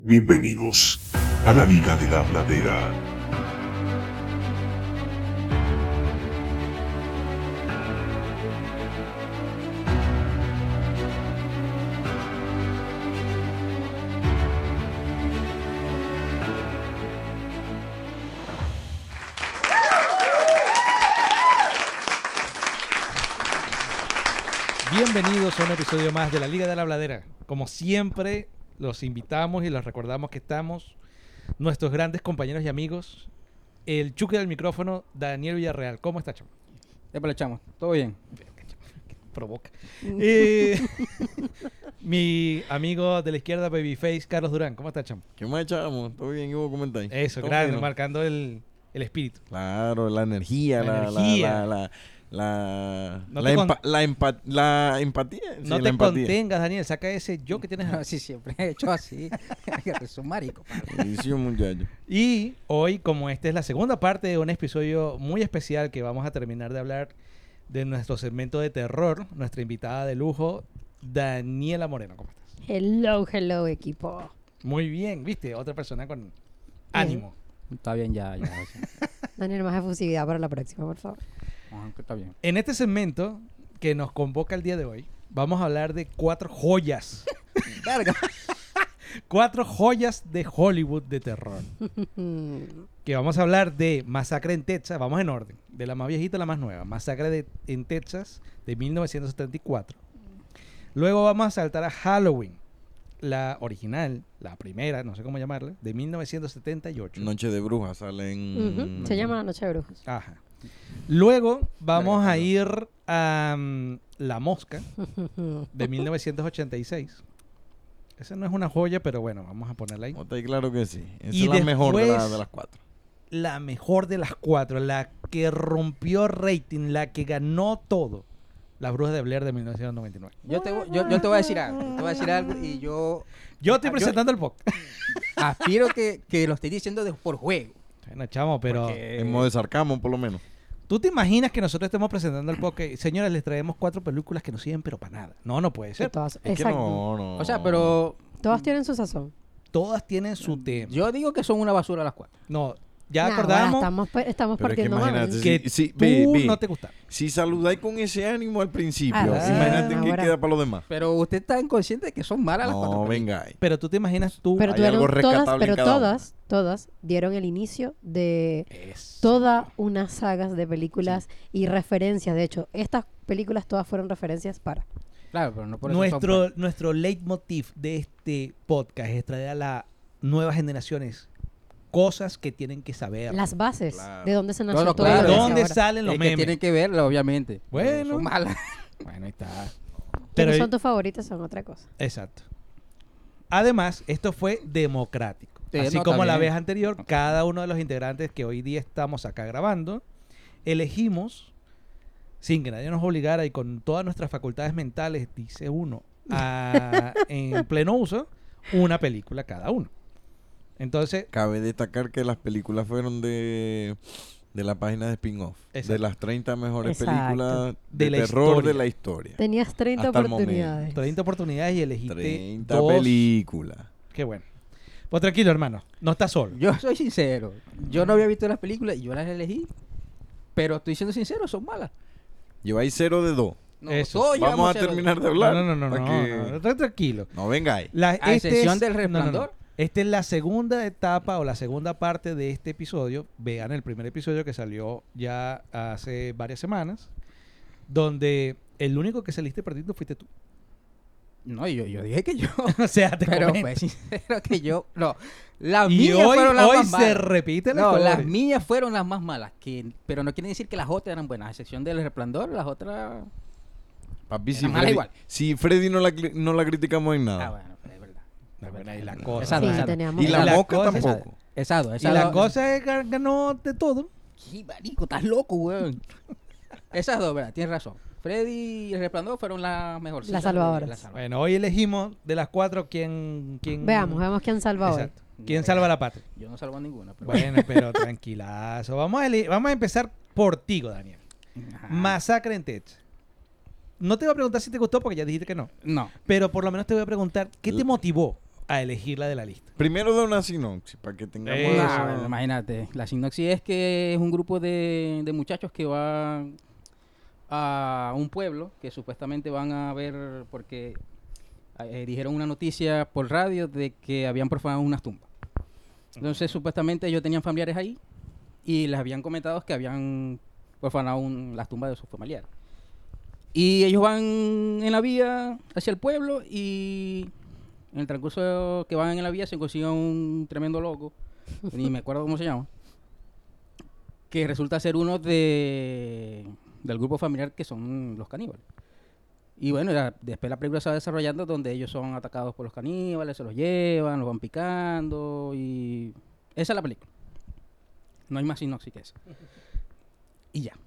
Bienvenidos a la Liga de la Habladera. Bienvenidos a un episodio más de la Liga de la Habladera. Como siempre, los invitamos y les recordamos que estamos nuestros grandes compañeros y amigos. El Chucky del micrófono, Daniel Villarreal. ¿Cómo está, chamo? Épale, chamo. ¿Todo bien? Provoca. Mi amigo de la izquierda, Babyface, Carlos Durán. ¿Cómo está, chamo? ¿Qué más, chamo? ¿Todo bien? ¿Y vos cómo estáis? Eso, ¿Todo grande, fino? marcando el espíritu. Claro, la energía, La energía. No te la empatía. Sí, No la te empatía. contengas, Daniel. Saca ese yo que tienes. Así siempre he hecho así. Es un marico. padre. Sí, muchacho. Y hoy, como esta es la segunda parte de un episodio muy especial que vamos a terminar de hablar de nuestro segmento de terror, nuestra invitada de lujo, Daniela Moreno. ¿Cómo estás? Hello, equipo. Muy bien, ¿viste? Otra persona con ánimo. Está bien, ya. Daniel, más efusividad para la próxima, por favor. Ajá, que está bien. En este segmento que nos convoca el día de hoy, vamos a hablar de 4 joyas. Verga. 4 joyas de Hollywood de terror. Que vamos a hablar de Masacre en Texas, vamos en orden, de la más viejita a la más nueva. Masacre en Texas de 1974. Luego vamos a saltar a Halloween, la original, la primera, no sé cómo llamarla, de 1978. Noche de brujas sale en... Ujú, se llama La Noche de Brujas. Ajá. Luego vamos a ir a La Mosca de 1986. Esa no es una joya, pero bueno, vamos a ponerla ahí. Está ahí, claro que sí. Esa Y es la mejor de, después- de las 4. La mejor de las 4, la que rompió rating, la que ganó todo. Las Brujas de Blair de 1999. Yo te voy a decir algo. Te voy a decir algo y yo Yo estoy Yo- presentando el podcast. aspiro que lo esté diciendo por juego. Bueno, chamo, pero Porque- En modo de sarcasmo, por lo menos. ¿tú te imaginas que nosotros estemos presentando el podcast? Señores, les traemos 4 películas que no sirven, pero para nada. No puede Que ser. todas, Es que exacto. no. O sea, pero Todas tienen su sazón. Todas tienen su tema. yo digo que son una basura las 4. No, ya Nah, acordamos bueno, estamos Pero es que partiendo imagínate, mal. que Sí, tú ve. no te gustaron. Si saludáis con ese ánimo al principio, Ah, imagínate qué ahora. queda para los demás. Pero usted está inconsciente de que son malas las 4. No, venga ahí. Pero tú te imaginas tú... Pero Hay tuvieron algo todas, rescatable en pero cada todas dieron el inicio de Eso. toda una sagas de películas y referencias. De hecho, estas películas todas fueron referencias para. Claro, pero no por eso son Nuestro leitmotiv de este podcast es traer a las nuevas generaciones cosas que tienen que saber. Las bases Claro. de dónde se nació no, todo claro. lo que ¿De es dónde ahora. salen los es que memes? tienen que verlo, obviamente. Bueno. Son malas. Bueno, ahí está. Que Pero no son tus favoritos, son otra cosa. exacto. Además, esto fue democrático. Sí, Así no, como está la bien. vez anterior, cada uno de los integrantes que hoy día estamos acá grabando, elegimos, sin que nadie nos obligara y con todas nuestras facultades mentales, dice uno, en pleno uso, una película cada uno. Entonces, Cabe destacar que las películas fueron de la página de spin-off. Exacto. De las 30 mejores Exacto. películas De de la terror historia. de la historia. Tenías 30 Hasta el oportunidades. 30 oportunidades y elegiste 30 dos. películas. Qué bueno. Pues tranquilo, hermano. No estás solo. Yo soy sincero. Yo no había visto las películas y yo las elegí. Pero estoy siendo sincero, son malas. Lleváis 0 de 2. No, Eso. todos Vamos llevamos a cero. terminar de hablar. No, para que- estoy tranquilo. No, venga ahí. A excepción del Resplandor. Esta es la segunda etapa o la segunda parte de este episodio. Vean el primer episodio que salió ya hace varias semanas, donde el único que saliste perdiendo fuiste tú. No, yo dije que yo. O sea, te Pero comento. fue sincero que yo. No. Las Y mías hoy, fueron las hoy más se malas. repite la No, historia. las mías fueron las más malas. Pero no quiere decir que las otras eran buenas. A excepción del Resplandor, las otras. Papi, Era mala igual. si Freddy no la criticamos en nada. Ah, bueno, es verdad. No, bueno, y la cosa. Exacto, Sí, exacto. teníamos. Y la la mosca cosa- tampoco. Exacto, Y la cosa es que ganó de todo. Sí, marico, estás loco, weón. Esas dos, ¿verdad? Tienes razón. Freddy y el Resplandor fueron las mejores. Las salvadoras. Bueno, hoy elegimos de las 4 quién Veamos quién salva hoy. Exacto. ¿Quién salva la patria? Yo no salvo a ninguna. Pero Bueno, pero tranquilazo. Vamos a empezar por ti, Daniel. Ajá. Masacre en Texas. No te voy a preguntar si te gustó porque ya dijiste que no. No. Pero por lo menos te voy a preguntar, ¿qué te motivó a elegirla de la lista. Primero da una sinopsis para que tengamos... Eso. Bueno, imagínate, la sinopsis es que es un grupo de muchachos que van a un pueblo que supuestamente van a ver, porque dijeron una noticia por radio de que habían profanado unas tumbas. Entonces, supuestamente ellos tenían familiares ahí y les habían comentado que habían profanado las tumbas de sus familiares. Y ellos van en la vía hacia el pueblo y en el transcurso que van en la vía se consigue un tremendo loco, ni me acuerdo cómo se llama, que resulta ser uno del grupo familiar que son los caníbales. Y bueno, después la película se va desarrollando donde ellos son atacados por los caníbales, se los llevan, los van picando y... Esa es la película. No hay más sinopsis que eso. Y ya.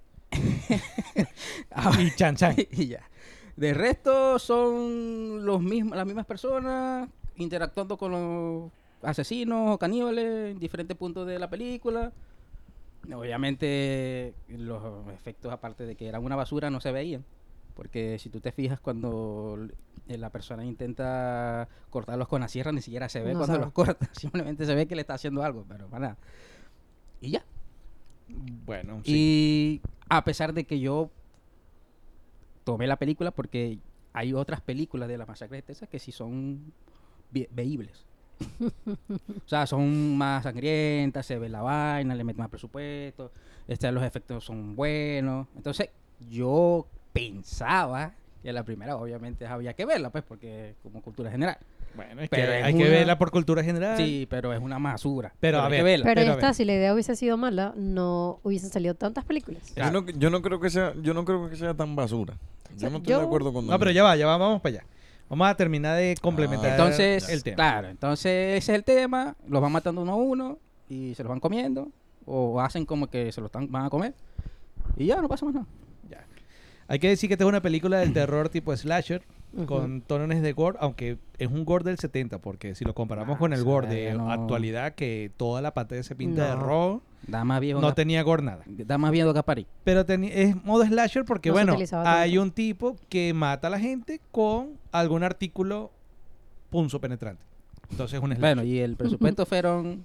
Y chan chan. Y ya. De resto son las mismas personas interactuando con los asesinos o caníbales en diferentes puntos de la película. Obviamente los efectos, aparte de que eran una basura, no se veían. Porque si tú te fijas cuando la persona intenta cortarlos con la sierra, ni siquiera se ve No cuando se ve. los corta. Simplemente se ve que le está haciendo algo, pero para nada. Y ya. Bueno, sí. Y a pesar de que yo tomé la película, porque hay otras películas de la masacre de Texas que sí son veíbles. O sea, son más sangrientas, se ve la vaina, le meten más presupuesto, los efectos son buenos. Entonces, yo pensaba que la primera obviamente había que verla, pues, porque como cultura general. Bueno, es Pero que es hay que una- verla por cultura general. Sí, pero es una basura. Pero, a hay ver, que verla. Pero Pero a esta, ver. si la idea hubiese sido mala, no hubiesen salido tantas películas. Yo no creo que sea tan basura. Yo no estoy yo- de acuerdo con No, pero ya va, vamos para allá. Vamos a terminar de complementar Entonces, el tema. claro, entonces ese es el tema, los van matando uno a uno y se los van comiendo o hacen como que van a comer y ya no pasa más nada. Ya. Hay que decir que esta es una película del terror tipo slasher, Ujú. con tonos de gore, aunque es un gore del 70, porque si lo comparamos con el gore de no. actualidad, que toda la pantalla se pinta de No. rojo, Da más viejo, no tenía gore nada. da más viejo que París. Pero es modo slasher porque, No se bueno, utilizaba tanto. hay un tipo que mata a la gente con algún artículo punzopenetrante. Entonces es un slasher. Bueno, y el presupuesto fueron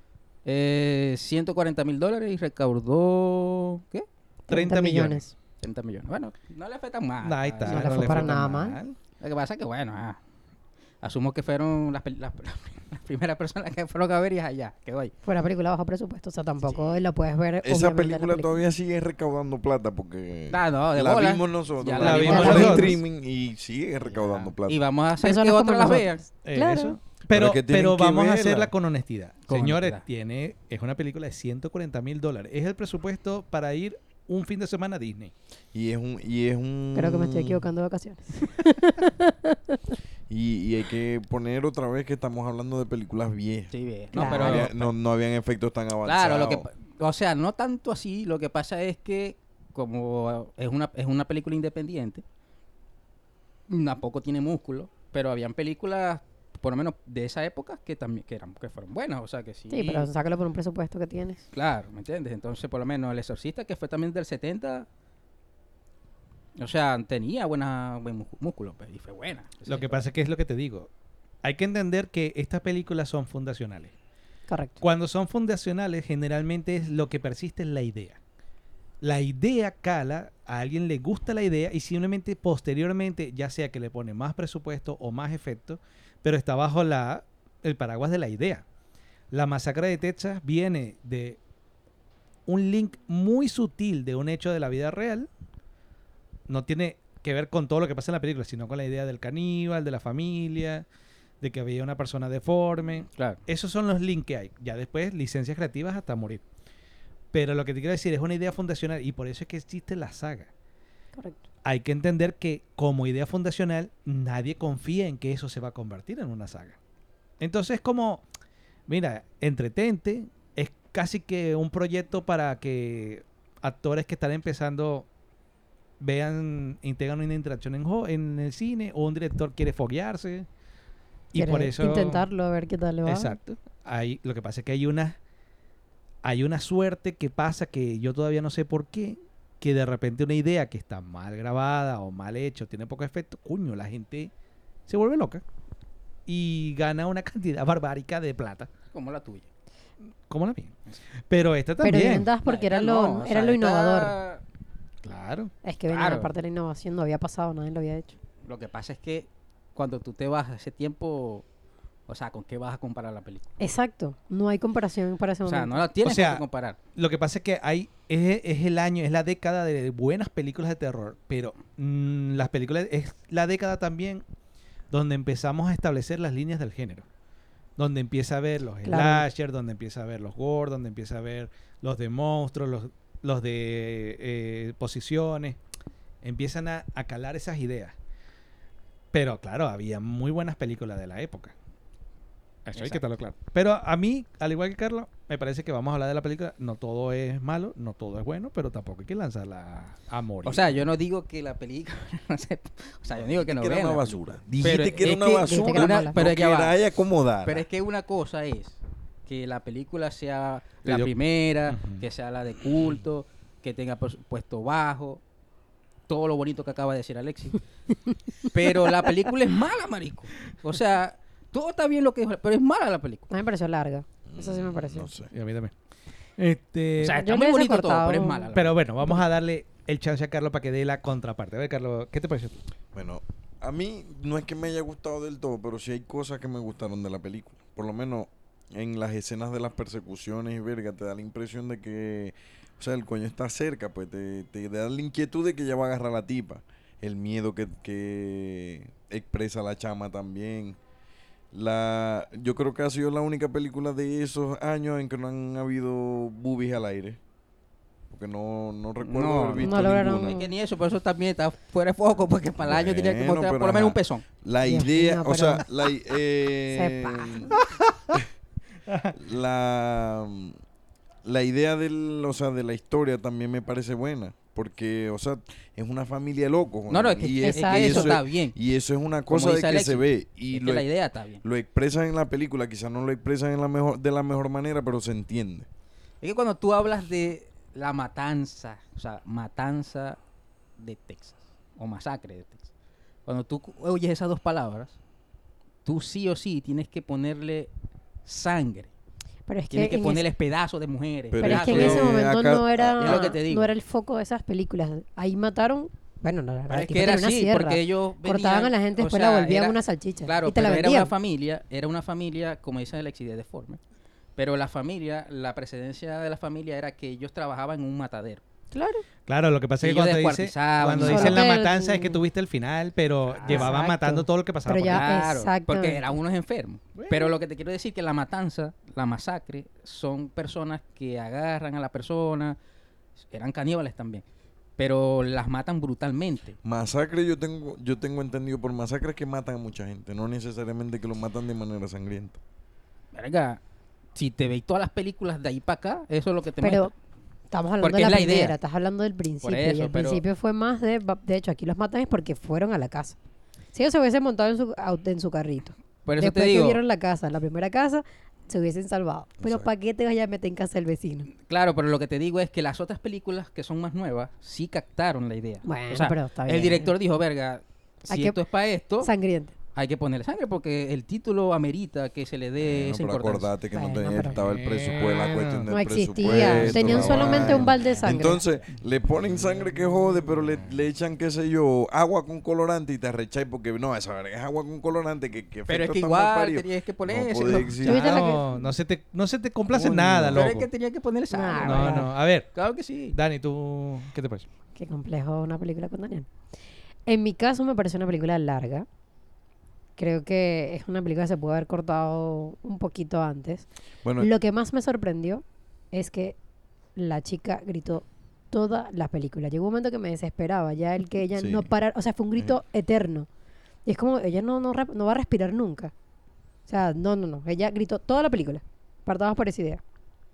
$140,000 y recaudó, ¿qué? 30 millones. 30 millones. Bueno, no le fue tan mal. Ahí está. No le fue para tan nada mal. Lo que pasa es que, bueno, asumo que fueron las primeras personas que fueron a ver y allá, quedó ahí. Fue una película bajo presupuesto, o sea, tampoco la puedes ver. esa obviamente, en la película todavía sigue recaudando plata porque Ah, no, de la bola. vimos nosotros. Ya la vimos en nosotros. streaming y sigue recaudando plata. Y vamos a hacer Personas que como otras las nosotros. vean. Claro. Eso. Pero Pero, es que tienen pero que vamos a verla. hacerla con honestidad. Con Señores, honestidad. es una película de $140,000. Es el presupuesto para ir un fin de semana a Disney. Y es un Creo que me estoy equivocando de vacaciones. Y hay que poner otra vez que estamos hablando de películas viejas. Sí, bien. Claro. No, pero No habían efectos tan avanzados. claro, o sea, no tanto así, lo que pasa es que como es una película independiente, tampoco tiene músculo, pero habían películas por lo menos de esa época que también que fueron buenas, o sea que sí. Sí, pero sácalo por un presupuesto que tienes. Claro, ¿me entiendes? Entonces, por lo menos El Exorcista, que fue también del 70, o sea, tenía buen músculo, pues, y fue buena. Lo que pasa es que es lo que te digo. Hay que entender que estas películas son fundacionales. Correcto. Cuando son fundacionales, generalmente es lo que persiste en la idea. La idea cala, a alguien le gusta la idea y simplemente posteriormente, ya sea que le pone más presupuesto o más efecto, pero está bajo el paraguas de la idea. La masacre de Texas viene de un link muy sutil de un hecho de la vida real. No tiene que ver con todo lo que pasa en la película, sino con la idea del caníbal, de la familia, de que había una persona deforme. Claro. Esos son los links que hay. Ya después, licencias creativas hasta morir. Pero lo que te quiero decir es una idea fundacional y por eso es que existe la saga. Correcto. Hay que entender que como idea fundacional nadie confía en que eso se va a convertir en una saga. Entonces como, mira, entretente, es casi que un proyecto para que actores que están empezando vean, integran una interacción en el cine, o un director quiere foguearse y Quiere por eso intentarlo, a ver qué tal le va. exacto. Lo que pasa es que hay una suerte que pasa que yo todavía no sé por qué, que de repente una idea que está mal grabada o mal hecha, tiene poco efecto, coño, la gente se vuelve loca. y gana una cantidad barbárica de plata, Como la tuya. como la mía. Pero esta Pero también. bien dadas porque No, era esta lo, no, o era sea, lo esta- innovador. Claro. Es que venía Claro. la parte de la innovación, no había pasado, nadie lo había hecho. Lo que pasa es que cuando tú te vas a ese tiempo, o sea, ¿con qué vas a comparar la película? Exacto, no hay comparación para ese O sea, momento. no la tienes O sea, con qué comparar. Lo que pasa es que es el año, es la década de buenas películas de terror, pero las películas es la década también donde empezamos a establecer las líneas del género. Donde empieza a ver los Claro. slasher, donde empieza a ver los gore, donde empieza a ver los de monstruos, los de posiciones. Empiezan a calar esas ideas. Pero claro, había muy buenas películas de la época. Eso hay que Exacto. tenerlo claro. Pero a mí, al igual que Carlos, me parece que vamos a hablar de la película. No todo es malo, no todo es bueno, pero tampoco hay que lanzarla a morir. O sea, yo no digo que la película, no sé, o sea, yo digo que no Que era vean una la basura. película. Dijiste Pero que era es una que- basura. Dijiste que era mala. pero no es que que va. era ahí acomodada. Pero es que una cosa es que la película sea Que la yo- primera, Ujú. que sea la de culto, que tenga presupuesto bajo, todo lo bonito que acaba de decir Alexis. Pero la película es mala, marico. O sea, todo está bien lo que es, pero es mala la película. A mí me pareció larga. Eso sí me pareció. No sé. Y a mí también. O sea, Yo está le muy hubiese bonito todo, cortado- pero es mala. la Pero bueno, vamos a darle el chance a Carlos para que dé la contraparte. A ver, Carlos, ¿qué te pareció? Bueno, a mí no es que me haya gustado del todo, pero sí hay cosas que me gustaron de la película. Por lo menos en las escenas de las persecuciones y verga, te da la impresión de que, o sea, el coño está cerca, pues te da la inquietud de que ya va a agarrar a la tipa. El miedo que expresa la chama también. Yo creo que ha sido la única película de esos años en que no han habido boobies al aire. Porque no recuerdo No, haber visto no lograron- ninguna. Es que ni eso, por eso también está fuera de foco, porque para el año tenía que Bueno, mostrar pero por lo menos ajá. un pezón. La Dios idea, mío, o sea, Sepa. la idea o sea, de la historia también me parece buena, porque, o sea, es una familia loco. No, no, es que, y es que Exacto. eso eso está bien. y eso es una Como cosa de dice que Alexis, se ve y Es que la idea está bien. lo expresan en la película, quizás no lo expresan de la mejor manera, pero se entiende. Es que cuando tú hablas de la matanza, o sea, matanza de Texas, o masacre de Texas, cuando tú oyes esas dos palabras, tú sí o sí tienes que ponerle sangre, Pero es que, tienes que en ponerles pedazos de mujeres. Pero pero es que en pedazos ese de- momento acá- no era, es lo que te digo. no era el foco de esas películas. Ahí mataron, bueno, la Pero es tipa que era tenía una así, sierra. porque ellos Cortaban a la gente, después la volvían una salchicha. Claro, y te la pero vendían. era una familia, como dice Alexis, de deforme. Pero la familia, la precedencia de la familia era que ellos trabajaban en un matadero. Claro. Claro, lo que pasa Y es que ellos cuando descuartizaban, cuando y dicen la solo que- matanza es que tuviste el final, pero llevaban Exacto. matando todo lo que pasaba. Pero por ya- ahí. Claro, exactamente. porque eran unos enfermos. Pero lo que te quiero decir que la matanza, la masacre, son personas que agarran a la persona, eran caníbales también, pero las matan brutalmente. Masacre yo tengo entendido por masacres que matan a mucha gente, no necesariamente que lo matan de manera sangrienta. Verga, si te veis todas las películas de ahí para acá, eso es lo que te Pero mata. estamos hablando Porque de es la la idea. primera, estás hablando del principio. y eso, el pero- principio fue más de hecho, aquí los matan es porque fueron a la casa. Si ellos se hubiesen montado en su carrito. Por eso Después te que digo, vieron la casa, la primera casa, se hubiesen salvado. Pero Exacto. ¿para qué te vayas a meter en casa del vecino? claro, pero lo que te digo es que las otras películas que son más nuevas sí captaron la idea. Bueno, O sea, pero está el bien. director dijo, verga, Hay si que- esto es para esto, Sangriento. hay que ponerle sangre porque el título amerita que se le dé Bueno, esa pero importancia. acordate que no Bueno, tenía- pero- estaba el presupuesto, la cuestión del No existía. presupuesto. Tenían la solamente vaina. un balde de sangre. Entonces, le ponen sangre que jode, pero le echan, qué sé yo, agua con colorante y te arrecháis porque no, esa verga es agua con colorante que Pero es efecto que tan igual malparido. tenías que No poner puede existir. ¿Tuviste la No, no se te complace Coño. nada, Pero loco. es que tenía que ponerle sangre. Nah, No, no. A ver, Claro que sí. Dani, ¿tú qué te parece? Qué complejo una película con Daniel. En mi caso me parece una película larga. Creo que es una película que se puede haber cortado un poquito antes. Bueno, Lo que más me sorprendió es que la chica gritó toda la película. Llegó un momento que me desesperaba, ya el que ella Sí. no parara, o sea, fue un grito eterno. Y es como, ella no va a respirar nunca. O sea, no. Ella gritó toda la película. Partamos por esa idea.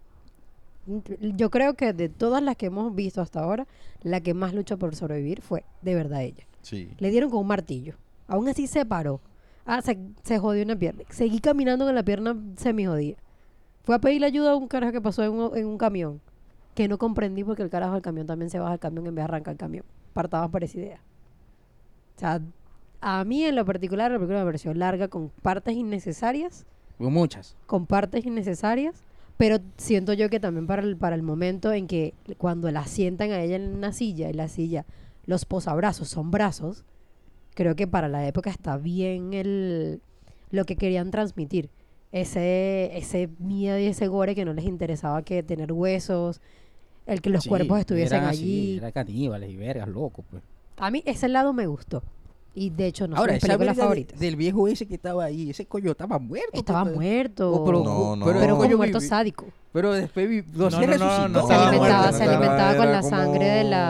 Yo creo que de todas las que hemos visto hasta ahora, la que más luchó por sobrevivir fue de verdad ella. sí. Le dieron con un martillo. Aún así se paró. Se jodió una pierna. Seguí caminando con la pierna semi jodida. Fue a pedirle ayuda a un carajo que pasó en un camión. Que no comprendí porque el carajo del camión también se baja el camión en vez de arrancar el camión. Partamos por esa idea. O sea, A mí en lo particular la película me pareció larga con partes innecesarias, Hubo muchas. pero siento yo que también para el momento en que cuando la sientan a ella en una silla y la silla, los posabrazos son brazos, creo que para la época está bien lo que querían transmitir. Ese miedo y ese gore que no les interesaba que tener huesos, el que los Sí, cuerpos estuviesen era allí. así, era caníbales y vergas, locos, pues. A mí ese lado me gustó. Y de hecho no Ahora, son mis esa películas verga favoritas. del viejo ese que estaba ahí, ese coño estaba muerto. Estaba pues. muerto. Oh, pero, No, pero el como coño muerto vivi- sádico. Pero después No, se no, resucitó. no Se estaba alimentaba, muerto, se no alimentaba con era la como- sangre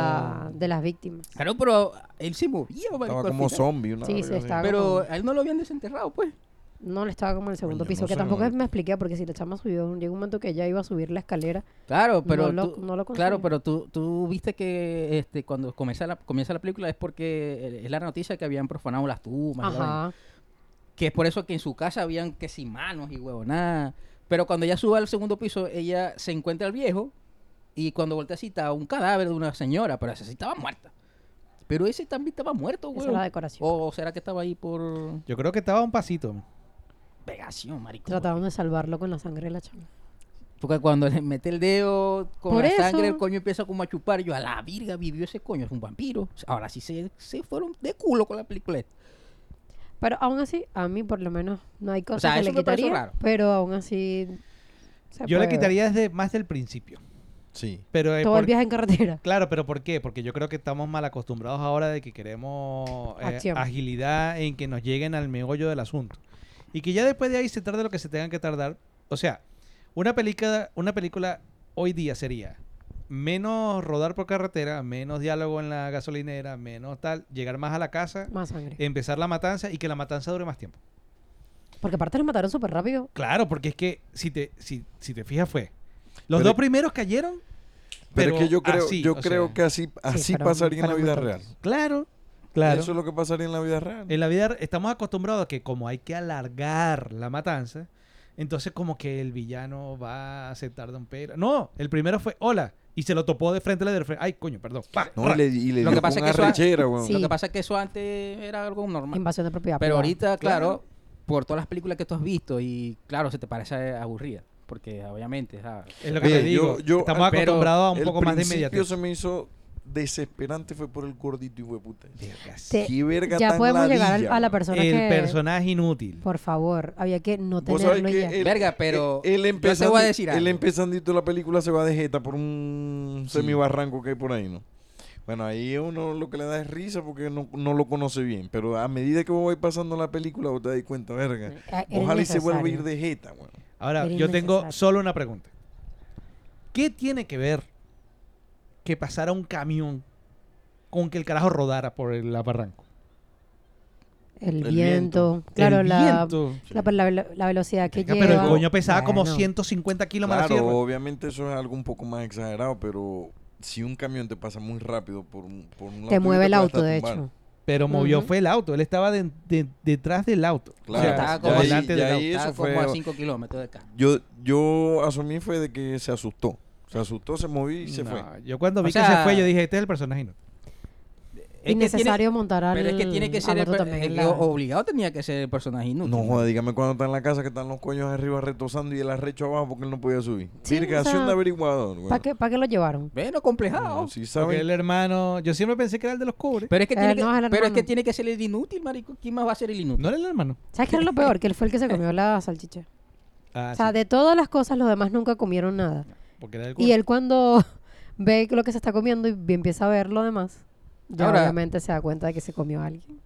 de las víctimas. Claro, pero él se movía, marico, Estaba al como final. zombie. Una Sí, verga sí, así. estaba Pero como- a él no lo habían desenterrado, pues. No, le estaba como en el segundo Coño, piso, no que sé, tampoco marico. me expliqué, porque si la chama subió, llegó un momento que ella iba a subir la escalera. Claro, pero No lo- tú, no lo claro, conseguí. pero tú viste que cuando comienza la película es porque es la noticia que habían profanado las tumbas. y la vaina. Ajá. Que es por eso que en su casa habían que sin manos y huevonada. Pero cuando ella sube al segundo piso, ella se encuentra al viejo y cuando voltea así está un cadáver de una señora, pero esa sí estaba muerta. Pero ese también estaba muerto, Esa güey. es la decoración. ¿O será que estaba ahí por Yo creo que estaba a un pasito. pegación, marico? Trataron de salvarlo con la sangre de la chama. Porque cuando le mete el dedo con Por la eso. sangre, el coño empieza como a chupar. Yo, a la virga, vivió ese coño, es un vampiro. Ahora sí se fueron de culo con la película. Pero aún así, a mí por lo menos no hay cosas sea, que eso le me pareció quitaría. raro. Pero aún así. se Yo le puede ver. quitaría desde más del principio. Sí. Pero Todo el viaje en carretera. Claro, pero ¿por qué? Porque yo creo que estamos mal acostumbrados ahora de que queremos Acción. agilidad en que nos lleguen al meollo del asunto. Y que ya después de ahí se tarde lo que se tengan que tardar. O sea, una película hoy día sería menos rodar por carretera, menos diálogo en la gasolinera, menos tal, llegar más a la casa, Más sangre. empezar la matanza y que la matanza dure más tiempo. Porque aparte los mataron súper rápido. Claro, porque es que si te fijas fue. Los Pero- dos primeros cayeron. Pero es que yo creo, así, yo o creo sea, que así fueron- pasaría en la fueron vida muy real. tontos. Claro, claro. Eso es lo que pasaría en la vida real. En la vida estamos acostumbrados a que como hay que alargar la matanza, entonces como que el villano va a aceptar de un pelo. No, el primero fue hola y se lo topó de frente de frente. Ay, coño, perdón. Pa, No, ra. y le Lo dio que pasa con es que eso- arrechera, weón. Sí. Lo que pasa es que eso antes era algo normal. Invasión de propiedad Pero privada. ahorita, Claro. claro, por todas las películas que tú has visto y claro, se te parece aburrida. Porque obviamente, Es lo que Oye, te digo. Estamos pero acostumbrados a un El poco más de principio inmediatez. se me hizo desesperante fue por el gordito y fue puta. Te- Qué verga ya tan podemos llegar ladilla, a la weón. persona El que... personaje inútil. Por favor, había que no Vos sabés tenerlo que ya. Verga, pero él yo te voy a decir el algo. empezandito de la película se va de jeta por un Sí. semibarranco que hay por ahí, ¿no? Bueno, ahí uno lo que le da es risa porque no lo conoce bien. Pero a medida que vos vais pasando la película, vos te das cuenta, verga. Era Ojalá y se vuelva a ir innecesario. de jeta, weón. Ahora, Era yo tengo innecesario. solo una pregunta. ¿Qué tiene que ver que pasara un camión con que el carajo rodara por el barranco? El El viento. Claro, El la, viento. la velocidad que Venga, lleva. pero el coño pesaba como Bueno, 150 kilos más la Claro, sierra. obviamente eso es algo un poco más exagerado, pero si un camión te pasa muy rápido por un lado Te tuyo, mueve el puede auto, hasta de tumbar. hecho. Pero movió Ujú. fue el auto. Él estaba detrás del auto. Claro, O sea, estaba ya como ahí- delante ya del ahí auto. Estaba eso como fue... a 5 kilómetros de acá. Yo asumí fue de que se asustó. Se asustó, se movió y se No, fue. Yo cuando O vi que sea- se fue, yo dije, este es el personaje inútil. Es que Innecesario montar al. Pero es que tiene que al ser el otro per- también es en que la- obligado tenía que ser el personaje inútil. No joda, dígame cuando está en la casa que están los coños arriba retosando y el arrecho abajo porque él no podía subir. Sí, Virgación o sea, de averiguador, güey. ¿Para qué lo llevaron? Bueno, complejado. No, si Porque saben. el hermano, yo siempre pensé que era el de los cubres. Pero es que tiene que, no, es el pero es que hermano. tiene que ser el inútil, marico. ¿Quién más va a ser el inútil? No era el hermano. ¿Sabes qué era lo peor? Que él fue el que se comió la salchicha. Ah, O sea, sí, de todas las cosas, los demás nunca comieron nada. porque era el Y cubre. él cuando ve lo que se está comiendo y empieza a ver lo demás, ya Ahora- obviamente se da cuenta de que se comió a alguien.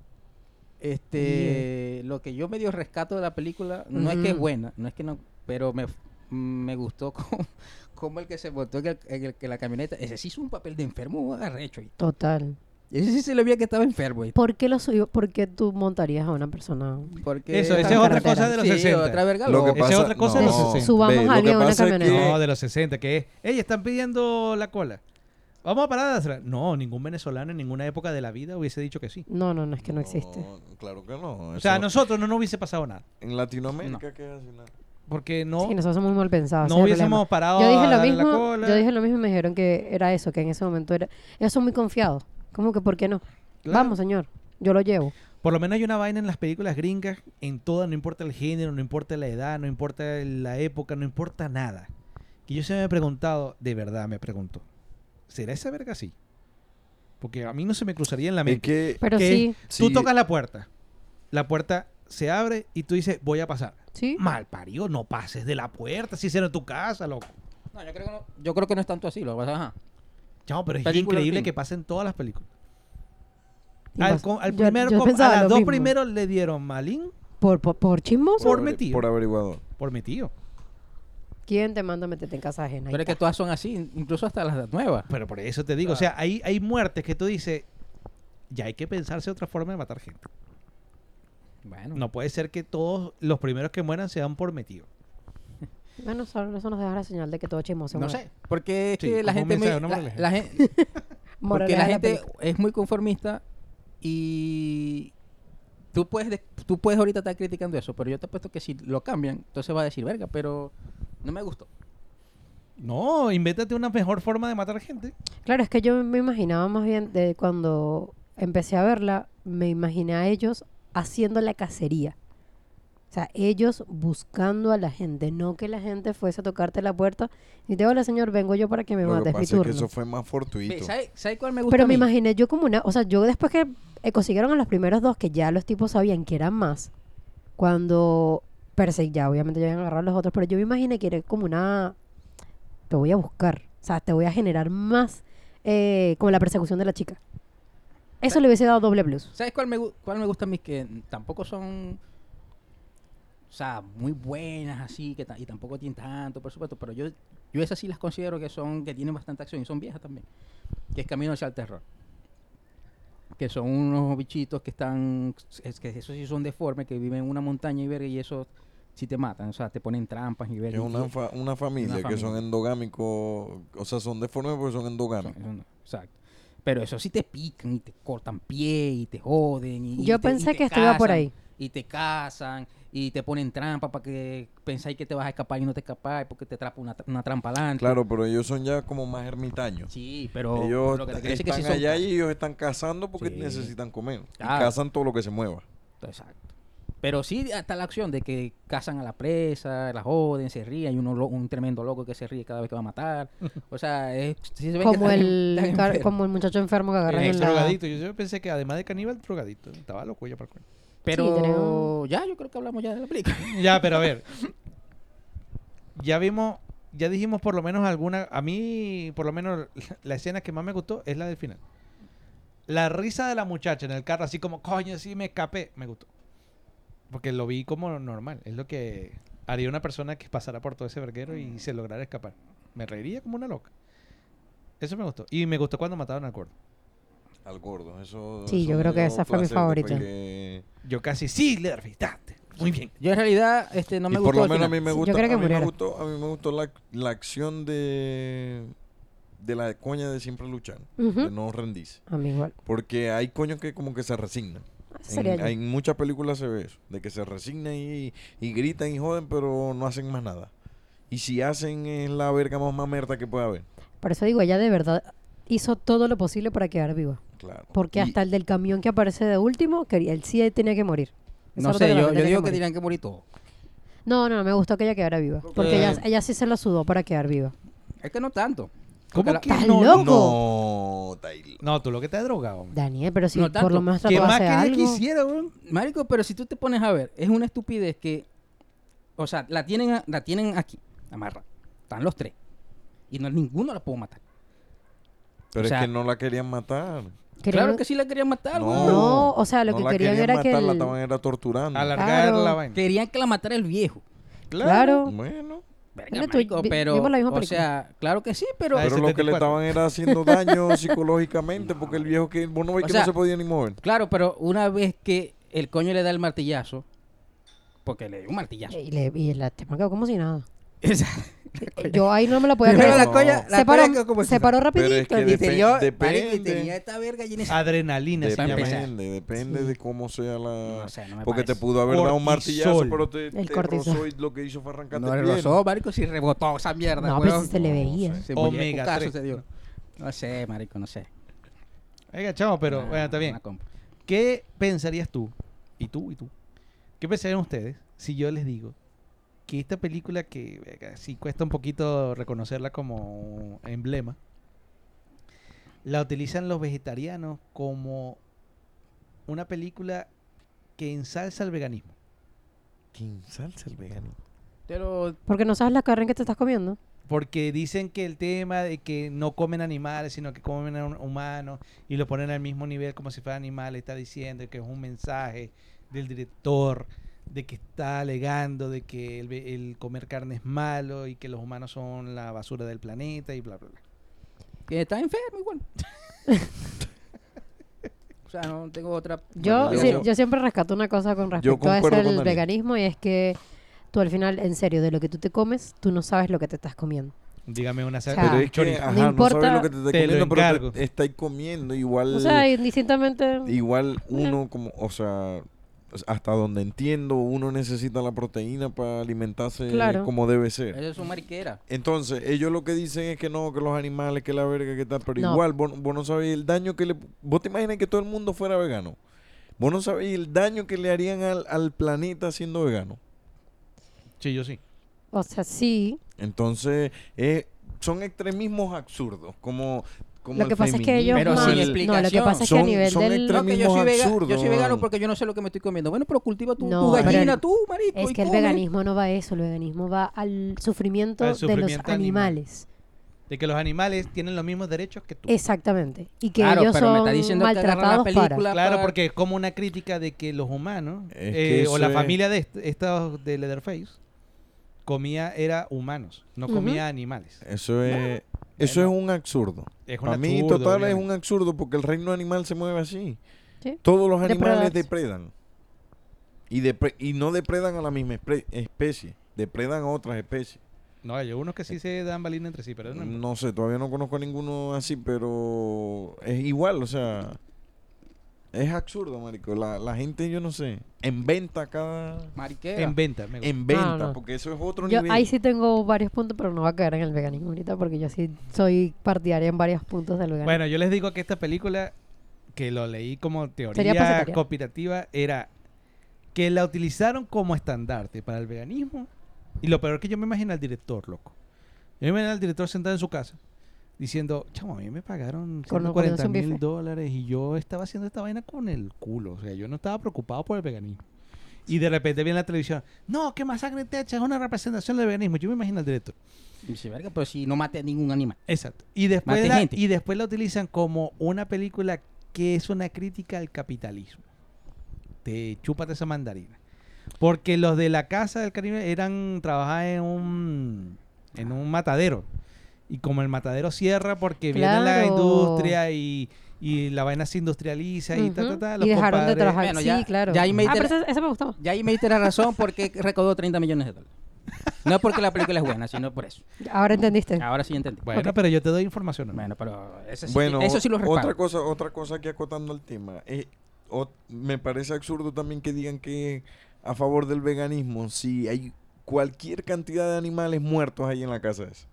Lo que yo medio rescato de la película, no es que es Ujú. buena, no es que no, pero me gustó como el que se montó que la camioneta, ese sí hizo un papel de enfermo arrecho. Total. Ese sí se le veía que estaba enfermo. ¿Por qué lo subió? ¿Por qué tú montarías a una persona? Porque Eso, esa es otra carretera. cosa de los Sí, 60. otra verga Lo que loca. Esa es pasa, otra cosa de los 60. Subamos a lo alguien que en una pasa es camioneta. que- No, de los 60, que es, ellos están pidiendo la cola. Vamos a parar de hacer. No, ningún venezolano en ninguna época de la vida hubiese dicho que sí. No, es que no existe. No, claro que no. O sea, a Eso- nosotros no nos hubiese pasado nada. En Latinoamérica, ¿qué hace nada? Porque no, Sí, nosotros somos muy mal pensados. no ese es el hubiésemos problema. parado Yo dije a lo darle la mismo. cola. Yo dije lo mismo y me dijeron que era eso, que en ese momento era. Ellos son muy confiados. ¿Cómo que por qué no? Claro. Vamos, señor. Yo lo llevo. Por lo menos hay una vaina en las películas gringas, en todas, no importa el género, no importa la edad, no importa la época, no importa nada. Que yo se me he preguntado, de verdad me pregunto, ¿será esa verga así? Porque a mí no se me cruzaría en la Es mente. que Pero que sí, Tú sí, tocas la puerta se abre y tú dices, voy a pasar. sí. Mal parido, no pases de la puerta, si será tu casa, loco. No, yo creo que no es tanto así, lo que pasa es, ajá. Chamo, pero es Película increíble fin. que pasen todas las películas. Y Al, más- al yo- primero, yo a pensaba las lo dos mismo. primeros le dieron malín Por chismoso. por metido. por averiguador. Por mi tío. ¿Quién te manda a meterte en casa ajena? Ahí Pero es que está. todas son así, incluso hasta las nuevas. Pero por eso te digo, o sea, hay muertes que tú dices, ya hay que pensarse otra forma de matar gente. Bueno, No puede ser que todos los primeros que mueran sean por metido. Bueno, solo eso nos deja la señal de que todo chismoso. no muere. sé, porque es Sí, que la como un gente, mensaje, una moraleja. porque Moraleja la de gente película. es muy conformista y tú puedes ahorita estar criticando eso, pero yo te apuesto que si lo cambian, entonces va a decir, verga, pero no me gustó. No, invéntate una mejor forma de matar gente. Claro, es que yo me imaginaba más bien de cuando empecé a verla, me imaginé a ellos haciendo la cacería. O sea, ellos buscando a la gente, no que la gente fuese a tocarte la puerta y te hola señor, vengo yo para que me Lo que mates, mi pasa es que turno. eso fue más fortuito. ¿Sabes cuál me gusta Pero a me mí? imaginé yo como una, o sea, yo después que consiguieron a los primeros dos, que ya los tipos sabían que eran más, cuando ya obviamente ya habían agarrado a los otros, pero yo me imaginé que era como una, te voy a buscar, o sea, te voy a generar más, como la persecución de la chica. Eso le hubiese dado doble plus. ¿Sabes cuál cuál me gusta a mí? Que tampoco son, o sea, muy buenas así, y tampoco tienen tanto, por supuesto, pero yo esas sí las considero que tienen bastante acción y son viejas también. Que es Camino hacia el Terror. Que son unos bichitos que están, es que esos sí son deformes, que viven en una montaña y verga, y eso sí te matan, o sea, te ponen trampas y Que verga. es una familia que son familia. endogámicos, o sea, son deformes porque son endogámicos. Exacto. Pero eso sí te pican y te cortan pie y te joden. Yo pensé que esto iba por ahí. Y te cazan y te ponen trampa para que pensáis que te vas a escapar y no te escapáis porque te atrapa una trampa adelante. Claro, pero ellos son ya como más ermitaños. Sí, pero Ellos lo que te quiero decir es que están sí son allá y ellos están cazando porque Sí. necesitan comer. Claro. Y cazan todo lo que se mueva. Exacto. Pero sí hasta la acción de que cazan a la presa, la joden, se ríen, hay un tremendo loco que se ríe cada vez que va a matar. O sea, sí se ve Como que el, como el muchacho enfermo que agarran Es en la... drogadito. Yo siempre pensé que además de caníbal, drogadito. Estaba loco ya para el cuento. Pero Sí, tenemos- ya, yo creo que hablamos ya de la película. Ya, pero a ver. Ya vimos, ya dijimos por lo menos alguna. A mí, por lo menos, la escena que más me gustó es la del final. La risa de la muchacha en el carro, así como, coño, sí me escapé, me gustó. Porque lo vi como normal. Es lo que haría una persona que pasara por todo ese verguero y se lograra escapar. Me reiría como una loca. Eso me gustó. Y me gustó cuando mataron al gordo. Al gordo. Eso, Sí, eso yo me creo que dio esa fue mi placer favorita. porque- Yo casi, sí, le arbitraste. Muy bien. Yo en realidad no me y gustó por lo el menos a final. mí me Sí, yo gusta, quería que a mí me muriera. gustó la acción de la coña de siempre luchar, Ujú. de no rendirse. A mí igual. Porque hay coños que como que se resignan. Sería yo. En muchas películas se ve eso, de que se resignan y gritan y joden, pero no hacen más nada. Y si hacen es la verga más mamerta que puede haber. Por eso digo, ella de verdad hizo todo lo posible para quedar viva. Claro. Porque Y- hasta el del camión que aparece de último, él sí tenía que morir. Esa No otra sé, que yo también tenía digo que morir. tenían que morir todos. No, me gustó que ella quedara viva. Porque ella sí se lo sudó para quedar viva. Es que no tanto. ¿Cómo Porque que ¿Estás no? loco? No, Taylor. No, tú lo que te has drogado. hombre. Daniel, pero si No por tanto. lo menos ¿Qué trató de más hacer quería que algo. hiciera, weón? Marico, pero si tú te pones a ver, es una estupidez que, o sea, la tienen aquí, amarra. Están los tres. Y ninguno la pudo matar. Pero O sea- es que no la querían matar. Querían- Claro que sí la querían matar, No. weón. No, o sea, lo No que la querían era que matar, la el- estaban era torturando. Alargar Claro. la vaina. Querían que la matara el viejo. Claro. Bueno, Verga, Mira tú, marico, pero, vimos la misma o película. sea, claro que sí, pero... Ah, pero lo que le 74. estaban era haciendo daño psicológicamente porque el viejo que vos no ves O que sea- no se podía ni mover. Claro, pero una vez que el coño le da el martillazo, porque le dio un martillazo. Y la tema quedó como si nada. Esa- Yo ahí no me la podía Primero creer. la coña, Se paró, quedó como se paró Pero es rapidito. que el Y tipo. tenía, depende. marico, y tenía esta verga llena de... Adrenalina se llama. empezar. Depende Sí. de cómo sea la... No sé, no me porque te parece. pudo haber dado un martillazo, Cortisol. pero El te cortisol. rozó y lo que hizo fue arrancarte No el le pie. rozó, marico, si rebotó esa mierda, No, pero weón. si se le veía. Se Omega Omega 3. sucedió. No sé, marico, no sé. Oiga, chavo, pero bueno, está bien. Una compra. ¿Qué pensarías tú? ¿Y tú? ¿Y tú? ¿Qué pensarían ustedes si yo les digo que esta película, que sí cuesta un poquito reconocerla como emblema, la utilizan los vegetarianos como una película que ensalza el veganismo? ¿Qué ensalza el veganismo? Pero Porque no sabes la carne que te estás comiendo. Porque dicen que el tema de que no comen animales, sino que comen humanos y lo ponen al mismo nivel como si fueran animales, está diciendo que es un mensaje del director de que está alegando de que el comer carne es malo y que los humanos son la basura del planeta y bla, bla, bla. que está enfermo igual. O sea, no tengo otra... Yo, Bueno, sí, yo- yo siempre rescato una cosa con respecto a eso concuerdo con del Daniel. veganismo, y es que tú al final, en serio, de lo que tú te comes, tú no sabes lo que te estás comiendo. Dígame una sea, Pero es que, chorizo. ajá, no importa- sabes lo que te estás Te lo comiendo, pero encargo. te estáis comiendo igual. O sea, indistintamente... Igual uno como, o sea, hasta donde entiendo, uno necesita la proteína para alimentarse Claro. como debe ser. Eso es una mariquera. Entonces, ellos lo que dicen es que no, que los animales, que la verga, que tal, pero No. igual vos no sabéis el daño que le... Vos te imaginas que todo el mundo fuera vegano. Vos no sabéis el daño que le harían al planeta siendo vegano. Sí, yo sí. O sea, sí. Entonces, son extremismos absurdos, como Lo el que pasa es que ellos Pero más... sin No, lo que explicación. pasa es que a Son- nivel son del... No, que yo soy, absurdos, yo soy vegano man. porque yo no sé lo que me estoy comiendo. Bueno, pero cultiva tu No, gallina, pero tú, marico. Es y que el come. veganismo no va a eso, el veganismo va al sufrimiento, Al de sufrimiento los animales. De que los animales tienen los mismos derechos que tú. Exactamente. Y que Claro, ellos pero me son está diciendo que agarra la maltratados para... película Claro, para- porque es como una crítica de que los humanos, Es que o la eso es- familia de estos de Leatherface, era humanos, no Ujú. comía animales. Eso es un absurdo. Es un Para mí, absurdo, total, es obviamente. un absurdo porque el reino animal se mueve así. Sí. Todos los animales Depredarse. depredan. Y no depredan a la misma especie, depredan a otras especies. No, hay unos que sí se dan balina entre sí, pero no. No sé, todavía no conozco a ninguno así, pero es igual, o sea, es absurdo, marico. La gente, yo no sé, inventa cada... Mariquera. En venta, me gusta. Inventa, No, no. porque eso es otro Yo nivel. ahí sí tengo varios puntos, pero no va a caer en el veganismo ahorita porque yo sí soy partidaria en varios puntos del veganismo. Bueno, yo les digo que esta película, que lo leí como Sería teoría placentaria. conspirativa, era que la utilizaron como estandarte para el veganismo. Y lo peor es que yo me imagino al director, loco. Yo me imagino al director sentado en su casa diciendo, chamo, a mí me pagaron Comiéndose un bife. $140,000 y yo estaba haciendo esta vaina con el culo. O sea, yo no estaba preocupado por el veganismo. Y de repente viene la televisión, no, que Masacre en Texas es una representación del veganismo. Yo me imagino al director. Dice, verga, pero si no mate a ningún animal. Exacto. Y después, Mate gente. y después la utilizan como una película que es una crítica al capitalismo. Te chúpate esa mandarina. Porque los de la Casa del Caribe trabajaban en un matadero. Y como el matadero cierra porque viene la Claro. industria y la vaina se industrializa y Ujú. los Y dejaron de compadres- trabajar. Bueno, sí, ya- claro. ya ahí me pero inter- ese me gustó más. Ya ahí me diste la razón porque recaudó $30 millones. No es porque la película es buena, sino por eso. Ahora entendiste. Ahora sí entendí. Bueno, Ok. pero yo te doy información. ¿no? Bueno, pero eso sí, Bueno, eso sí lo respaldo. otra cosa que acotando el tema. Me parece absurdo también que digan que a favor del veganismo si hay cualquier cantidad de animales muertos ahí en la casa esa.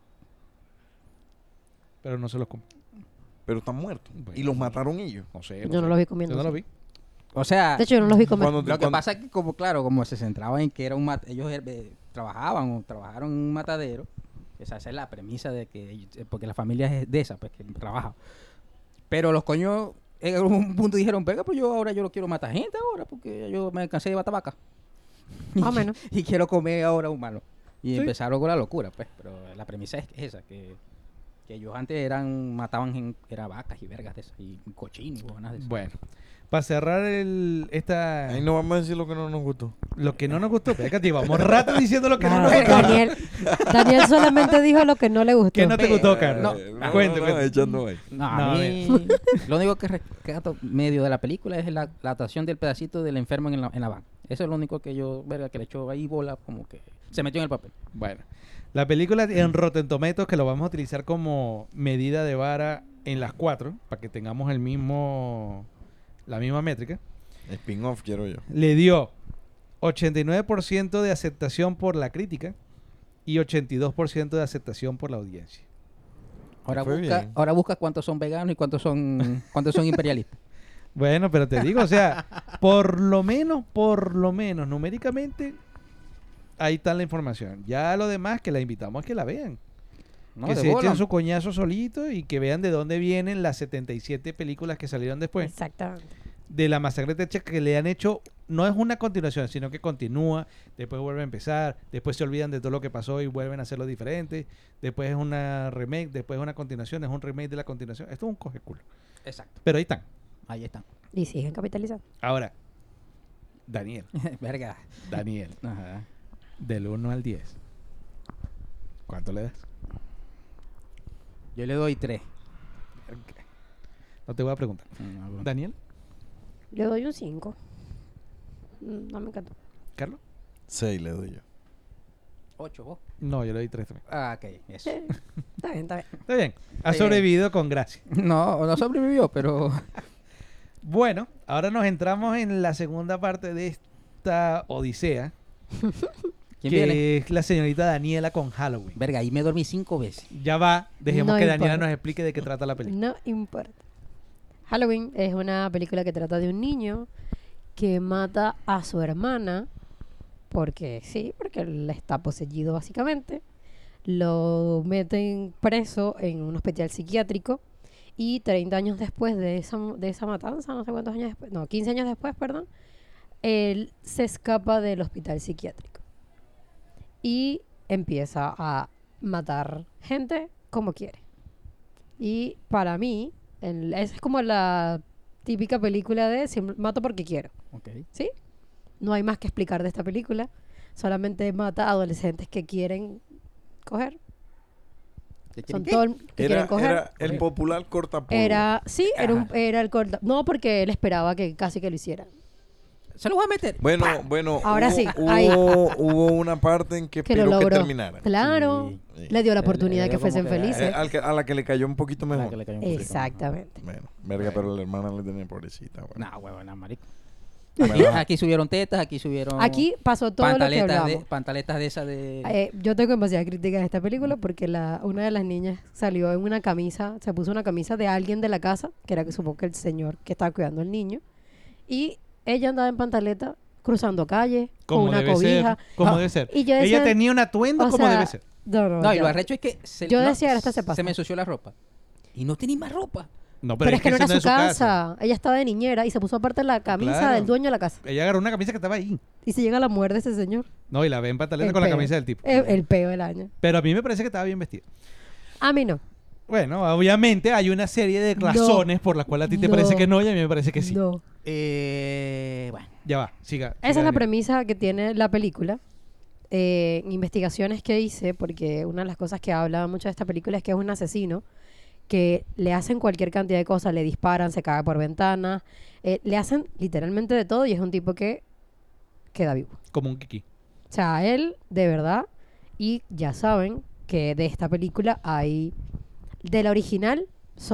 Pero no se los come. Pero están muertos. Bueno. Y los mataron ellos. No sé. Yo no los vi comiendo. Yo no lo sí. vi. O sea, De hecho, yo no los vi comer. Cuando- lo que pasa es que como claro, como se centraba en que era ellos trabajaron en un matadero, esa es la premisa de que porque la familia es de esa, pues que trabaja. Pero los coños en algún punto dijeron, "Venga, pues yo lo quiero matar gente ahora porque yo me cansé de matar vaca." Más o menos. Y quiero comer ahora humano. Y Sí. empezaron con la locura, pues, pero la premisa es esa que ellos antes mataban vacas y vergas de esas y cochinos y huevonas de esas. Bueno, para cerrar Ahí no vamos a decir lo que no nos gustó. lo que no nos gustó, fíjate, llevamos rato diciendo lo que no Claro, nos gustó. Daniel solamente dijo lo que no le gustó. ¿Qué no te gustó, Carlos? No, Cuente. echando ahí. No, No, a a mí, lo único que rescato medio de la película es la actuación del pedacito del enfermo en la van. Eso es lo único que yo, verga, que le echó ahí bola, como que se metió en el papel. Bueno, la película en Rotten Tomatoes, que lo vamos a utilizar como medida de vara en las 4, para que tengamos la misma métrica, Spin-off quiero yo. le dio 89% de aceptación por la crítica y 82% de aceptación por la audiencia. Ahora Fue busca, bien. ahora busca cuántos son veganos y cuántos son imperialistas. Bueno, pero te digo, o sea, por lo menos, numéricamente, ahí está la información. Ya lo demás, que la invitamos a que la vean. No, Que de se bola. echen su coñazo solito y que vean de dónde vienen las 77 películas que salieron después. Exactamente. De la Masacre de Texas, que le han hecho, no es una continuación, sino que continúa, después vuelve a empezar, después se olvidan de todo lo que pasó y vuelven a hacerlo diferente, después es una remake, después es una continuación, es un remake de la continuación. Esto es un coge culo. Exacto. Pero ahí están. Ahí están. Y siguen capitalizando. Ahora, Daniel, Verga. Ajá. del 1 al 10, ¿cuánto le das? Yo le doy 3. No te voy a preguntar. Daniel, Le doy un 5. No me encantó. Carlos. 6 le doy yo. 8 vos. No, yo le doy 3 también. Ah, ok. Eso. Está bien, está bien. Está bien. Ha Bien. sobrevivido con gracia. No sobrevivió, pero... Bueno, ahora nos entramos en la segunda parte de esta odisea, ¿Quién que viene? es la señorita Daniela con Halloween. Verga, ahí me dormí 5 veces. Ya va, dejemos No que Daniela importa. nos explique de qué trata la película. No importa. Halloween es una película que trata de un niño que mata a su hermana porque sí, porque él está poseído básicamente. Lo meten preso en un hospital psiquiátrico y 30 años después de esa matanza, no sé cuántos años después, no, 15 años después, perdón, él se escapa del hospital psiquiátrico y empieza a matar gente como quiere. Y para mí, esa es como la típica película de mato porque quiero, Ok. ¿sí? No hay más que explicar de esta película. Solamente mata a adolescentes que quieren coger. Son ¿Qué? todo que quieren coger. Era el popular cortapolvo. Sí, era el corta. No, porque él esperaba que casi que lo hicieran. Se lo voy a meter. Bueno, Ahora hubo, sí, ahí. hubo una parte en que Que lo esperó que logró. terminara. Claro. Sí. Le dio la Él- oportunidad él que como fuesen que- felices. A la que le cayó un poquito Ah, mejor. que le cayó un poquito. Exactamente. Bueno, verga, pero la hermana le tenía pobrecita. Bueno. Nah, huevona, marico. Bueno, Aquí subieron tetas, aquí subieron... Aquí pasó todo lo que pantaletas hablamos. pantaletas de esas de... Yo tengo demasiadas críticas de esta película porque una de las niñas salió en una camisa, se puso una camisa de alguien de la casa, que era que supongo que el señor que estaba cuidando al niño, y ella andaba en pantaleta cruzando calle con Como una debe cobija. ser. Como Ah. debe ser. Y yo Ella decía, tenía un atuendo o como sea, debe ser. No, y ya. lo arrecho es que... Yo decía, esta se pasa. me ensució la ropa. Y no tenía más ropa. No, Pero es que no era ese su casa. Ella estaba de niñera y se puso aparte la camisa Claro. del dueño de la casa. Ella agarró una camisa que estaba ahí. Y se llega la muerte de ese señor. No, y la ve en pantaleta El con la peo. camisa del tipo. El peo del año. Pero a mí me parece que estaba bien vestida. A mí no. Bueno, obviamente hay una serie de razones por las cuales a ti te No. parece que no y a mí me parece que sí. No. Bueno. Ya va, siga. Esa es la premisa que tiene la película. Investigaciones que hice, porque una de las cosas que habla mucho de esta película es que es un asesino que le hacen cualquier cantidad de cosas, le disparan, se caga por ventanas, le hacen literalmente de todo y es un tipo que queda vivo. Como un kiki. O sea, él, de verdad, y ya saben que de esta película hay, de la original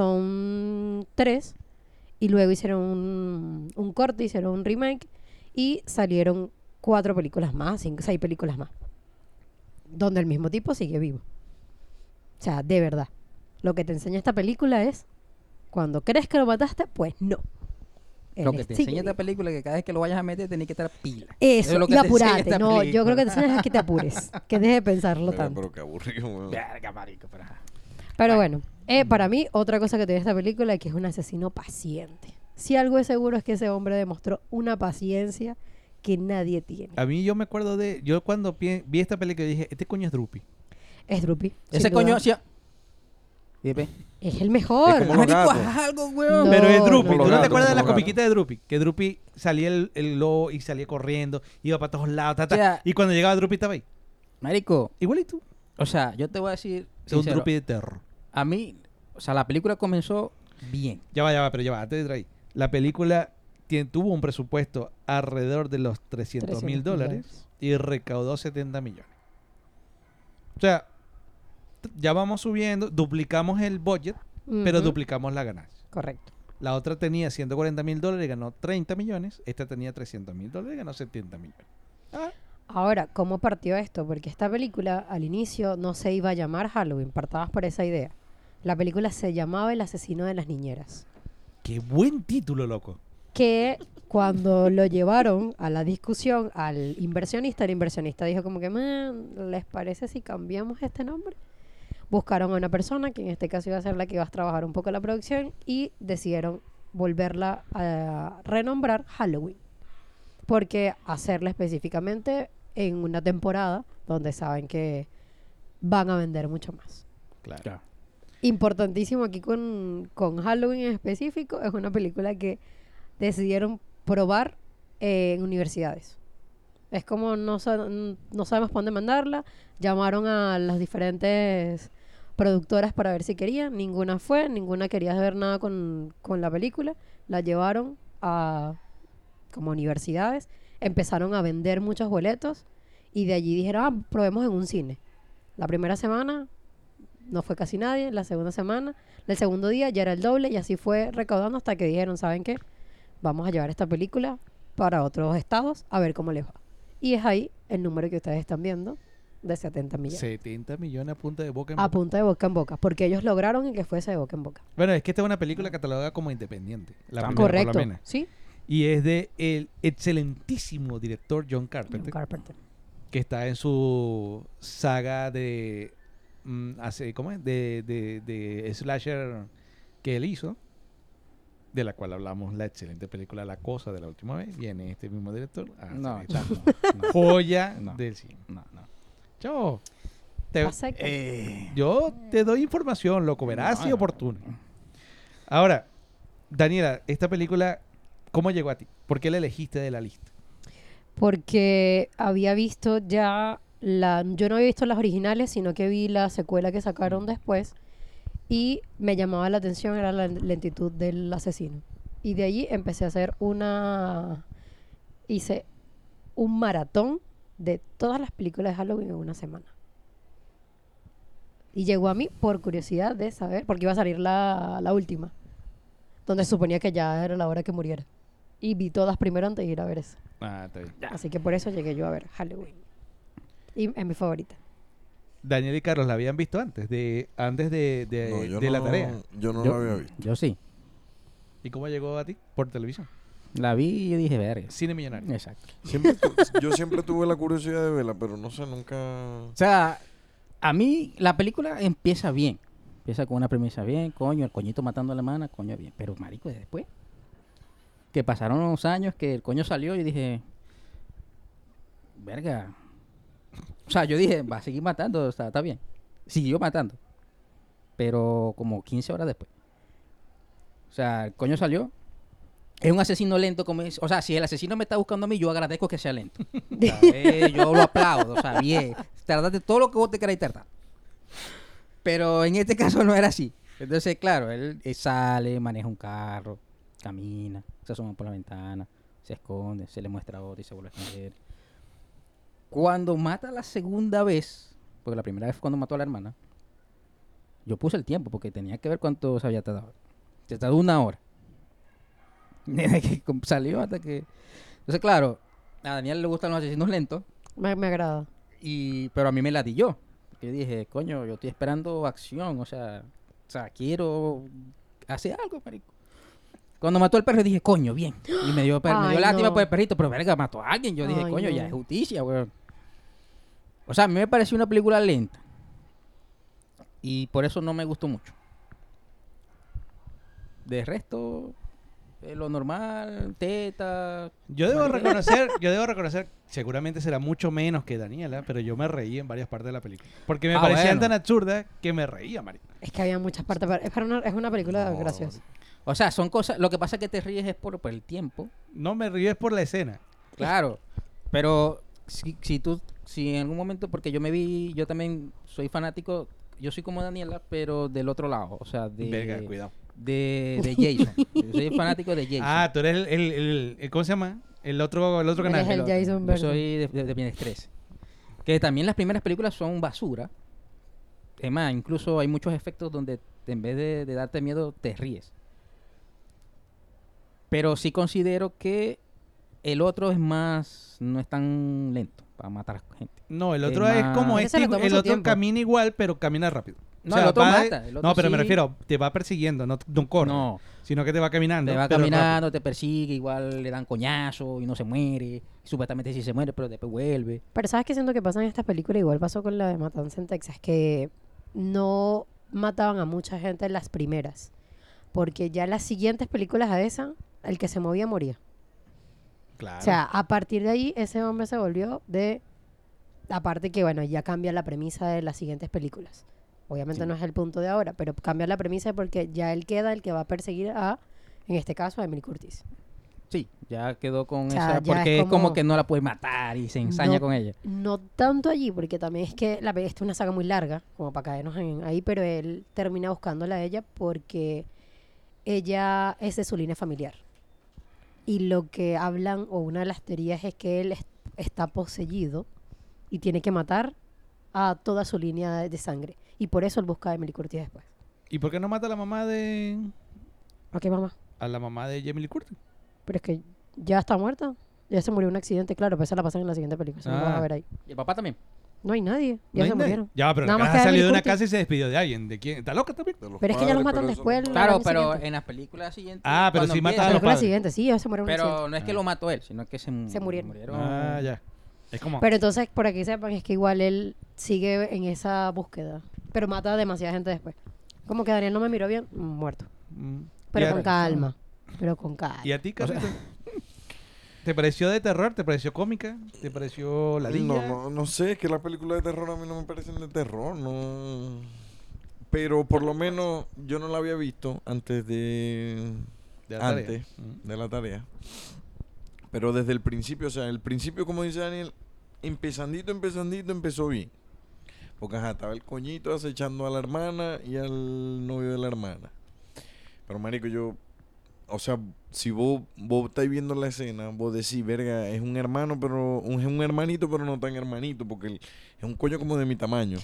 son 3 y luego hicieron un corte, hicieron un remake y salieron 4 películas más, 6 películas más, donde el mismo tipo sigue vivo. O sea, de verdad, lo que te enseña esta película es, cuando crees que lo mataste, pues no. Lo Él que te sigue enseña esta vivo. película que cada vez que lo vayas a meter tenés que estar pila. Eso, es lo que y te enseña apurate. esta No, yo película. creo que te enseñas es que te apures, que dejes de pensarlo verga, tanto. pero qué aburrido, weón. Verga, marico, pero... ajá. Pero bueno, para mí, otra cosa que tiene esta película es que es un asesino paciente. Si algo es seguro es que ese hombre demostró una paciencia que nadie tiene. A mí yo me acuerdo de... Yo cuando vi esta película dije, este coño es Drupi. Es Drupi. Ese sin coño duda. hacía... ¿Y ve? Es el mejor. Es como los Marico, gatos. haz algo, weón. No, Pero es Drupi. como ¿Tú los no te gatos, acuerdas de la como los comiquita de Drupi? Que Drupi salía el lobo y salía corriendo, iba para todos lados, ta, ta, O sea- y cuando llegaba Drupi estaba ahí. Marico, Igualito. o sea, yo te voy a decir... Es un sincero, Drupi de terror. a mí, o sea, la película comenzó bien. Ya va, pero ya va, antes de ahí. La película tuvo un presupuesto alrededor de los $300,000 y recaudó 70 millones. O sea, ya vamos subiendo, duplicamos el budget, pero Ujú, duplicamos la ganancia. Correcto. La otra tenía $140,000 y ganó 30 millones. Esta tenía $300,000 y ganó 70 millones. Ah, Ahora, ¿cómo partió esto? Porque esta película al inicio no se iba a llamar Halloween, partabas por esa idea. La película se llamaba El asesino de las niñeras. qué buen título, loco. que cuando lo llevaron a la discusión al inversionista, el inversionista dijo como que, "Man, ¿les parece si cambiamos este nombre?" Buscaron a una persona, que en este caso iba a ser la que iba a trabajar un poco la producción, y decidieron volverla a renombrar Halloween. Porque hacerla específicamente en una temporada donde saben que van a vender mucho más. Claro. Importantísimo aquí con Halloween en específico, es una película que decidieron probar en universidades. Es como no sabemos por dónde mandarla. Llamaron a las diferentes productoras para ver si querían. Ninguna fue, ninguna quería ver nada con la película. La llevaron a como universidades. Empezaron a vender muchos boletos y de allí dijeron, probemos en un cine. La primera semana no fue casi nadie. La segunda semana, el segundo día ya era el doble y así fue recaudando hasta que dijeron, ¿saben qué? Vamos a llevar esta película para otros estados a ver cómo les va. Y es ahí el número que ustedes están viendo de 70 millones. 70 millones a punta de boca en A boca. punta de boca en boca, porque ellos lograron que fuese de boca en boca. Bueno, es que esta es una película catalogada como independiente. La primera, Correcto, por lo menos. ¿sí? Y es de el excelentísimo director John Carpenter, John Carpenter. que está en su saga de ¿cómo es? De slasher que él hizo, de la cual hablamos, la excelente película La Cosa de la última vez. Viene este mismo director a No, hacer chao, esta no. joya No. del cine. No, no. Chao. Te- Pasa yo te doy información, loco, veraz y No. oportuna. Ahora, Daniela, esta película, ¿cómo llegó a ti? ¿Por qué la elegiste de la lista? porque había visto ya yo no había visto las originales, sino que vi la secuela que sacaron después y me llamaba la atención, era la lentitud del asesino. Y de allí empecé a hacer hice un maratón de todas las películas de Halloween en una semana. Y llegó a mí por curiosidad de saber, porque iba a salir la última, donde suponía que ya era la hora que muriera. Y vi todas primero antes de ir a ver esa. Ah, está bien. Así que por eso llegué yo a ver Halloween. Y es mi favorita. Daniel y Carlos la habían visto antes de No, yo de la no- tarea. Yo no Yo- la había visto. Yo sí. ¿Y cómo llegó a ti? Por televisión. La vi y dije, verga. Cine Millonario. Exacto. Yo siempre tuve la curiosidad de verla, pero no sé, nunca... O sea, a mí la película empieza bien. Empieza con una premisa bien, coño, el coñito matando a la hermana, coño, bien. Pero, marico, después, que pasaron unos años que el coño salió y dije, verga. O sea, yo dije, va a seguir matando, o sea, está bien. Siguió matando. Pero como 15 horas después. O sea, el coño salió. Es un asesino lento, como es. O sea, si el asesino me está buscando a mí, yo agradezco que sea lento. O sea, yo lo aplaudo, o sea, bien. Tardaste todo lo que vos te queráis tardar. Pero en este caso no era así. Entonces, claro, él sale, maneja un carro, camina, se asoma por la ventana, se esconde, se le muestra a otro y se vuelve a esconder. Cuando mata la segunda vez, porque la primera vez fue cuando mató a la hermana, yo puse el tiempo porque tenía que ver cuánto se había tardado. Se tardó 1 hora. Desde que salió hasta que... Entonces, claro, a Daniel le gustan los asesinos lentos, Me agrada. pero a mí me ladilló. Yo dije, coño, yo estoy esperando acción, o sea, quiero hacer algo, marico. Cuando mató al perro dije, coño, bien. Y me dio Ay, lástima no. por el perrito, pero verga, mató a alguien. Yo dije, Ay, coño, no. ya es justicia, weón. O sea, a mí me pareció una película lenta. Y por eso no me gustó mucho. De resto, lo normal, teta. Yo debo reconocer, seguramente será mucho menos que Daniela, pero yo me reí en varias partes de la película. Porque me Ah, parecían bueno. tan absurdas que me reía, marico. Es que había muchas partes. Es una película No. graciosa. O sea, son cosas... Lo que pasa es que te ríes es por el tiempo. No me río es por la escena. Claro, pero si en algún momento, porque yo también soy fanático, yo soy como Daniela, pero del otro lado, o sea, Verga, cuidado. de Jason. Yo soy fanático de Jason. Ah, tú eres el ¿cómo se llama? El otro canal. Eres el otro. Jason Yo verde. soy de Viernes 13. Que también las primeras películas son basura. Es más, incluso hay muchos efectos donde en vez de darte miedo, te ríes. Pero sí considero que el otro no es tan lento para matar a gente. No, el otro Es es como más- Ese le toma el su otro tiempo. camina igual, pero camina rápido. No, O sea, el otro va mata. El otro no, pero me sí. refiero, te va persiguiendo, no corre. No, Sino que te va caminando. te va pero caminando, te persigue, igual le dan coñazo y no se muere. Supuestamente sí se muere, pero después vuelve. Pero ¿sabes qué siento que pasa en estas películas? Igual pasó con la de Matanza en Texas, que no mataban a mucha gente en las primeras. Porque ya en las siguientes películas a esa, el que se movía moría. Claro. O sea, a partir de ahí, ese hombre se volvió de... Aparte que, bueno, ya cambia la premisa de las siguientes películas. Obviamente no es el punto de ahora, pero cambia la premisa porque ya él queda el que va a perseguir a, en este caso, a Emily Curtis. Sí, ya quedó con O sea, esa. ya Porque es es como como- que no la puede matar y se ensaña No- con ella. No tanto allí, porque también es que esta es una saga muy larga, como para caernos ahí, pero él termina buscándola a ella porque ella es de su línea familiar. Y lo que hablan, o una de las teorías, es que él está poseído y tiene que matar a toda su línea de sangre. Y por eso él busca a Emily Curtis después. ¿Y por qué no mata a la mamá de... Ok, mamá. a la mamá de Jamie Lee Curtis? Pero es que ya está muerta. Ya se murió en un accidente, claro, pero esa la pasan en la siguiente película. Eso no lo vas a ver ahí. Y el papá también. No hay nadie. ¿No Ya hay se nadie? murieron. Ya, pero Nada la más cara queda salió de Emily una Curtis. casa y se despidió de alguien. ¿De quién? ¿Está loca también? De los Pero es que ya los padres, matan pero eso después. no- Claro, año pero siguiente. en las películas siguientes. Ah, pero cuando sí mata empieza- a La los película padres. siguiente, sí, ya se murieron en un Pero accidente. no es que lo mató él, sino que se murieron. Ah, ya. Es como... Pero entonces, por aquí sepan, es que igual él sigue en esa búsqueda. Pero mata a demasiada gente después. Como que Daniel no me miró bien, muerto. mm, Pero ¿y a- con calma. Pero con calma. ¿Y a ti, Carlito? ¿Te pareció de terror? ¿Te pareció cómica? ¿Te pareció ladilla? No sé, es que las películas de terror a mí no me parecen de terror, no. Pero por lo menos yo no la había visto antes de De la tarea. antes Mm. de la tarea. Pero desde el principio, o sea, el principio, como dice Daniel, empezandito empezó bien. Porque ajá, estaba el coñito acechando a la hermana y al novio de la hermana. Pero marico, o sea, si vos estáis viendo la escena, vos decís, verga, es un hermano, pero es un hermanito, pero no tan hermanito, porque es un coño como de mi tamaño.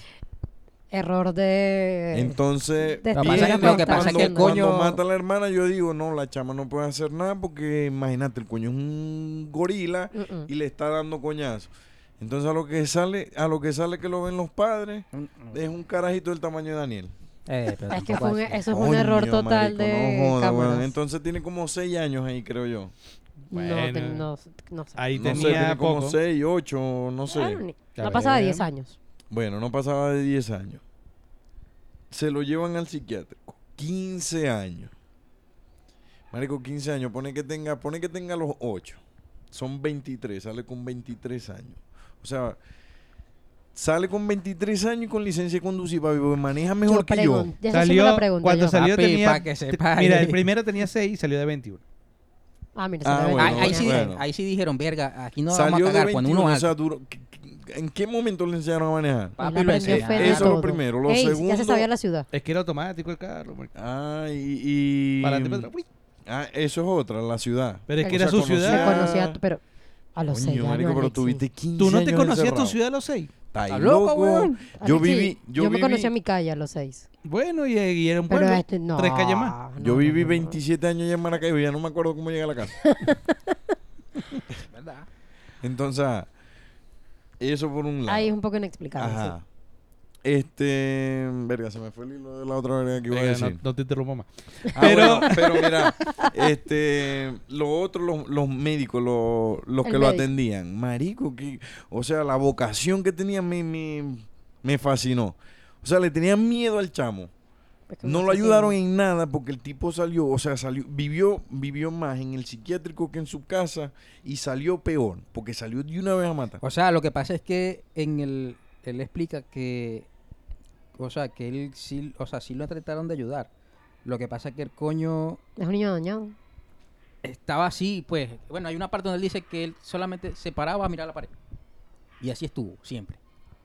Error de... Entonces, de Lo que estilo pasa- que lo que estás pasa es que el haciendo. coño- cuando mata a la hermana, yo digo, no, la chama no puede hacer nada porque imagínate, el coño es un gorila Mm-mm. y le está dando coñazo. Entonces a lo que sale que lo ven los padres, es un carajito del tamaño de Daniel. Pero Es que tampoco así. eso es un error Coño, total marico, de no joda, cámaras. weón. Entonces tiene como 6 años ahí, creo yo. Bueno. No sé. Ahí No sé, tenía tiene como poco. 6, 8, no sé. Ah, Ya no pasaba de ven. 10 años. Bueno, no pasaba de 10 años. Se lo llevan al psiquiátrico. 15 años. Marico, 15 años. Pone que tenga los 8. Son 23. Sale con 23 años. O sea, sale con 23 años y con licencia de conducir, papi, porque maneja mejor que yo. Ya está haciendo la pregunta cuando yo. salió Papi, tenía... pa' que sepa. Mira, el primero tenía 6 y salió de 21. Ah, mira, Ah, se bueno, Ahí, ahí sí, bueno. ahí sí dijeron, verga, aquí no vamos a Salió de cagar 21, cuando uno o sea, alto. duró, ¿en qué momento le enseñaron a manejar? Papi, Él lo aprendió enseñan. fue de Eso es lo todo. primero. Lo Ey, ya segundo... se sabía la ciudad. Es que era automático el carro. marico. Ah, y... Para adelante, para atrás. Uy. Ah, eso es otra, la ciudad. Pero es que O era sea, su conocía- Se ciudad. conocía, pero a los 6 Coño, años. marico, pero Alexis. tuviste 15 ¿Tú no te años conocías tu encerrado. ciudad a los 6? Está ¿Estás loco, loco. weón? Yo Alexis, viví, yo me conocí a mi calle a los 6. Bueno, y era un Pero pueblo. este no. 3 calles más. no, Yo no, viví no, no. 27 años allá en Maracaibo, ya no me acuerdo cómo llegué a la casa. ¿Verdad? Entonces, eso por un lado. Ahí es un poco inexplicable. Ajá. Sí. Verga, se me fue el hilo de la otra verga que iba a Venga, decir. no te interrumpo más. Ah, Pero- pero mira, lo otro, los médicos, los El que lo médico. atendían, marico, o sea, la vocación que tenían me fascinó. O sea, le tenían miedo al chamo. Es que No un lo asesino. ayudaron en nada porque el tipo salió, o sea, vivió más en el psiquiátrico que en su casa y salió peor, porque salió de una vez a matar. O sea, lo que pasa es que él explica que, o sea, que él sí, o sea, sí lo trataron de ayudar. Lo que pasa es que el coño Es un niño dañado. estaba así, pues, bueno, hay una parte donde él dice que él solamente se paraba a mirar la pared. Y así estuvo, siempre.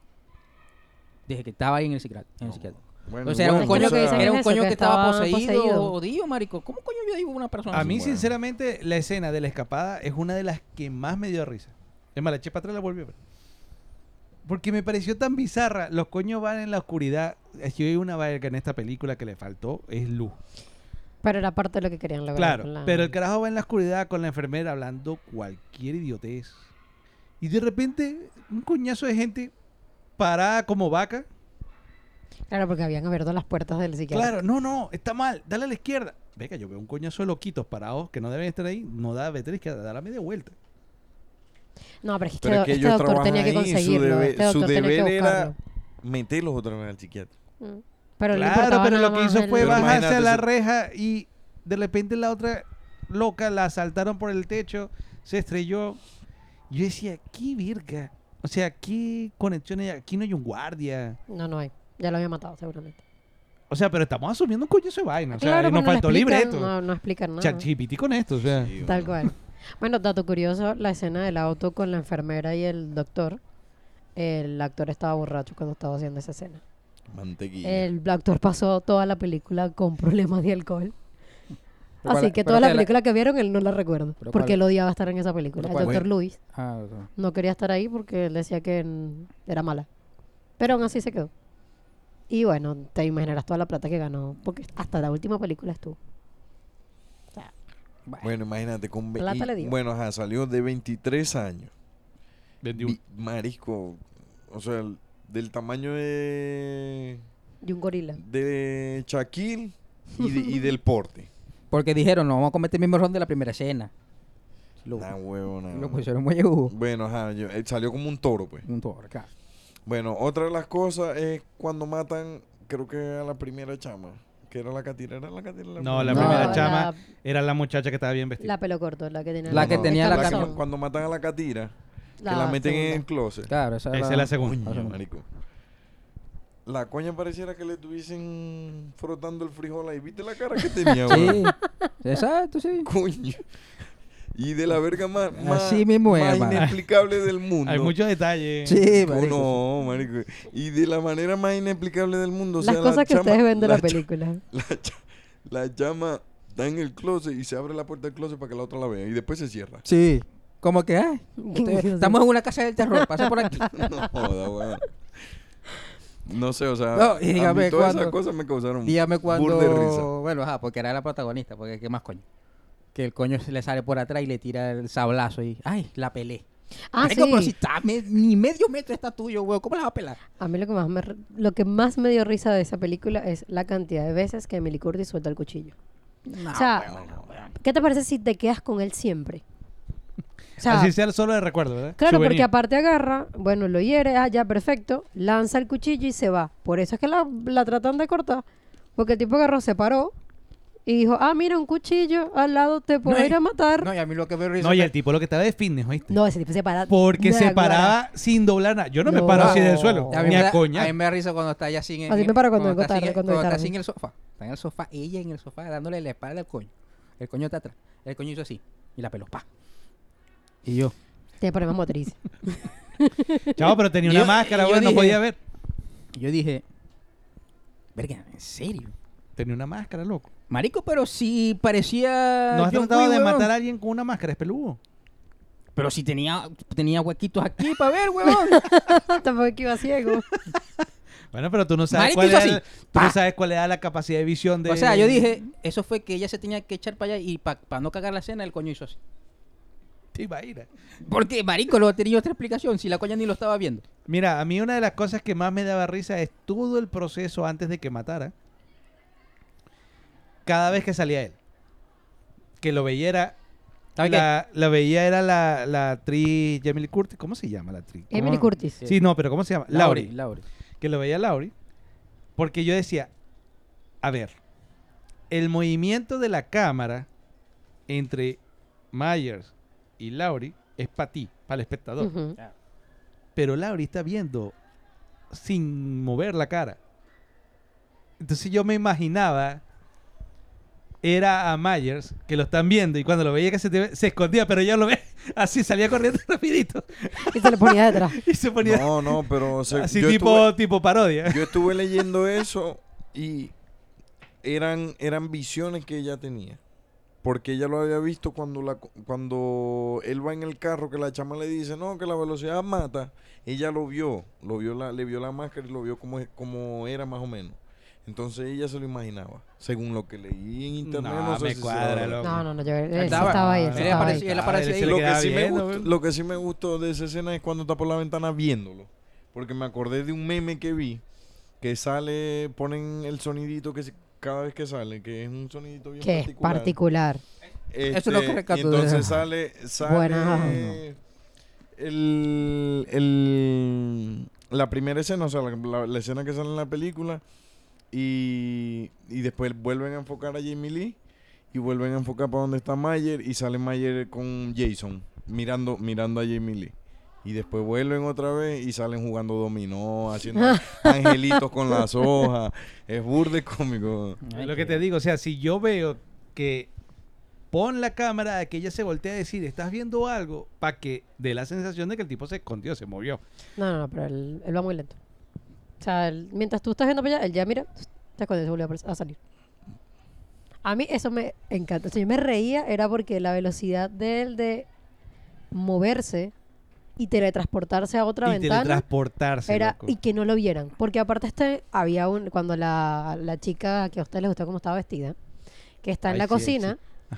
Desde que estaba ahí en el psiquiátrico. Bueno, O sea, era un igual, coño, lo que dicen era es un eso, coño que que estaba estaba poseído, poseído. odio, marico. ¿Cómo coño yo digo una persona A así? mí, bueno. sinceramente, la escena de la escapada es una de las que más me dio risa. Es más, la eché para atrás y la volví a ver. Porque me pareció tan bizarra. Los coños van en la oscuridad. Es que hay una vaina en esta película que le faltó, es luz. Pero era parte de lo que querían lograr. Claro, con la- pero el carajo va en la oscuridad con la enfermera hablando cualquier idiotez. Y de repente, un coñazo de gente parada como vaca. Claro, porque habían abierto las puertas del psiquiatra. Claro, no, está mal, dale a la izquierda. Venga, yo veo un coñazo de loquitos parados que no deben estar ahí, no da, vete a la izquierda, da la media vuelta. No, pero es que Pero es que este ellos doctor trabajan tenía que ahí, conseguirlo. Este su doctor tenía que deber era buscarlo. meterlos otra vez al psiquiatra. Pero le Claro, importaba pero nada lo que más hizo el- fue Pero bajarse a imagínate, la se- reja y de repente la otra loca la asaltaron por el techo, se estrelló. Yo decía, qué virga. O sea, qué conexiones, aquí no hay un guardia. No hay. Ya lo había matado, seguramente. O sea, pero estamos asumiendo un coño de vaina. O sea, Claro, y nos pero no le faltó explican, libreto. No explican nada. ChatGPT con esto, o sea. Sí, Tal bueno. cual. Bueno, dato curioso, la escena del auto con la enfermera y el doctor. El actor estaba borracho cuando estaba haciendo esa escena. Mantequilla. El actor pasó toda la película con problemas de alcohol. Pero Así cuál- que pero toda la que película que vieron, él no la recuerda. Pero Porque cuál- él odiaba estar en esa película. pero El cuál- doctor Luis Ah, ok. no quería estar ahí porque él decía que era mala. Pero aún así se quedó. Y bueno, te imaginarás toda la plata que ganó. Porque hasta la última película estuvo. O sea, Bueno, imagínate. Plata le dio. Bueno, ajá, salió de 23 años. 21. Marisco. O sea, del tamaño y un gorila. de Shaquille y del porte. Porque dijeron, no vamos a cometer el mismo error de la primera escena. Lo, Nah, huevo, nah. lo pusieron muy agudo. Bueno, ajá, salió como un toro, pues. Un toro, claro. Bueno, otra de las cosas es cuando matan, creo que a la primera chama, que era la catira, ¿era la catira? No, la No, primera la- chama era la muchacha que estaba bien vestida. La pelo corto, la que tenía La que tenía la que cara- cuando matan a la catira, que la meten en el closet. Claro, esa Esa es la segunda. Coño, segunda. marico. La coña pareciera que le estuviesen frotando el frijol ahí. ¿Viste la cara que tenía, Sí, weón? exacto, sí. Coño. Y de la verga más, Así mismo es, más hermano. inexplicable del mundo. Hay muchos detalles. Sí, Oh, marico. no, marico. Y de la manera más inexplicable del mundo. O Las sea, cosas que ustedes ven de la cha- película. La llama está en el closet y se abre la puerta del closet para que la otra la vea. Y después se cierra. Sí. Como que, ay, Dios estamos en una casa del terror, pasa por aquí. No joda, weón. No sé, o sea, No, y a mí dígame todas cuándo- esas cosas me causaron Dígame burda de risa. cuando... Bueno, ajá, porque era la protagonista, porque qué más coño. Que el coño se le sale por atrás y le tira el sablazo y... ¡Ay, la pelé! Ah, Marico, pero si sí. está ni medio metro está tuyo, weón. ¿Cómo la va a pelar? A mí lo que más me dio risa de esa película es la cantidad de veces que Emily Curtis suelta el cuchillo. No, O sea, ¿qué te parece si te quedas con él siempre? O sea, Así sea solo de recuerdo, ¿verdad? claro, Souvenir. porque aparte agarra, bueno, lo hiere, ya, perfecto, lanza el cuchillo y se va. Por eso es que la tratan de cortar. Porque el tipo agarró, se paró y dijo, mira, un cuchillo al lado, te puedo No, ir a matar. No, y a mí lo que me risa... No, y es el tipo lo que estaba de fitness, ¿oíste? No, ese tipo se para. Porque se Naguará. paraba sin doblar nada. Yo no me No. paro así del suelo. A mí, Ni me a da, coña. a mí me da risa cuando está ella así en Así me paro cuando vengo está tarde, así- cuando cuando está tarde. así en el sofá. Está en el sofá, ella en el sofá dándole la espalda al coño. El coño está atrás. El coño hizo así. Y la peló, pa. Y yo... Tiene problemas motrices. Chavo, pero tenía Y una yo- máscara, y yo güey, no dije- podía ver. Yo dije... Verga, ¿en serio? Tenía una máscara, loco. Marico, pero si parecía... ¿No has John tratado Wick, de huevón. matar a alguien con una máscara? Es peludo. Pero si tenía huequitos aquí para ver, huevón. Tampoco que iba ciego. Bueno, pero tú no sabes Marico cuál hizo era, así. tú no Pa. sabes cuál era la capacidad de visión de... O sea, yo dije, eso fue que ella se tenía que echar para allá y para no cagar la cena, el coño hizo así. Te imaginas. Porque, marico, lo tenía otra explicación, si la coña ni lo estaba viendo. Mira, a mí una de las cosas que más me daba risa es todo el proceso antes de que matara. Cada vez que salía él. Que lo veía era... ¿Sabe qué? La veía era la actriz Jamie Lee Curtis. ¿Cómo se llama la actriz? Emily ¿Cómo? Curtis. Sí. Sí, no, pero ¿cómo se llama? Laurie. Lauri. Que lo veía Laurie. Porque yo decía, a ver, el movimiento de la cámara entre Myers y Laurie es para ti, para el espectador. Ujú. Pero Laurie está viendo sin mover la cara. Entonces yo me imaginaba era a Myers que lo están viendo y cuando lo veía que se escondía, pero ella lo ve así, salía corriendo rapidito Y se le ponía detrás. y se ponía No, pero o sea, así yo tipo parodia. yo estuve leyendo eso y eran visiones que ella tenía. Porque ella lo había visto cuando él va en el carro, que la chama le dice, no, que la velocidad mata. Ella le vio la máscara y lo vio como era más o menos. Entonces ella se lo imaginaba. Según lo que leí en internet, No, no, sé me si sea cuadra, verdad. loco. No, él sí Estaba- estaba ahí, él él sí estaba ahí. apareció- él apareció ahí. Se le Lo que, quedaba sí me viendo, gustó, güey. lo que sí me gustó de esa escena es cuando está por la ventana viéndolo. Porque me acordé de un meme que vi que sale, ponen el sonidito cada vez que sale, que es un sonidito bien Que es particular. Eso es lo que y rescato entonces de- sale Buena. la primera escena, o sea, la escena que sale en la película y después vuelven a enfocar a Jamie Lee y vuelven a enfocar para donde está Mayer y sale Mayer con Jason mirando a Jamie Lee. Y después vuelven otra vez y salen jugando dominó, haciendo angelitos con las hojas. Es burde cómico. Es lo que te digo, o sea, si yo veo que pon la cámara a que ella se voltea a decir, ¿estás viendo algo? Para que dé la sensación de que el tipo se escondió, se movió. No, pero él va muy lento. O sea, mientras tú estás viendo para allá, él ya mira, te esconde, se volvió a salir. A mí eso me encanta. O sea, yo me reía, era porque la velocidad de él de moverse y teletransportarse a otra Y ventana teletransportarse, era loco. y que no lo vieran. Porque aparte había cuando la chica que a ustedes les gustó cómo estaba vestida, que está en Ay, la sí, ay, cocina,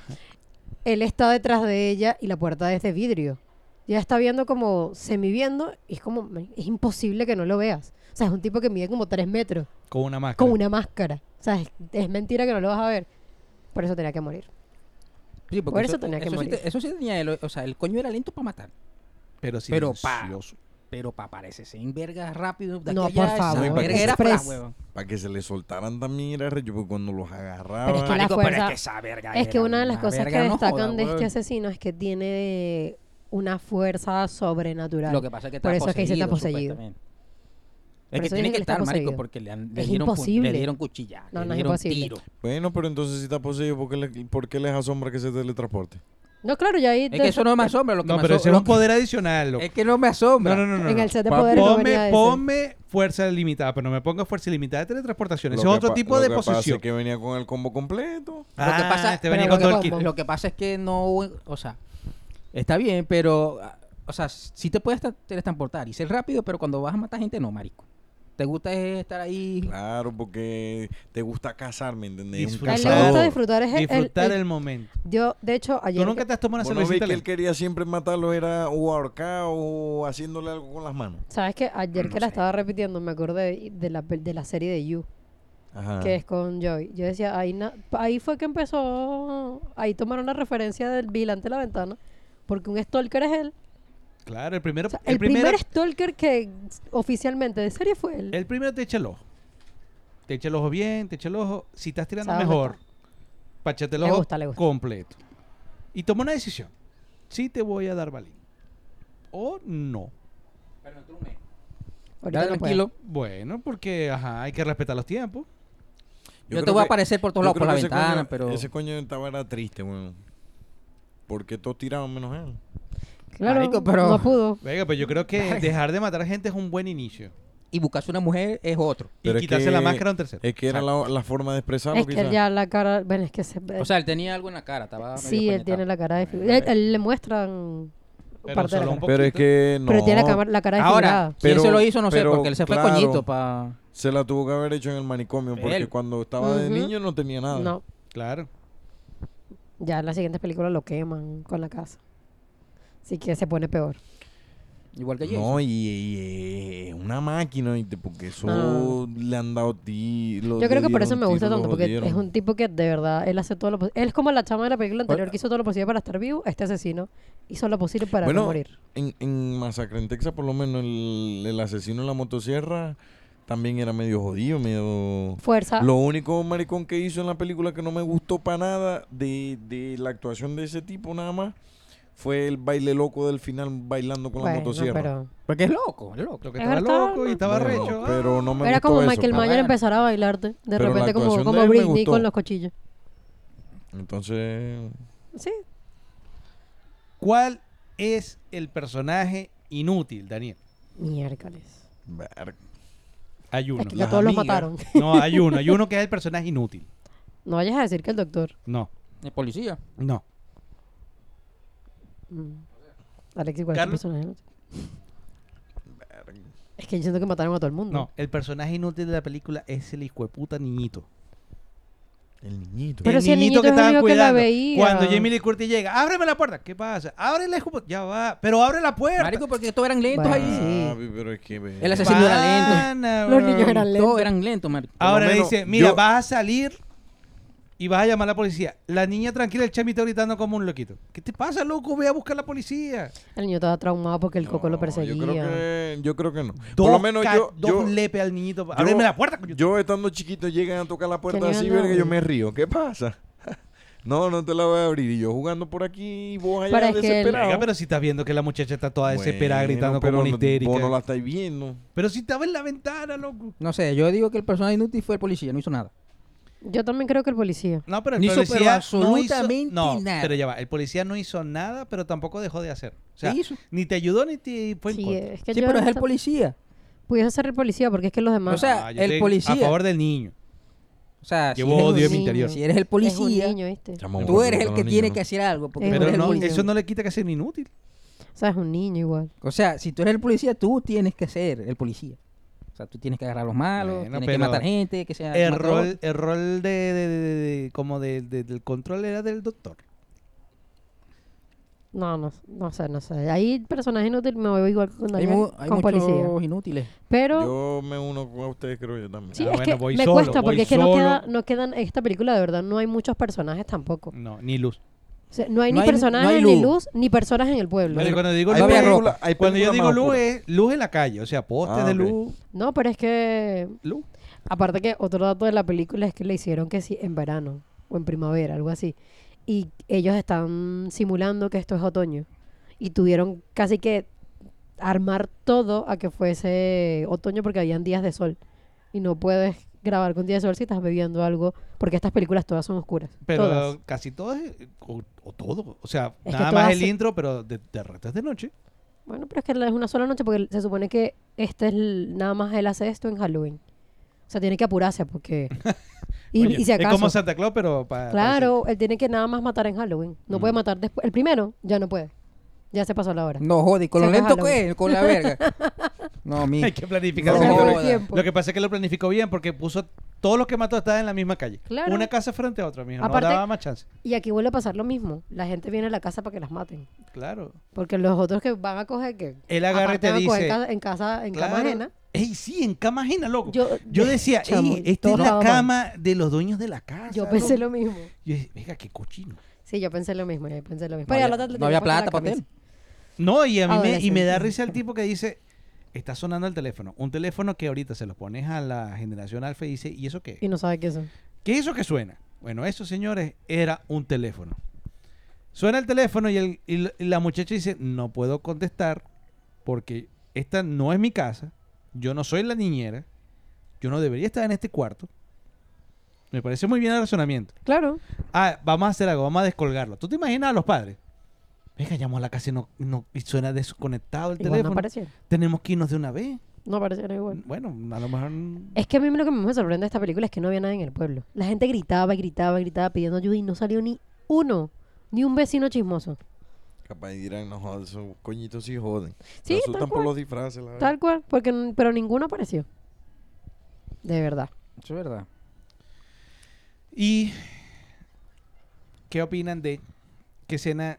él está detrás de ella y la puerta es de vidrio. Ya está viendo como semiviendo y es como, es imposible que no lo veas. O sea, es un tipo que mide como 3 metros Con una máscara. con una máscara. O sea, es mentira que no lo vas a ver. Por eso tenía que morir. Sí, porque Por eso tenía que sí morir. eso sí tenía, o sea, el coño era lento para matar. Pero Pero silencioso. Pero para parecerse en verga rápido. De No, aquí por allá, esa favor, verga era express. flash, huevón. Para que se le soltaran también era recho, porque cuando los agarraba... Pero es que la Marico, fuerza- que esa verga Es que era una de las una cosas que verga, no destacan joda, de este huevón. asesino es que tiene una fuerza sobrenatural. Lo que pasa es que Por está eso es que dice está poseído. supuestamente. Por Es que eso tiene dicen que que está estar, marico, poseído. porque le Es dieron imposible. le dieron cuchilla, No, le no es dieron imposible. tiro. Bueno, pero entonces si está poseído, ¿por qué les asombra que se teletransporte? No, claro, ya ahí... Es que eso no me asombra, lo que No, me pero ese es asombra- un poder adicional, loco. Es que no me asombra. No. En el set de Papi, poderes no venía ese. Ponme fuerza ilimitada, pero no me ponga fuerza ilimitada de teletransportación. Ese Lo es que otro pa- tipo lo de que pasa posesión. es que venía con el combo completo. Lo que pasa, te venía pero con todo el ¿cómo? kit. lo que pasa es que no, o sea, está bien, pero, o sea, sí te puedes teletransportar y ser rápido, pero cuando vas a matar gente, no, marico. Te gusta es estar ahí. Claro, porque te gusta cazar, ¿me entendés? Un Disfrutar. A él le cazador. gusta disfrutar. Disfrutar el momento. Yo, de hecho, ayer... Tú nunca te has tomado una ¿Vos no veis cervecita que él lenta? quería siempre matarlo era o ahorcado o haciéndole algo con las manos? ¿Sabes qué? Ayer No que la sé. estaba repitiendo me acordé de la serie de You, Ajá. que es con Joy. Yo decía, ahí fue que empezó... Ahí tomaron la referencia del vigilante de la ventana, porque un stalker es él. Claro, el primero, O sea, el primer stalker que oficialmente de serie fue él. el primero te echa el ojo. Te echa el ojo bien, te echa el ojo. Si estás tirando ¿Sabes mejor, dónde pachate el Le ojo gusta, le gusta. completo. Y toma una decisión. Si te voy a dar balín. O no. Ahorita Dale no puede. tranquilo. Bueno, porque hay que respetar los tiempos. Yo te creo voy a que- aparecer por todos yo lados por creo la que ese ventana, coño- pero... Ese coño estaba era triste, weón. Porque todos tiraban menos él. Claro, Marico, pero- no pudo. Venga, pues yo creo que dejar de matar gente es un buen inicio. Y buscarse una mujer es otro. Pero y es quitarse que- la máscara a un tercero. Es que era la forma de expresarlo, Es que él quizás. ya la cara... Bueno, es que se... O sea, él tenía algo en la cara, estaba medio sí, él coñetado. tiene la cara de... Él le muestran Pero parte de la solo un cara. Pero es que no. Pero tiene la cara Ahora, desfigurada. ¿quién Pero- se lo hizo? No sé, pero, porque él se fue claro. coñito para... Se la tuvo que haber hecho en el manicomio, porque Él. cuando estaba de Ujú. niño no tenía nada. No, Claro. ya en las siguientes películas lo queman con la casa. Así que se pone peor. Igual que Jason. No, y es una máquina, ¿viste? Porque eso No. le han dado Yo creo que por eso me gusta tanto, porque es un tipo que de verdad, él hace todo lo posible. Él es como la chama de la película anterior que hizo todo lo posible para estar vivo. Este asesino hizo lo posible para no morir. En Masacre en Texas, por lo menos, el asesino en la motosierra también era medio jodido, medio... Fuerza. Lo único maricón que hizo en la película que no me gustó para nada de la actuación de ese tipo nada más fue el baile loco del final bailando con la Bueno, motosierra. pero Porque es loco, es loco. Lo que Es estaba verdad, loco y estaba Bueno, recho. pero no me era gustó como eso, Michael pero Mayer bueno. empezar a bailarte. De Pero la repente como, actuación como de él me Britney gustó. con los cuchillos. Entonces, Sí. ¿Cuál es el personaje inútil, Daniel? Miércoles. ver- Hay uno. Es que Las todos los amigas. mataron. No, hay uno que es el personaje inútil. No vayas a decir que el doctor. No, El policía. no. Alexis, ¿cuál es tu Carlos. personaje inútil? Es que yo siento que mataron a todo el mundo. No, el personaje inútil de la película es el hijo de puta niñito. El niñito. Pero el si el niñito niñito que es el estaban único que la cuidando. veía. Cuando Jamie Lee Curtis llega, ábreme la puerta. ¿Qué pasa? Ábrele, hijo. Ya va. Pero abre la puerta. Marico, porque todos eran lentos Bueno, ahí. sí. Papi, pero es que... El asesino era lento. Pana, Los bro. niños eran lentos. Todos eran lentos, marico. Por lo Ahora le menos, dice, mira, yo- vas a salir y vas a llamar a la policía. La niña tranquila, el chamito gritando como un loquito. ¿Qué te pasa, loco? Ve a buscar a la policía. El niño estaba traumado porque el coco lo perseguía. Yo creo que no. Dos, Por lo menos dos lepes al niñito. yo- Ábreme la puerta, coño. Yo estando chiquito llegan a tocar la puerta nivel así, no, verga, yo güey? me río. ¿Qué pasa? No te la voy a abrir. Y yo jugando por aquí y vos allá Pero es que desesperado. Venga, pero si estás viendo que la muchacha está toda desesperada Bueno, gritando pero como una no- histérica. Vos no la estáis viendo. Pero si estaba en la ventana, loco. No sé, yo digo que el personaje inútil fue el policía, no hizo nada. Yo también creo que el policía. No, pero el No hizo, policía pero no absolutamente hizo, no, nada. pero ya va. El policía no hizo nada, pero tampoco dejó de hacer. O sea, ¿Qué hizo? ni te ayudó ni te fue en Sí, contra. es que Sí, yo pero es no el policía. pudiese ser el policía porque es que los demás O sea, Ah, yo el estoy policía. a favor del niño. O sea, si Llevo es un odio en mi niño. interior. si eres el es un policía, niño, ¿viste? Chamo, tú eres con el los que niños, tiene ¿no? que hacer algo. Porque Es tú Pero eres el no, policía. eso no le quita que sea un inútil. O sea, es un niño igual. O sea, si tú eres el policía, tú tienes que ser el policía. O sea, tú tienes que agarrar a los malos, Bueno, tienes que pero matar gente, que sea... El matador. rol como del control era del doctor. No sé. Ahí personaje inútil me voy igual con Hay, Daniel, hay con muchos policía. inútiles. Pero Yo me uno con ustedes, creo yo también. sí, Ah, es bueno, que voy me solo, cuesta voy porque es que solo. no quedan en esta película de verdad no hay muchos personajes tampoco. No, ni luz. O sea, no hay No ni hay- personajes, no hay ni luz. luz, ni personas en el pueblo. Pero cuando digo hay luz, película- cuando yo películas digo más luz oscuras. es luz en la calle, o sea, postes Ah, de ok. luz, No, pero es que luz. aparte que otro dato de la película es que le hicieron que sí en verano o en primavera, algo así. Y ellos están simulando que esto es otoño. Y tuvieron casi que armar todo a que fuese otoño porque habían días de sol. Y no puedes grabar con días de sol si estás bebiendo algo, porque estas películas todas son oscuras. Pero todas. casi todo es, o todo, o sea, Es que nada todas más el se- intro, pero de resto es de noche. Bueno, pero es que es una sola noche porque se supone que nada más él hace esto en Halloween. O sea, tiene que apurarse porque... y, Coño, y si es como acaso... Santa Claus, pero para... Claro, él tiene que nada más matar en Halloween. No puede matar después. El primero ya no puede. Ya se pasó la hora. No, joder, ¿con Se lo fue lento Halloween. que es? Con la verga. No, mi. Hay que planificar. No esa jodas. película. Tiempo. Lo que pasa es que lo planificó bien porque puso todos los que mató estaban en la misma calle. Claro. Una casa frente a otra, mijo. Aparte- no daba más chance. Y aquí vuelve a pasar lo mismo. La gente viene a la casa para que las maten. Claro. Porque los otros que van a coger que... Él agarra y aparte te van a coger dice... en casa, en Claro. cama ajena. Ey, sí, en cama ajena, loco. Yo- Yo decía, chamo, ey, esta todo es la estaba mal. cama de los dueños de la casa. Yo pensé loco. lo mismo. Yo dije, venga, qué cochino. Sí, yo pensé lo mismo. Yo pensé lo mismo. No Pero ya había, la otra le no había tenía puesta plata la para camisa. hotel. No, y a mí me da Adolescente. risa el tipo que dice, está sonando el teléfono. Un teléfono que ahorita se lo pones a la generación alfa y dice, ¿y eso qué? Y no sabe qué es eso. ¿Qué es eso que suena? Bueno, eso, señores, era un teléfono. Suena el teléfono y la muchacha dice, no puedo contestar porque esta no es mi casa, yo no soy la niñera, yo no debería estar en este cuarto. Me parece muy bien el razonamiento. Claro. Ah, vamos a hacer algo, vamos a descolgarlo. ¿Tú te imaginas a los padres? Venga, llamo a la casa y suena desconectado el Igual no teléfono. apareció. Tenemos que irnos de una vez. No apareció igual. Bueno, a lo mejor... Es que a mí lo que me sorprende de esta película es que no había nadie en el pueblo. La gente gritaba, pidiendo ayuda y no salió ni uno. Ni un vecino chismoso. Capaz y dirán, no joder, esos coñitos sí joden. Sí, Se asustan tal por cual. los disfraces, la Tal cual. Pero ninguno apareció. De verdad. Eso es verdad. ¿Y qué opinan de qué escena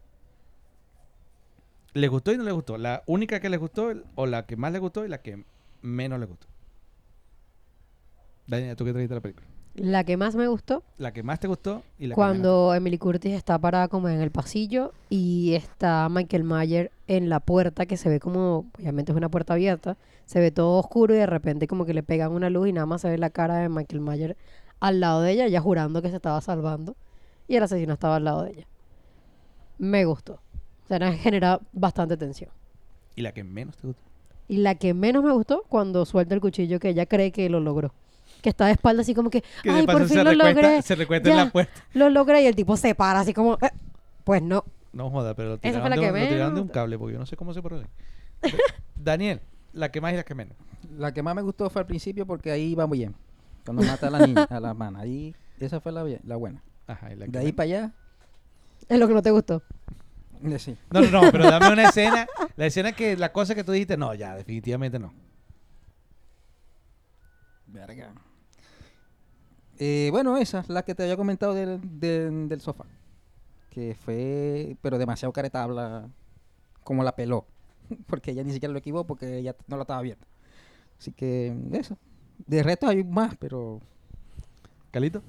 les gustó y no les gustó? La única que les gustó o la que más les gustó y la que menos les gustó. Daniela, ¿tú qué trajiste de la película? La que más me gustó La que más te gustó y la cuando Emily Curtis está parada como en el pasillo y está Michael Mayer en la puerta que se ve como, obviamente es una puerta abierta, se ve todo oscuro y de repente como que le pegan una luz y nada más se ve la cara de Michael Mayer al lado de ella, ella jurando que se estaba salvando y el asesino estaba al lado de ella. Me gustó. O sea, genera bastante tensión. y la que menos te gustó. Y la que menos me gustó cuando suelta el cuchillo que ella cree que lo logró. Que está de espalda así como que, Que de ay, paso por fin lo logré. se recuesta en Ya. la puerta. Lo logré y el tipo se para así como, pues no. No joda, pero lo Esa tiraron, fue la de, que lo tiraron de menos. un cable porque yo no sé cómo se produce. Daniel, la que más y la que menos. La que más me gustó fue al principio porque ahí va muy bien. Cuando mata a la niña, a la hermana. Ahí, esa fue la buena. Ajá, y la que De ahí menos. para allá, Es lo que no te gustó. sí. No, pero dame una escena. La escena que, la cosa que tú dijiste, no, ya, definitivamente no. Verga. Bueno, esa, la que te había comentado del sofá. Que fue, pero demasiado caretabla, como la peló. Porque ella ni siquiera lo equivocó porque ella no la estaba viendo. Así que, eso. De resto hay más, pero... ¿Calito?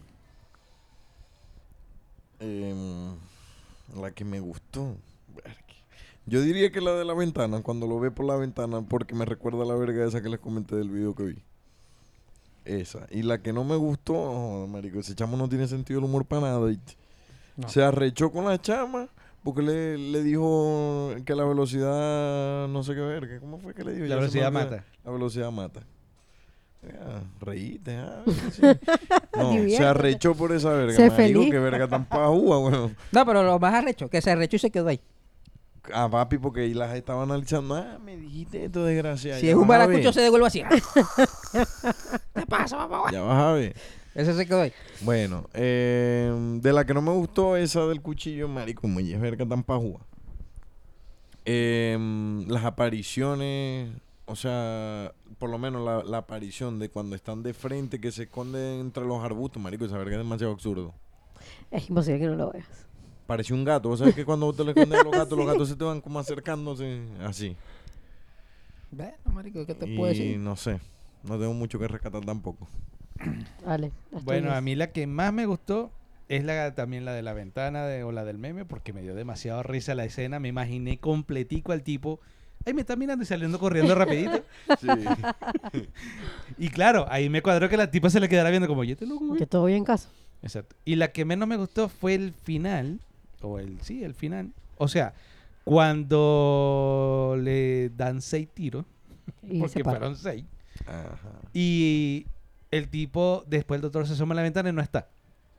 La que me gustó. Verga. Yo diría que la de la ventana, cuando lo ve por la ventana, porque me recuerda a la verga esa que les comenté del video que vi. Esa. Y la que no me gustó, oh, marico, ese chamo no tiene sentido el humor para nada. No. Se arrechó con la chama porque le dijo que la velocidad no sé qué verga. ¿Cómo fue que le dijo? La Ya se me velocidad olvidó. mata. La velocidad mata. Reíte, sí. No, se Diviértete. arrechó por esa verga. Sé marico, feliz. que verga tan pajúa, weón. No, pero lo más arrecho, que se arrechó y se quedó ahí. Ah, papi, porque ahí las estaba analizando. Me dijiste esto, desgraciado. Si ya es un vas a maracucho, ver. se devuelve así. ¿Qué pasa, papá? Ya vas a ver. Ese se quedó ahí. Bueno, de la que no me gustó, esa del cuchillo, marico, como ella es verga tan pajúa. Las apariciones, o sea, por lo menos la aparición de cuando están de frente, que se esconden entre los arbustos, marico, esa verga es demasiado absurdo. Es imposible que no lo veas. Parece un gato, ¿vos sabés que cuando te le escondes a los gatos, los gatos se te van como acercándose, así? Bueno, marico, ¿qué te puedo Y decir? no sé, no tengo mucho que rescatar tampoco. Vale. las Bueno, tuyas. a mí la que más me gustó es también la de la ventana o la del meme, porque me dio demasiado risa la escena. Me imaginé completico al tipo. Ay, me está mirando y saliendo corriendo rapidito. Sí. Y claro, ahí me cuadró que la tipa se le quedara viendo como, ¿y este loco, güey?". Que todo bien en casa. Exacto. Y la que menos me gustó fue el final, el final. O sea, cuando le dan 6 tiros, Y porque se para. fueron 6, Ajá. y el tipo, después el doctor se asoma a la ventana y no está.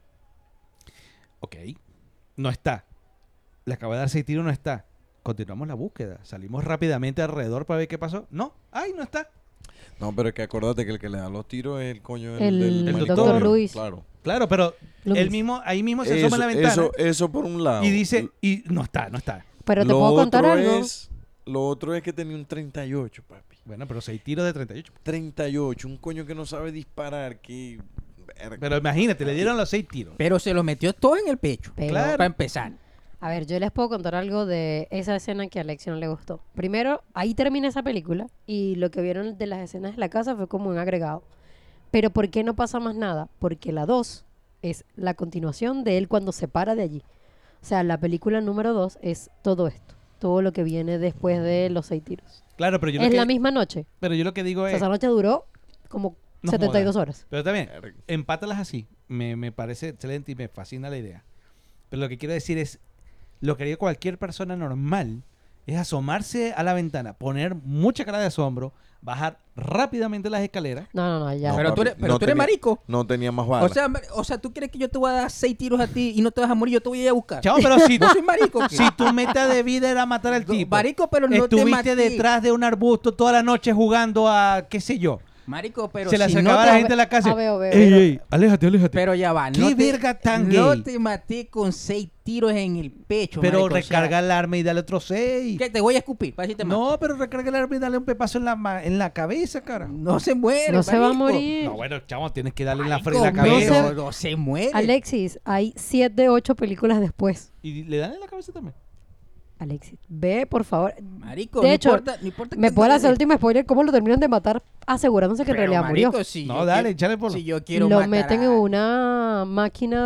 Ok, no está. Le acaba de dar 6 tiros, no está. Continuamos la búsqueda. Salimos rápidamente alrededor para ver qué pasó. No, ay, no está. No, pero es que acuérdate que el que le da los tiros es el coño El del doctor manicomio. Luis. Claro. Claro, pero Loomis. él mismo, ahí mismo se asoma a la ventana Eso por un lado. y dice, y no está. Pero te Lo puedo contar otro algo. Lo otro es que tenía un 38, papi. Bueno, pero 6 tiros de 38. 38, un coño que no sabe disparar, que... verga. Pero imagínate, le dieron los 6 tiros. Pero se lo metió todo en el pecho. Pero- Claro. Para empezar. A ver, yo les puedo contar algo de esa escena que a Alexia no le gustó. Primero, ahí termina esa película y lo que vieron de las escenas de la casa fue como un agregado. Pero ¿por qué no pasa más nada? Porque la 2 es la continuación de él cuando se para de allí. O sea, la película número 2 es todo esto. Todo lo que viene después de los 6 tiros. Claro, pero yo Es lo la que, misma noche. pero yo lo que digo O sea, es... esa noche duró como No 72 jodas. horas. Pero también, Verga. empátalas así. Me parece excelente y me fascina la idea. Pero lo que quiero decir es, lo que haría cualquier persona normal es asomarse a la ventana, poner mucha cara de asombro, bajar rápidamente las escaleras. No, ya. No, pero papi, tú eres, no tú eres tenía- marico. No tenía más balas. O sea, ¿tú crees que yo te voy a dar 6 tiros a ti y no te vas a morir? Yo te voy a ir a buscar. Chavo, pero si, ¿Vos soy marico? o qué? si tu meta de vida era matar al tipo, Marico, pero no te estuviste maté. detrás de un arbusto toda la noche jugando a qué sé yo. Marico, pero Se le si acercaba no a te- la gente de la casa. a ver, a ver, Ey, pero- ey, aléjate. Pero ya va. ¿Qué verga tan No gay? te maté con 6 tiros en el pecho, Pero marico, o sea, recarga el arma y dale otro 6. ¿qué? Te voy a escupir para decirte más. No, pero recarga el arma y dale un pepazo en la cabeza, cara. No se muere, No se va a marico. morir. No, bueno, chavo, tienes que darle en la, Marico, en la no cabeza. se- pero no se muere. Alexis, hay 7, 8 películas después. Y le dan en la cabeza también. Alexis, ve, por favor. Marico, De no hecho, importa, no importa ¿Me que puedo te hacer el dé. último spoiler? ¿Cómo lo terminan de matar asegurándose que en Pero, realidad marico, murió? si No, yo dale, quiero- échale por Si yo quiero Lo matar meten a- en una máquina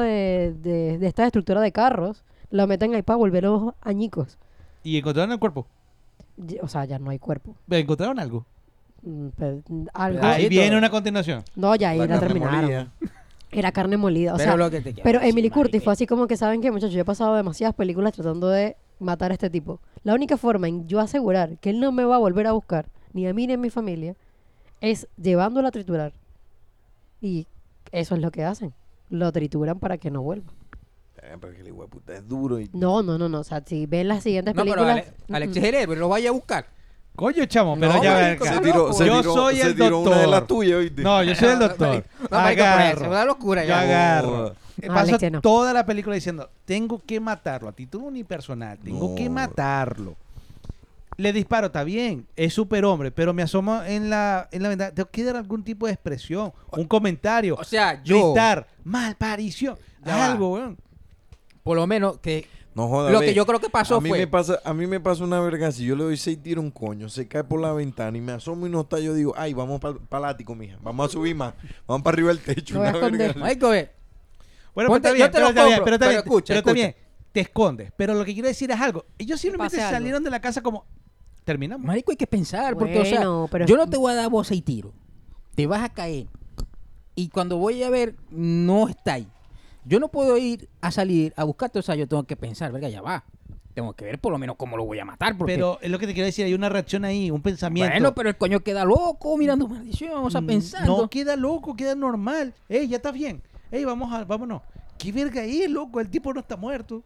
de esta estructura de carros. Lo meten ahí para volverlos añicos. ¿Y encontraron el cuerpo? O sea, ya no hay cuerpo. ¿Encontraron algo? Algo. Ahí Ahí viene todo. una continuación. No, ya ahí la carne terminaron. molida. Era carne molida. O Pero sea, lo que te quiero pero decir, Emily Curtis marico, fue así como que, ¿saben qué, muchachos? Yo he pasado demasiadas películas tratando de matar a este tipo. La única forma en yo asegurar que él no me va a volver a buscar, ni a mí ni a mi familia, es llevándolo a triturar. Y eso es lo que hacen. Lo trituran para que no vuelva. Pero que el hijo de puta es duro y... No. O sea, si ven las siguientes No, pero películas... Alexis es el héroe, lo vaya a buscar. Coño, chamo, pero No, ya ven marico, acá. se Yo soy se el tiró una de doctor. las tuyas, ¿oíste? No, yo soy el doctor. No, marico, pero eso es Agarro. una locura Yo ya. agarro. No, Paso Alexia, no. toda la película diciendo, tengo que matarlo, a título unipersonal, tengo No. que matarlo. Le disparo, está bien, es superhombre, pero me asomo en la ventana. Tengo que dar algún tipo de expresión, un comentario, O sea, yo, gritar, malparición, Ya va. algo, weón. por lo menos, que No joda, lo ve, que yo creo que pasó a mí fue... a mí me pasa una verga. Si yo le doy 6 tiros a un coño, se cae por la ventana y me asomo y no está, yo digo, ay, vamos para el ático, mija. Vamos a subir más. Vamos para arriba del techo. Me voy a una esconder. verga. Marico, ve, Bueno, Ponte- pero está bien, yo te lo pero está bien, compro, pero está pero bien, escucha, pero está escucha. bien, te escondes. Pero lo que quiero decir es algo. Ellos simplemente pase algo. salieron de la casa como, terminamos. marico, hay que pensar, porque, o sea, Bueno, pero- yo no te voy a dar voz y tiro. Te vas a caer. Y cuando voy a ver, no está ahí. Yo no puedo ir a salir a buscarte, o sea, yo tengo que pensar, verga, ya va. Tengo que ver por lo menos cómo lo voy a matar, porque... Pero es lo que te quiero decir, hay una reacción ahí, un pensamiento. Bueno, pero el coño queda loco mirando maldición, o sea, pensando. No queda loco, queda normal. Ey, ya está bien. Ey, vámonos. ¿Qué verga es, loco? El tipo no está muerto.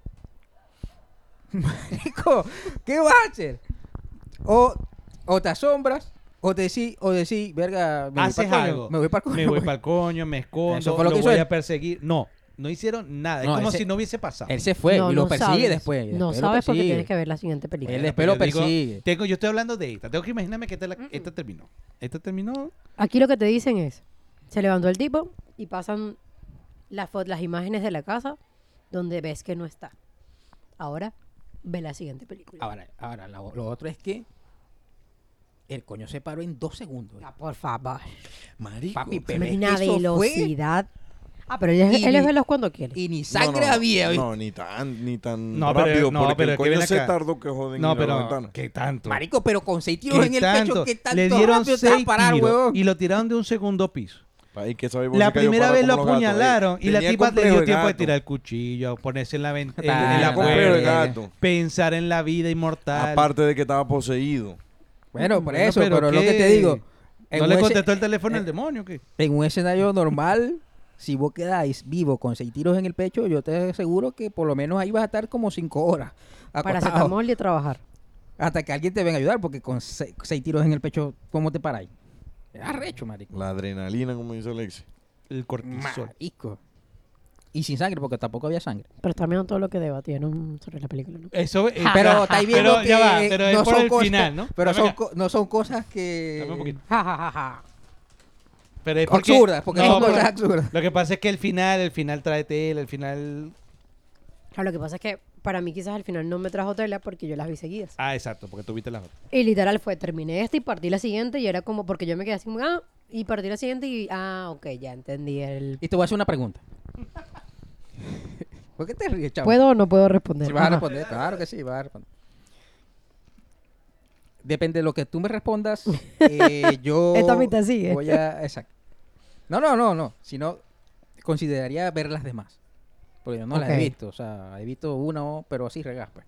Marico, ¿qué vas a hacer? O te asombras, o decís, verga, me voy Haces pa'l coño, algo. me voy para el coño. Me voy para el coño, me escondo, Eso fue lo lo que hizo voy él. a perseguir. No hicieron nada. No, es como ese- si no hubiese pasado. Él se fue No, y lo no persigue sabes. después. No después lo sabes porque persigue. tienes que ver la siguiente película. Él después lo Pero yo digo, persigue. yo estoy hablando de esta. Tengo que imaginarme que esta terminó. Esta terminó. Aquí lo que te dicen es, se levantó el tipo y pasan las imágenes de la casa donde ves que no está. Ahora, ve la siguiente película. Ahora lo otro es que el coño se paró en 2 segundos. Ah, por favor. Marico. Papi, pero Hay es una que eso fue velocidad. Ah, pero él Y es ni- veloz cuando quiere. y ni No, sangre no, había. ¿viste? No, ni tan No, pero- rápido, no, porque pero el es que ven coño se acá. tardó que joden No, en ir a la pero ventana. ¿qué tanto? Marico, pero con 6 tiros ¿Qué en el tanto? pecho, ¿qué tanto Le dieron rápido te vas 6 a parar, tiros huevón? y lo tiraron de un segundo piso. Ahí que sabe vos La se cayó primera parado vez lo como los gatos, apuñalaron y la Tenía tipa le complejo dio de tiempo de gato. tirar el cuchillo, ponerse en la, en Tenía la complejo de puerta, gato. pensar en la vida inmortal. Aparte de que estaba poseído. Bueno, por Bueno, eso, pero lo ¿qué? que te digo. ¿No en le un contestó el teléfono al demonio? ¿Qué? En un escenario normal, si vos quedáis vivo con 6 tiros en el pecho, yo te aseguro que por lo menos ahí vas a estar como 5 horas. Para acostado, Paracetamol y a trabajar. hasta que alguien te venga a ayudar, porque con 6 tiros en el pecho, ¿cómo te paráis? Es arrecho, marico. La adrenalina, como dice Alexis. El cortisol. Marico. Y sin sangre, porque tampoco había sangre. Pero está viendo todo lo que debatieron sobre la película, ¿no? Eso, Pero estáis viendo pero que ya va, pero es no por son el cosas, final, ¿no? Pero Dame son acá. no son cosas Dame un que... poquito. Ja, ja, ja, ja. Pero es porque, Absurdas, porque no, son pero cosas absurdas. lo que pasa es que el final trae tela, el final... Claro, lo que pasa es que para mí quizás al final no me trajo tela porque yo las vi seguidas. Ah, exacto, porque tuviste las otras. Y literal fue, terminé esta y partí la siguiente y era como, porque yo me quedé así, como, y partí la siguiente y, ok, ya entendí el... Y te voy a hacer una pregunta. ¿Por qué te ríes, chavo? ¿Puedo o no puedo responder? Si vas a Ajá. responder, claro que sí, vas a responder. Depende de lo que tú me respondas, yo Esta mitad sigue. voy a... Exacto. No. Si no, consideraría ver las demás. Porque yo no las he Ok. visto. O sea, he visto una, pero así regas, pues.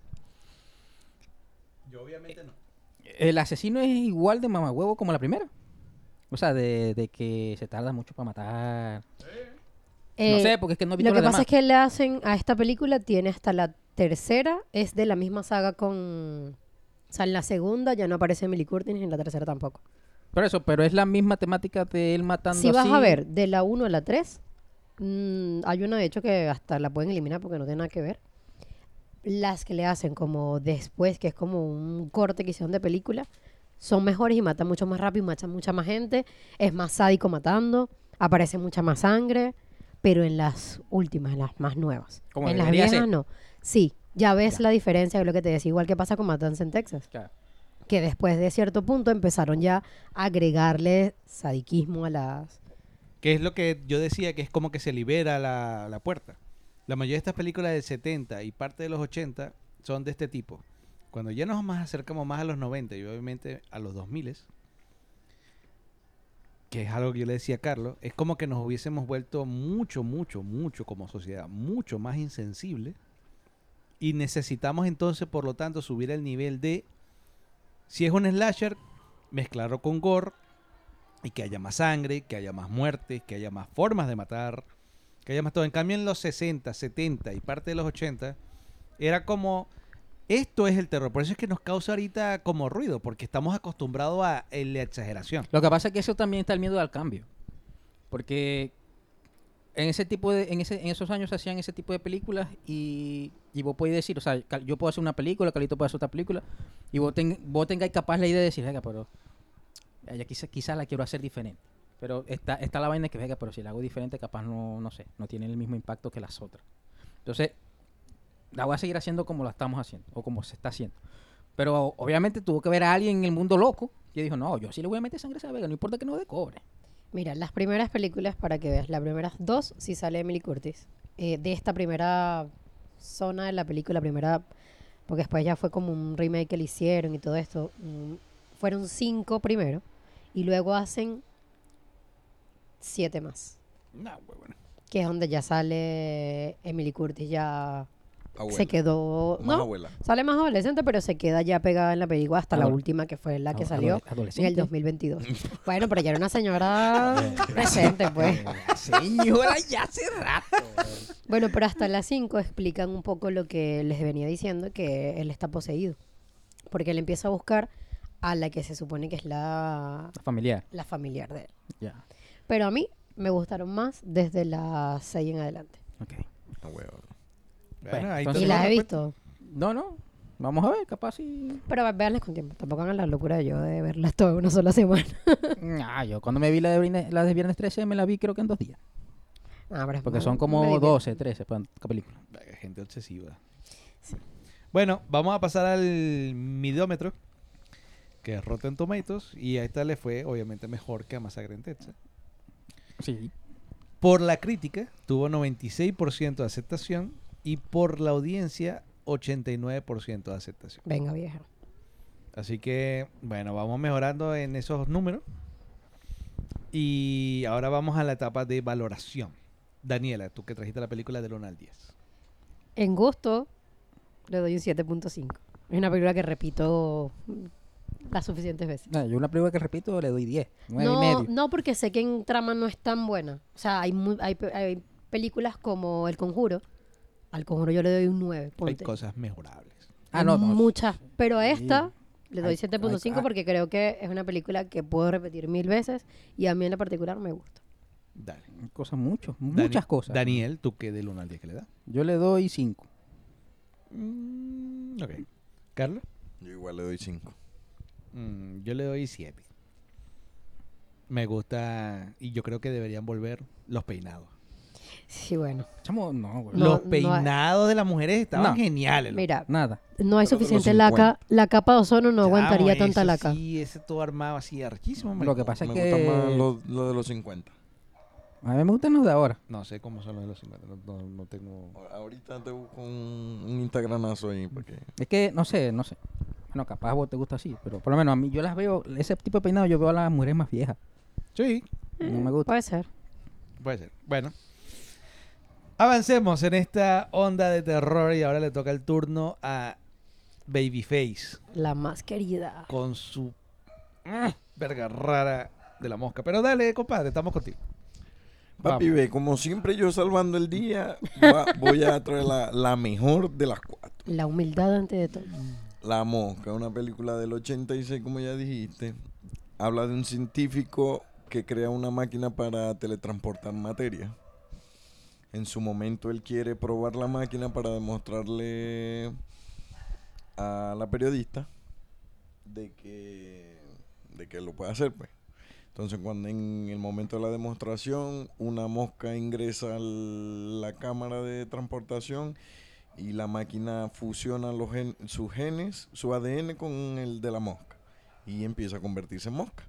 Yo obviamente no. El asesino es igual de mamahuevo como la primera. O sea, de que se tarda mucho para matar. No sé, porque es que no he visto Lo que las pasa es demás. que le hacen a esta película, tiene hasta la tercera, es de la misma saga con... O sea, en la segunda ya no aparece Emily Curtis y en la tercera tampoco. Pero es la misma temática de él matando Si vas así. a ver de la 1 a la 3, hay una de hecho que hasta la pueden eliminar porque no tiene nada que ver. Las que le hacen como después, que es como un corte que hicieron de película, son mejores y matan mucho más rápido, matan mucha más gente, es más sádico matando, aparece mucha más sangre, pero en las últimas, en las más nuevas. Como En las debería viejas ser. no. Sí, ya ves Ya. la diferencia de lo que te decía, igual que pasa con Matanza en Texas, Claro. que después de cierto punto empezaron ya a agregarle sadiquismo a las... Que es lo que yo decía, que es como que se libera la puerta. La mayoría de estas películas del 70 y parte de los 80 son de este tipo. Cuando ya nos más acercamos más a los 90 y obviamente a los 2000, que es algo que yo le decía a Carlos, es como que nos hubiésemos vuelto mucho como sociedad, mucho más insensibles. Y necesitamos entonces, por lo tanto, subir el nivel de, si es un slasher, mezclarlo con gore, y que haya más sangre, que haya más muertes, que haya más formas de matar, que haya más todo. En cambio, en los 60, 70 y parte de los 80, era como, esto es el terror. Por eso es que nos causa ahorita como ruido, porque estamos acostumbrados a la exageración. Lo que pasa es que eso también está el miedo al cambio. Porque en ese tipo de, en esos años se hacían ese tipo de películas y vos podés decir, o sea, yo puedo hacer una película, Carlito puede hacer otra película y vos tengáis capaz la idea de decir, venga, pero ya quizá la quiero hacer diferente. Pero está la vaina que, venga, pero si la hago diferente, capaz no sé, no tiene el mismo impacto que las otras. Entonces, la voy a seguir haciendo como la estamos haciendo o como se está haciendo. Pero obviamente tuvo que ver a alguien en el mundo loco que dijo, no, yo sí le voy a meter sangre a esa Vega, no importa que no de cobre. Mira, las primeras películas, para que veas, las primeras dos sí sale Emily Curtis. De esta primera zona de la película, porque después ya fue como un remake que le hicieron y todo esto. Fueron 5 primero y luego hacen 7 más. No, bueno. Que es donde ya sale Emily Curtis, ya Abuela. se quedó... Más No, abuela. sale más adolescente, pero se queda ya pegada en la película hasta la última, que fue la que salió en Adolescente. el 2022. Bueno, pero ya era una señora presente, pues. Señora, ya hace rato. Bueno, pero hasta las 5 explican un poco lo que les venía diciendo, que él está poseído. Porque él empieza a buscar a la que se supone que es la Familiar. familiar de él. Ya. Pero a mí me gustaron más desde las 6 en adelante. Ok. Ah, huevo. Bueno, ahí entonces- Y está. las he visto. No. Vamos a ver, capaz si... Pero véanlas con tiempo. Tampoco hagan la locura de yo de verlas todas en una sola semana. Yo cuando me vi la de Viernes 13 me la vi creo que en 2 días. Ah, pero Porque no- son no como me di 12, 13 cada película. Verga, gente obsesiva. Bueno, vamos a pasar al midómetro, que es Rotten Tomatoes, y a esta le fue obviamente mejor que a Masacre en Texas. Sí. Por la crítica tuvo 96% de aceptación y por la audiencia 89% de aceptación. Venga, vieja. Así que, bueno, vamos mejorando en esos números. Y ahora vamos a la etapa de valoración. Daniela, tú que trajiste la película del 1 al 10. En gusto, le doy un 7.5. Es una película que repito las suficientes veces. Yo una película que repito le doy 10, 9 y medio. No, porque sé que en trama no es tan buena. O sea, hay películas como El Conjuro. Al Conjuro yo le doy un 9. Hay Ponte. cosas mejorables. Hay No. muchas. Pero a esta le doy Hay- 7.5 hay- porque creo que es una película que puedo repetir 1000 veces y a mí en lo particular me gusta. Dale. Cosas muchas cosas. Daniel, ¿tú qué del 1 al 10 que le das? Yo le doy 5. Ok. ¿Carlos? Yo igual le doy 5. Yo le doy 7. Me gusta y yo creo que deberían volver los peinados. Sí, bueno. Chamo, no, güey. No, Los peinados de las mujeres estaban No. geniales. loco. Mira, Nada. no hay Pero de los suficiente 50. la capa de ozono no Chamo, aguantaría tanta eso laca. Sí, ese todo armado así, archísimo. Lo que pasa es Me que... gusta más lo de los 50. A mí me gustan los de ahora. No sé cómo son los de los 50. No tengo... Ahorita te busco un Instagramazo ahí porque Es que, no sé. Bueno, capaz a vos te gusta así, pero por lo menos a mí yo las veo, ese tipo de peinado yo veo a las mujeres más viejas. Sí, No me gusta. Puede ser. puede ser. Bueno. Avancemos en esta onda de terror y ahora le toca el turno a Babyface La más querida. con su verga rara de la mosca. Pero dale, compadre, estamos contigo. Papi, Vamos. ve, como siempre yo salvando el día, voy a traer la mejor de las 4. La humildad ante de todo. La Mosca, una película del 86, como ya dijiste. Habla de un científico que crea una máquina para teletransportar materia. En su momento él quiere probar la máquina para demostrarle a la periodista de que lo puede hacer, pues. Entonces, cuando en el momento de la demostración, una mosca ingresa a la cámara de transportación y la máquina fusiona sus genes, su ADN con el de la mosca y empieza a convertirse en mosca.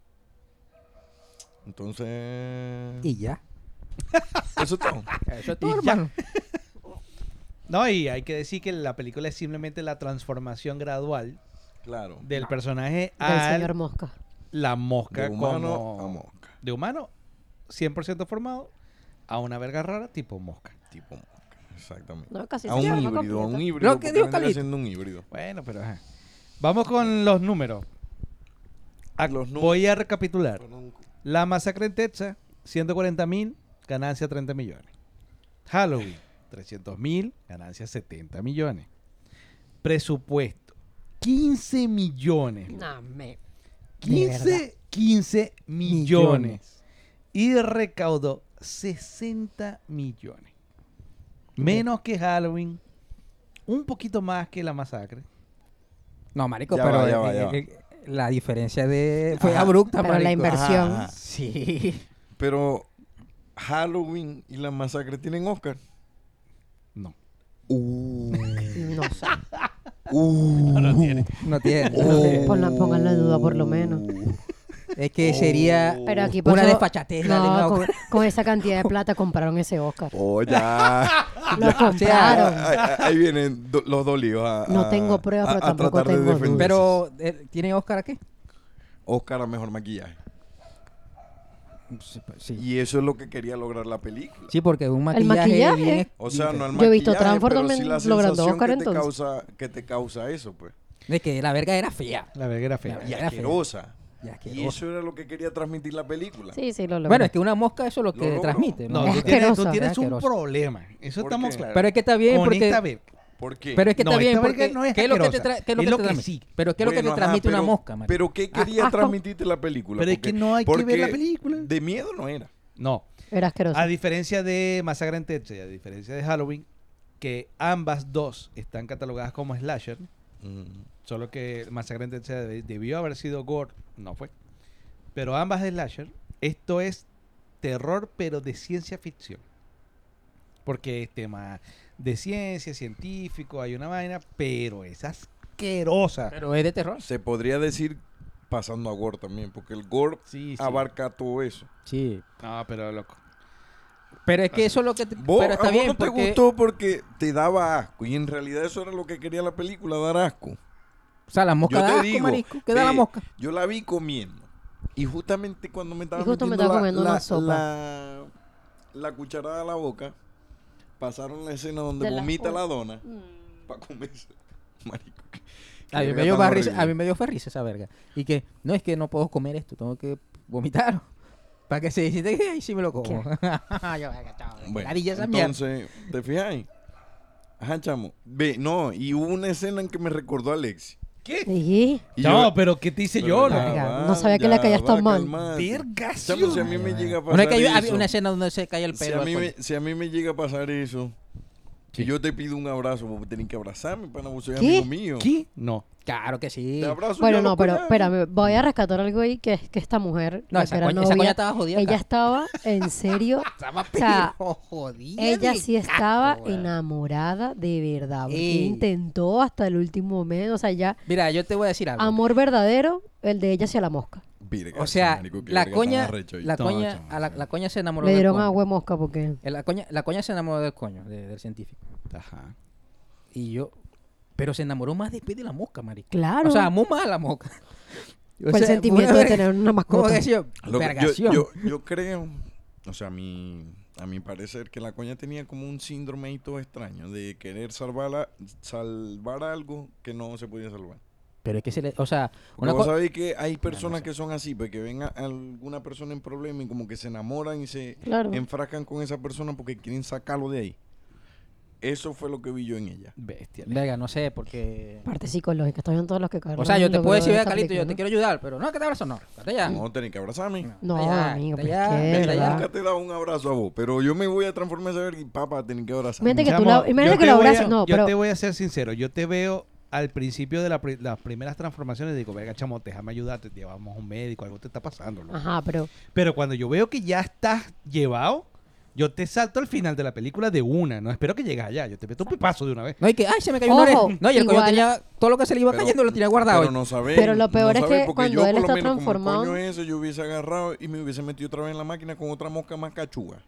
Entonces, Y ya. eso es todo. Eso es todo, Y ya. hermano. No, y hay que decir que la película es simplemente la transformación gradual Claro. del personaje Del a señor Mosca. la mosca De humano como... a mosca. De humano 100% formado a una verga rara tipo mosca. Tipo mosca, exactamente. No, casi A se un llama híbrido, completa. Lo que porque dijo vendría Calito. siendo un híbrido. Bueno, pero ajá. Vamos con los números. Los números. Voy a recapitular. La masacre en Texas, 140,000, ganancia 30 millones. Halloween, 300,000, ganancia 70 millones. Presupuesto, 15 millones. No, de verdad. 15 millones. Y recaudó 60 millones. Menos que Halloween, un poquito más que La Masacre. No, marico, Ya pero va, ya va, ya va. la diferencia fue Ajá. abrupta, Pero la marico. inversión. Ajá. Sí. Pero Halloween y La Masacre tienen Oscar. No. No sé. No tiene. No tiene. Pónganlo en duda por lo menos. Es que sería Pero aquí una pasó- desfachatez. darle No, una- con esa cantidad de plata compraron ese Oscar. Oh, ya. Lo compraron. Ahí vienen los dos líos. No tengo pruebas, pero tampoco tratar de tengo dudas. defenderse. Pero, ¿tiene Oscar aquí? Oscar a mejor maquillaje. Sí. Y eso es lo que quería lograr la película. Sí, porque un El maquillaje, maquillaje. bien- O sea, no el Yo he visto maquillaje, Transform pero también sí la logrando sensación Oscar, que entonces. te causa eso, pues. de que la verga era fea. La verga era fea. La Y Era fea. asquerosa. Y Y asquerosa. eso era lo que quería transmitir la película. Sí, sí, lo logró. Bueno, es que una mosca eso es lo que logró. transmite. No, ¿no? tú Es tienes, tú asquerosa. tienes un Asquerosa. problema. Eso ¿Por estamos qué? claros. Pero es que está bien Con porque... esta verga. ¿Por qué? Pero es que No, está bien esta verga porque... no es ¿qué es lo que te asquerosa. ¿qué es lo Es que lo te que transmite? sí. Pero ¿qué es lo que te Bueno, ajá, transmite una pero- mosca, marico? Pero ¿qué quería asco. transmitirte la película? Pero es que no hay que ver la película. De miedo no era. No. Era asqueroso. A diferencia de Masacre en Texas y a diferencia de Halloween, que ambas dos están catalogadas como slasher, solo que Masacre en Texas debió haber sido gore, no fue. Pero ambas de slasher, esto es terror pero de ciencia ficción. Porque es tema de ciencia, científico, hay una vaina, pero es asquerosa. Pero es de terror. Se podría decir pasando a gore también, porque el gore Sí, sí. abarca todo eso. Sí. No, pero loco. Pero es que eso es lo que... Vos, pero está a vos bien no te porque... gustó porque te daba asco. Y en realidad eso era lo que quería la película, dar asco. O sea, la mosca Yo da te asco, digo, marico. ¿Qué da la ve, mosca? Yo la vi comiendo. Y justamente cuando me estaba Y justo me metiendo estaba comiendo una sopa. la cucharada a la boca, pasaron la escena donde De la vomita boca. la dona para comerse. Marico, qué A mí, verga me dio tan risa, horrible. a mí me dio fue risa esa verga. Y que, no, es que no puedo comer esto, tengo que vomitar. Para que se decide que ahí sí me lo como. Yo, verga, chao, Bueno, ladilla esa mierda. entonces, ¿te fijas? Ajá, chamo. Ve, no, y hubo una escena en que me recordó a Alexi. ¿Qué? Sí. Y No, yo- pero ¿qué te hice pero yo? ya loco? Verga, no sabía que la calle está mal. calmate. Vergación. Chamo, si a mí me llega a pasar Bueno, es que hay eso, una escena donde se cae el si pelo. a, mí al me, coño. si a mí me llega a pasar eso, Sí. y yo te pido un abrazo, vos tenés que abrazarme, pana, vos soy ¿Qué? amigo mío. ¿Qué? No. Claro que sí. Te abrazo Bueno, ya, no, loco, pero ya. espérame, voy a rescatar algo ahí que es que esta mujer, No, la esa que era coña, esa novia, coña estaba jodida. ella acá. estaba en serio, Estaba o sea, pero jodida. ella de sí gato, estaba weón. enamorada de verdad, porque Ey. intentó hasta el último momento, o sea, ya Mira, yo te voy a decir algo. amor verdadero, el de ella hacia la mosca. Verga, O sea, marico, qué la verga tan coña, arrecho ahí. la No, coña, chamo, a la coña se enamoró Le del dieron coño. agua de mosca porque La coña se enamoró del coño, del científico. Ajá. Y yo, pero se enamoró más después de la mosca, marico. claro, O sea, amó más a la mosca. O fue el sea, sentimiento una de verga- tener una ¿Cómo mascota. que decía? Loco, Vergación. yo creo, o sea, a mi parecer, que la coña tenía como un síndrome ahí todo extraño de querer salvar algo que no se podía salvar. Pero es que se le, o sea, Porque una vos cosa, sabéis que hay personas sé. que son así, pues que ven a alguna persona en problema y como que se enamoran y se Claro. enfrascan con esa persona porque quieren sacarlo de ahí. Eso fue lo que vi yo en ella. Bestia. verga, no sé, porque... Parte psicológica, están bien todos los que O sea, yo te logró puedo decir, esta vea, Carlito, yo película, te quiero ayudar, pero no, que te abrazo, no. Vete ya. No, tenés que abrazarme. No, Vete ya, amigo, vete pero ya, es que, vete ¿verdad? ya. Nunca te he dado un abrazo a vos, pero yo me voy a transformar esa verga y papá, tenés que abrazarme. Imagínate que tú Chamo, la, imagínate yo que te lo voy a- abraces, no, Yo pero te voy a ser sincero. Yo te veo al principio de las primeras transformaciones y digo, venga, chamo, déjame ayudarte. Llevamos a un médico, algo te está pasando. loco". ajá, pero Pero cuando yo veo que ya estás llevado, yo te salto al final de la película de una. No espero que llegues allá. Yo te meto un pipazo de una vez. No, y que, ay, se me cayó Ojo, una oreja. No, y el coño igual- tenía, todo lo que se le iba Pero- cayendo lo tenía guardado. Pero no sabés. Pero lo peor no es sabés, que porque cuando yo, él por lo está menos, como el transformado- coño ese, yo hubiese agarrado y me hubiese metido otra vez en la máquina con otra mosca más cachuga.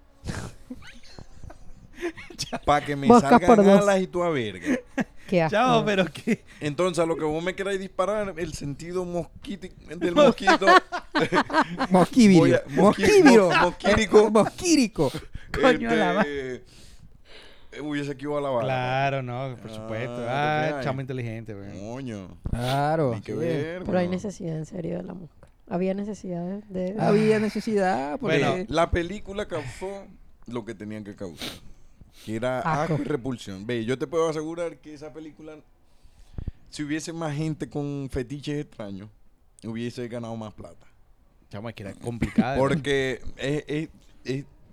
Para que me Moscas por salgan dos. alas y toda verga. qué asco. Chao, pero que... Entonces, a lo que vos me queráis disparar, el sentido del mosquito. Mosquívido. Mosquívido. Mosquírico. Mosquírico. Coño, la hubiese equivocado la bala. Claro, no, por supuesto. ¿te Ah, fijas? chamo inteligente, güey. Coño. Claro. Hay que sí. ver. Pero hay bueno. necesidad en serio de la mosca. Había necesidad de Había necesidad. Porque... Bueno, La película causó lo que tenían que causar. Que era Asco. asco y repulsión. Ve, yo te puedo asegurar que esa película, si hubiese más gente con fetiches extraños, hubiese ganado más plata. Chamo, es que era complicada. Porque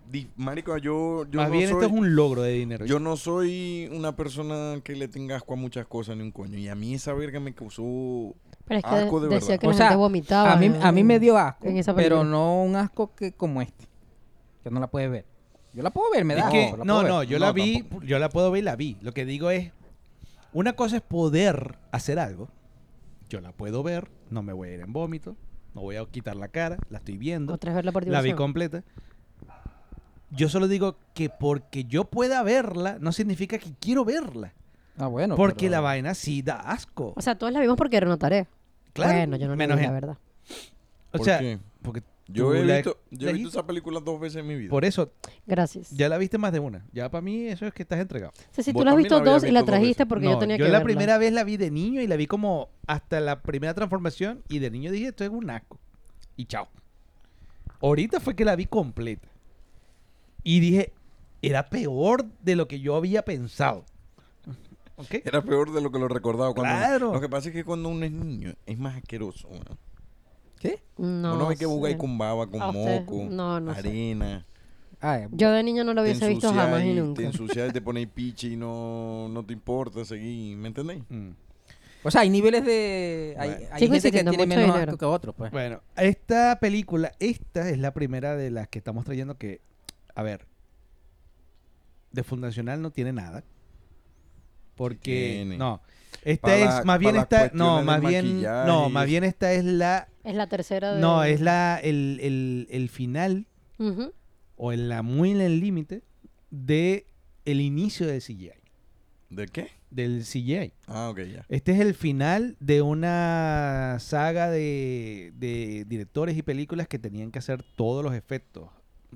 Marico, yo Más no bien soy... esto es un logro de dinero. Yo no soy una persona que le tenga asco a muchas cosas ni un coño. Y a mí esa verga me causó Pero es que asco de decía verdad. que O la sea, gente vomitaba. a mí me dio asco, en esa pero película. no un asco que como este. Que no la puedes ver. Yo la puedo ver, me da Es asco. que, la puedo no, ver. no, yo No, la vi, tampoco. yo la puedo ver y la vi. Lo que digo es, una cosa es poder hacer algo. Yo la puedo ver, no me voy a ir en vómito, no voy a quitar la cara, la estoy viendo, Otra vez verla por la vi diversión. completa. Yo solo digo que porque yo pueda verla, no significa que quiero verla. Ah, bueno. Porque pero- la vaina sí da asco. O sea, todos la vimos porque era una tarea. Claro, Bueno, yo no la menos vi, la gente. verdad. O ¿Por sea, qué? porque Yo tú he la- visto, la- esa película 2 veces en mi vida. Por eso, Gracias. ya la viste más de una. Ya para mí eso es que estás entregado. O sea, si Vos tú la has también visto la habías dos y la visto dos trajiste veces. porque No, yo tenía que la verla. primera vez la vi de niño y la vi como hasta la primera transformación y de niño dije, esto es un asco. Y chao. Ahorita fue que la vi completa. Y dije, era peor de lo que yo había pensado. ¿Ok? Era peor de lo que lo recordaba. Claro. Lo que pasa es que cuando uno es niño es más asqueroso. ¿no? ¿Qué? No uno ve que buga sé. y con baba, con A usted, moco, no sé. arena. Ah, Yo de niño no lo Te hubiese visto jamás y ensucias nunca. Te ensucias y te pones piche y no te importa seguir. ¿Me entendéis? Mm. o sea, hay niveles de... Hay, Bueno. hay Sigo gente que insistiendo, tiene mucho menos dinero. asco que otros, pues. Bueno, esta película, esta es la primera de las que estamos trayendo que, a ver, de fundacional no tiene nada. Porque, Tiene. no, esta Pa' es, la- más bien pa' las esta, cuestiones no, del más bien, maquillaje no, y más eso. bien esta es la, Es la tercera de... no, es la, el final, Ujú. o en la muy en el límite, de el inicio del CGI, ¿De qué? del CGI. Ah, ok, ya. Este es el final de una saga de directores y películas que tenían que hacer todos los efectos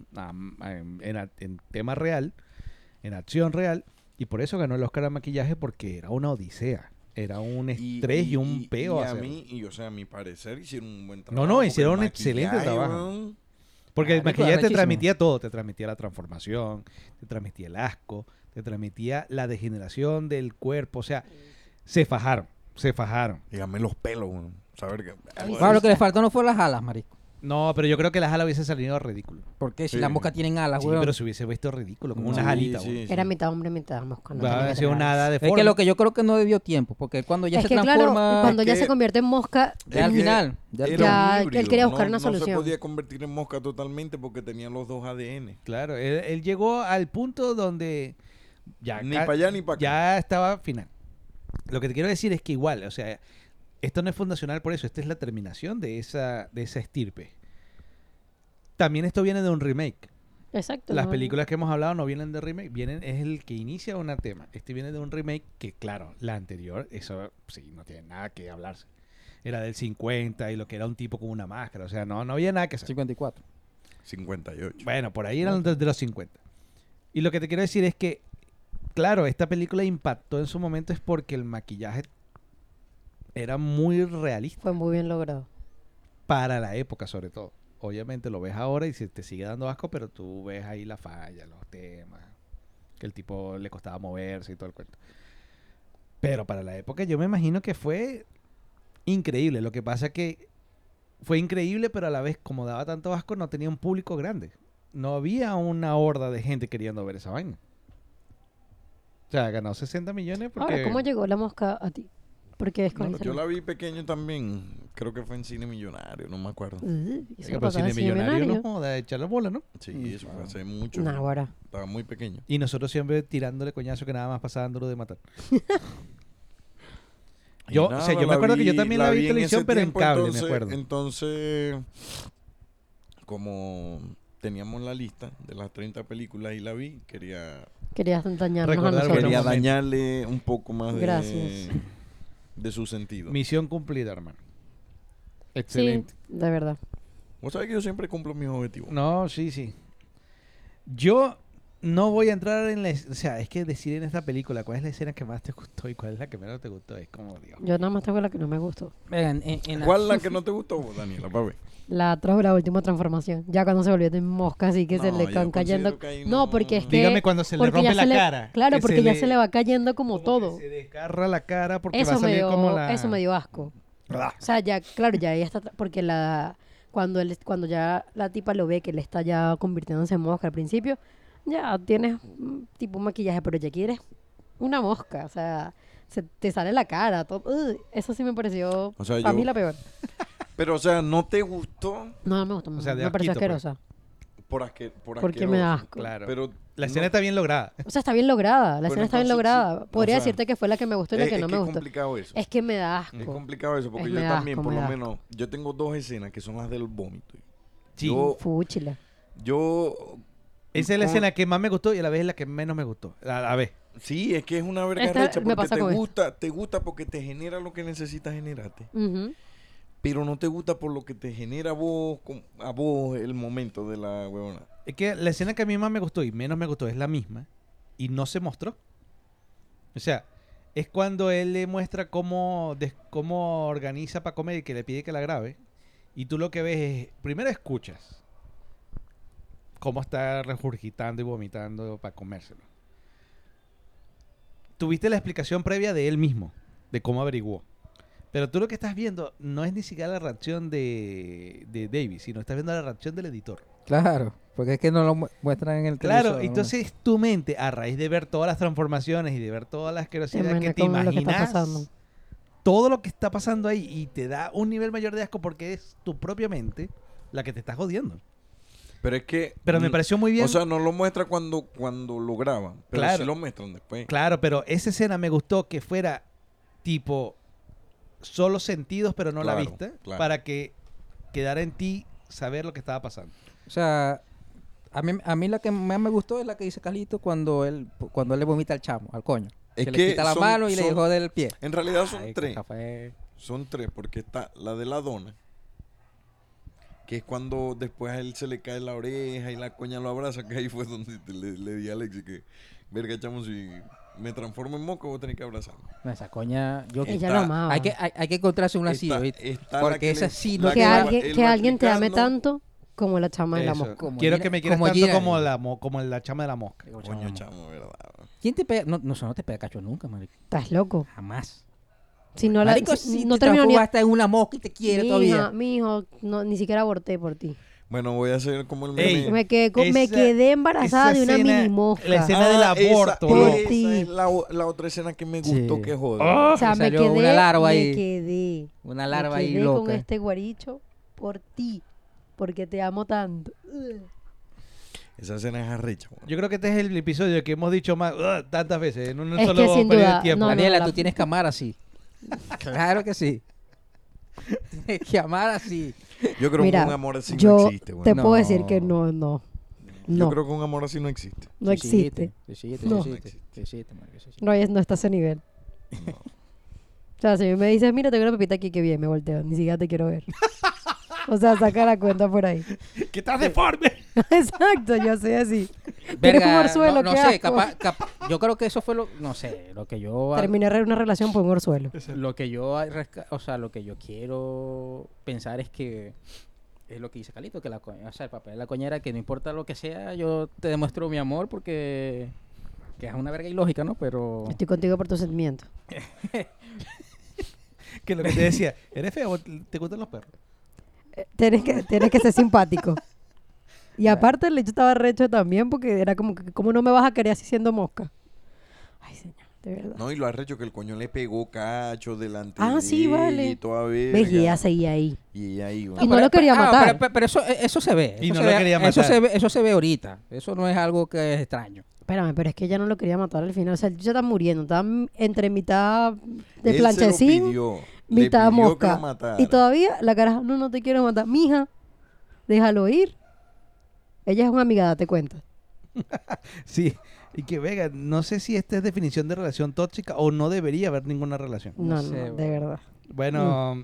en tema real, en acción real, y por eso ganó el Oscar a maquillaje porque era una odisea, era un estrés y, un peo y a hacerlo. mí, y o sea, a mi parecer hicieron un buen No, trabajo. no, porque hicieron el un excelente maquillaje, trabajo. weón, Porque el Marico, maquillaje te arrechísimo. transmitía todo, te transmitía la transformación, te transmitía el asco, te transmitía la degeneración del cuerpo, o sea, se fajaron, se fajaron. dígame los pelos, weón. Saber que... Bueno, lo que le faltó no fue las alas, marico. No, pero yo creo que las alas hubiese salido ridículo. Porque si Sí. las moscas tienen alas, Sí, weón. pero se hubiese visto ridículo, como Sí, unas alitas. sí, güey. sí. Era mitad hombre, mitad mosca. No Va tenía a que ser tener nada alas. de Es forma. que lo que yo creo que no debió tiempo, porque cuando ya Es se que claro, transforma... cuando ya que- se convierte en mosca... Ya al que final, ya al era final. un Ya, híbrido, él quería buscar una No solución. se podía convertir en mosca totalmente porque tenía los dos ADN. Claro, él llegó al punto donde ya, Ni para allá ni para acá. ya estaba final. Lo que te quiero decir es que igual, o sea, esto no es fundacional por eso, esta es la terminación de esa estirpe. También esto viene de un remake. Exacto. Las no- películas que hemos hablado no vienen de remake, es el que inicia un tema. Este viene de un remake que, claro, la anterior, eso sí, no tiene nada que hablarse. Era del 50 y lo que era un tipo con una máscara, o sea, no había nada que hacer. 54. 58. Bueno, por ahí eran de los 50. Y lo que te quiero decir es que, claro, esta película impactó en su momento es porque el maquillaje era muy realista Fue muy bien logrado. para la época, sobre todo. Obviamente lo ves ahora y se te sigue dando asco, pero tú ves ahí la falla, los temas, que el tipo le costaba moverse y todo el cuento. Pero para la época yo me imagino que fue increíble. Lo que pasa es que fue increíble, pero a la vez, como daba tanto asco, no tenía un público grande. No había una horda de gente queriendo ver esa vaina. O sea, ganó 60 millones porque... Ahora, ¿cómo llegó la mosca a ti? Porque No, escogiste yo la vi pequeño también. Creo que fue en Cine Millonario, no me acuerdo. Eso Oiga, lo pero pasaba Cine en Cine Millonario no Millonario. joda, echarle bola, ¿no? Sí, eso fue hace mucho. Nah, ahora. Estaba muy pequeño. Y nosotros siempre tirándole coñazo que nada más pasaban duro de matar. Y Yo, o sea, yo me acuerdo que yo también la vi en ese televisión, pero en tiempo, cable, entonces, me acuerdo. Entonces, como teníamos la lista de las 30 películas y la vi, quería Querías dañarnos a Recordar nosotros. quería momento. dañarle un poco más Gracias. de su sentido. Misión cumplida, hermano. Sí, Excelente. de verdad. Vos sabés que yo siempre cumplo mis objetivos. No, sí, sí. Yo no voy a entrar en la... O sea, es que decir en esta película cuál es la escena que más te gustó y cuál es la que menos te gustó. Es como, Dios. Yo nada más tengo la que no me gustó. Vean, en ¿Cuál es la que no te gustó, vos, Daniela? Pa' ver. La última transformación. Ya cuando se volvió de mosca, así que se No, le yo van cayendo. considero que ahí No, no- porque es que. Dígame cuando se le porque ya rompe la se le- cara. Claro, que porque ya se le va cayendo como que todo. se desgarra la cara porque va a Eso me salir dio, como la... eso me dio asco. Ah. O sea, ya, claro, ya ella está. Porque cuando ya la tipa lo ve que le está ya convirtiéndose en mosca al principio, ya tienes tipo un maquillaje, pero ya quieres una mosca, o sea, se te sale la cara, todo. Eso sí me pareció O sea, para mí la peor. Pero, o sea, ¿no te gustó No me gustó, O sea, de me pareció asquito, pues. asquerosa. por Porque me da asqueroso? asco. Claro. Pero La escena no- está bien lograda. O sea, está bien lograda, la Bueno, escena está bien entonces, lograda. sí, o Podría sea, decirte que fue la que me gustó y la que no me es gustó. complicado eso. Es que me da Es asco. complicado eso, porque Es yo me da también, asco, por me lo da menos, yo tengo 2 escenas que son las del vómito. Sí. Fúchila. Yo Esa es la con- escena que más me gustó y a la vez es la que menos me gustó. A la vez. Sí, es que es una verga Esta recha me porque pasa te con esta. gusta, te gusta porque te genera lo que necesitas generarte, Ujú. pero no te gusta por lo que te genera a vos el momento de la huevona. Es que la escena que a mí más me gustó y menos me gustó es la misma y no se mostró. O sea, es cuando él le muestra cómo organiza para comer y que le pide que la grabe. Y tú lo que ves es, primero escuchas cómo está regurgitando y vomitando para comérselo. Tuviste la explicación previa de él mismo, de cómo averiguó. Pero tú lo que estás viendo no es ni siquiera la reacción de David, sino estás viendo la reacción del editor. Claro, porque es que no lo muestran en el Claro, televisor, ¿no? entonces tu mente, a raíz de ver todas las transformaciones y de ver toda la asquerosidad Te que te imagina lo que está imaginas, pasando. todo lo que está pasando ahí y te da un nivel mayor de asco porque es tu propia mente la que te está jodiendo. Pero es que Pero me pareció muy bien. O sea, no lo muestra cuando lo graban, pero Claro. sí lo muestran después. Claro, pero esa escena me gustó que fuera tipo solo sentidos pero no la Claro, vista claro. para que quedara en ti saber lo que estaba pasando. O sea, a mí la que más me gustó es la que dice Carlito cuando él le vomita al chamo, al coño. Es que que le quita la son- mano y le son- dejó del pie. En realidad son Ay, 3. café. Son 3, porque está la de la dona, que es cuando después a él se le cae la oreja y la coña lo abraza, que ahí fue donde le di a Alexi que, verga, chamo, si me transformo en moco, voy a tener que abrazarlo. No, esa coña, yo Ella Está- lo amaba. hay que encontrarse una así, Está- ¿oíste? está la Porque que esa le- sí la no Que que va- alguien, él que va alguien te ame explicando. tanto como la chama de la Eso. mosca. Como Quiero Gina- que me quieras como tanto Gina. como la chama de la mosca. Coño, chamo, verdad. ¿Quién te pega? No, eso no te pega cacho nunca, marico. Estás loco. Jamás. Si no la Marico, si- si no te termino ni transformaste en una mosca y te quiere todavía. mi hijo, no, ni siquiera aborté por ti. Bueno, voy a hacer como el Ey, meme. Me Esa- quedé embarazada esa de una escena- mini mosca. la escena del aborto, Por ¿no? esa ti. es la otra escena que me gustó, Sí. que joder. Ah. O sea, Me me salió quedé, una larva me ahí. quedé. Una larva me ahí quedé loca. con este guaricho por ti, porque te amo tanto. Esa escena es arrecha. weón. Yo creo que este es el episodio que hemos dicho más tantas veces en un Es solo que sin periodo duda, de tiempo. no, Daniela, la- tú tienes que amar así. Claro que sí. Tienes que amar así. Yo creo Mira, que un amor así no yo existe. weón. te No. puedo decir que no. Yo No, creo que un amor así no existe. no existe. No. Existe, marico, sí existe. No está a ese nivel. No. O sea, si me dices, mira, tengo una pepita aquí, qué bien, me volteo. Ni siquiera te quiero ver. O sea, saca la cuenta por ahí. ¡Que estás deforme! Exacto, yo soy así. ¿Quieres Verga, un orzuelo? no Qué sé, asco. yo creo que eso fue no sé, lo que yo Terminé una relación por un orzuelo. lo que yo quiero pensar es que es lo que dice Calito, que o sea, el papel de la coñera, que no importa lo que sea, yo te demuestro mi amor porque que es una verga ilógica, ¿no? Pero Estoy contigo por tus sentimientos. Que lo que te decía, ¿eres feo? ¿Te gustan los perros? Tienes que ser simpático. Y aparte el hecho estaba recho también porque era como que, ¿cómo no me vas a querer así siendo mosca? Ay, señor, de verdad. No, y lo arrecho que el coño le pegó cacho delante Ah, de sí, él vale. y toda Ves, verga. y ella seguía ahí. Y ella ahí, Y weón. no lo quería matar. Pero eso se ve. Y eso no se lo ve- quería Eso matar. eso se ve ahorita. Eso no es algo que es extraño. Espérame, pero es que ella no lo quería matar al final. O sea, él se está muriendo. Estaba entre mitad de Él se lo planchecín, pidió, le mitad pidió que mosca. lo matara. Y todavía la cara, no te quiero matar. Mija, déjalo ir. Ella es una amiga, date cuenta. Sí. Y que, Vega, no sé si esta es definición de relación tóxica o no debería haber ninguna relación. No, sé, de bueno. verdad. Bueno,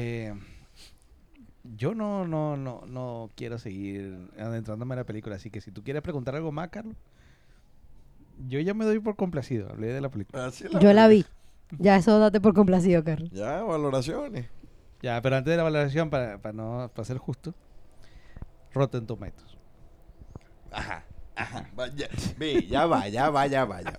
yo no quiero seguir adentrándome en la película, así que si tú quieres preguntar algo más, Carlos, yo ya me doy por complacido. Hablé de la película. Así es Yo verga. la vi. Ya eso date por complacido, Carlos. Ya, valoraciones. Ya, pero antes de la valoración, para ser justo, Rotten Tomatoes. Ajá. Vaya, ve, ya va. Ya va.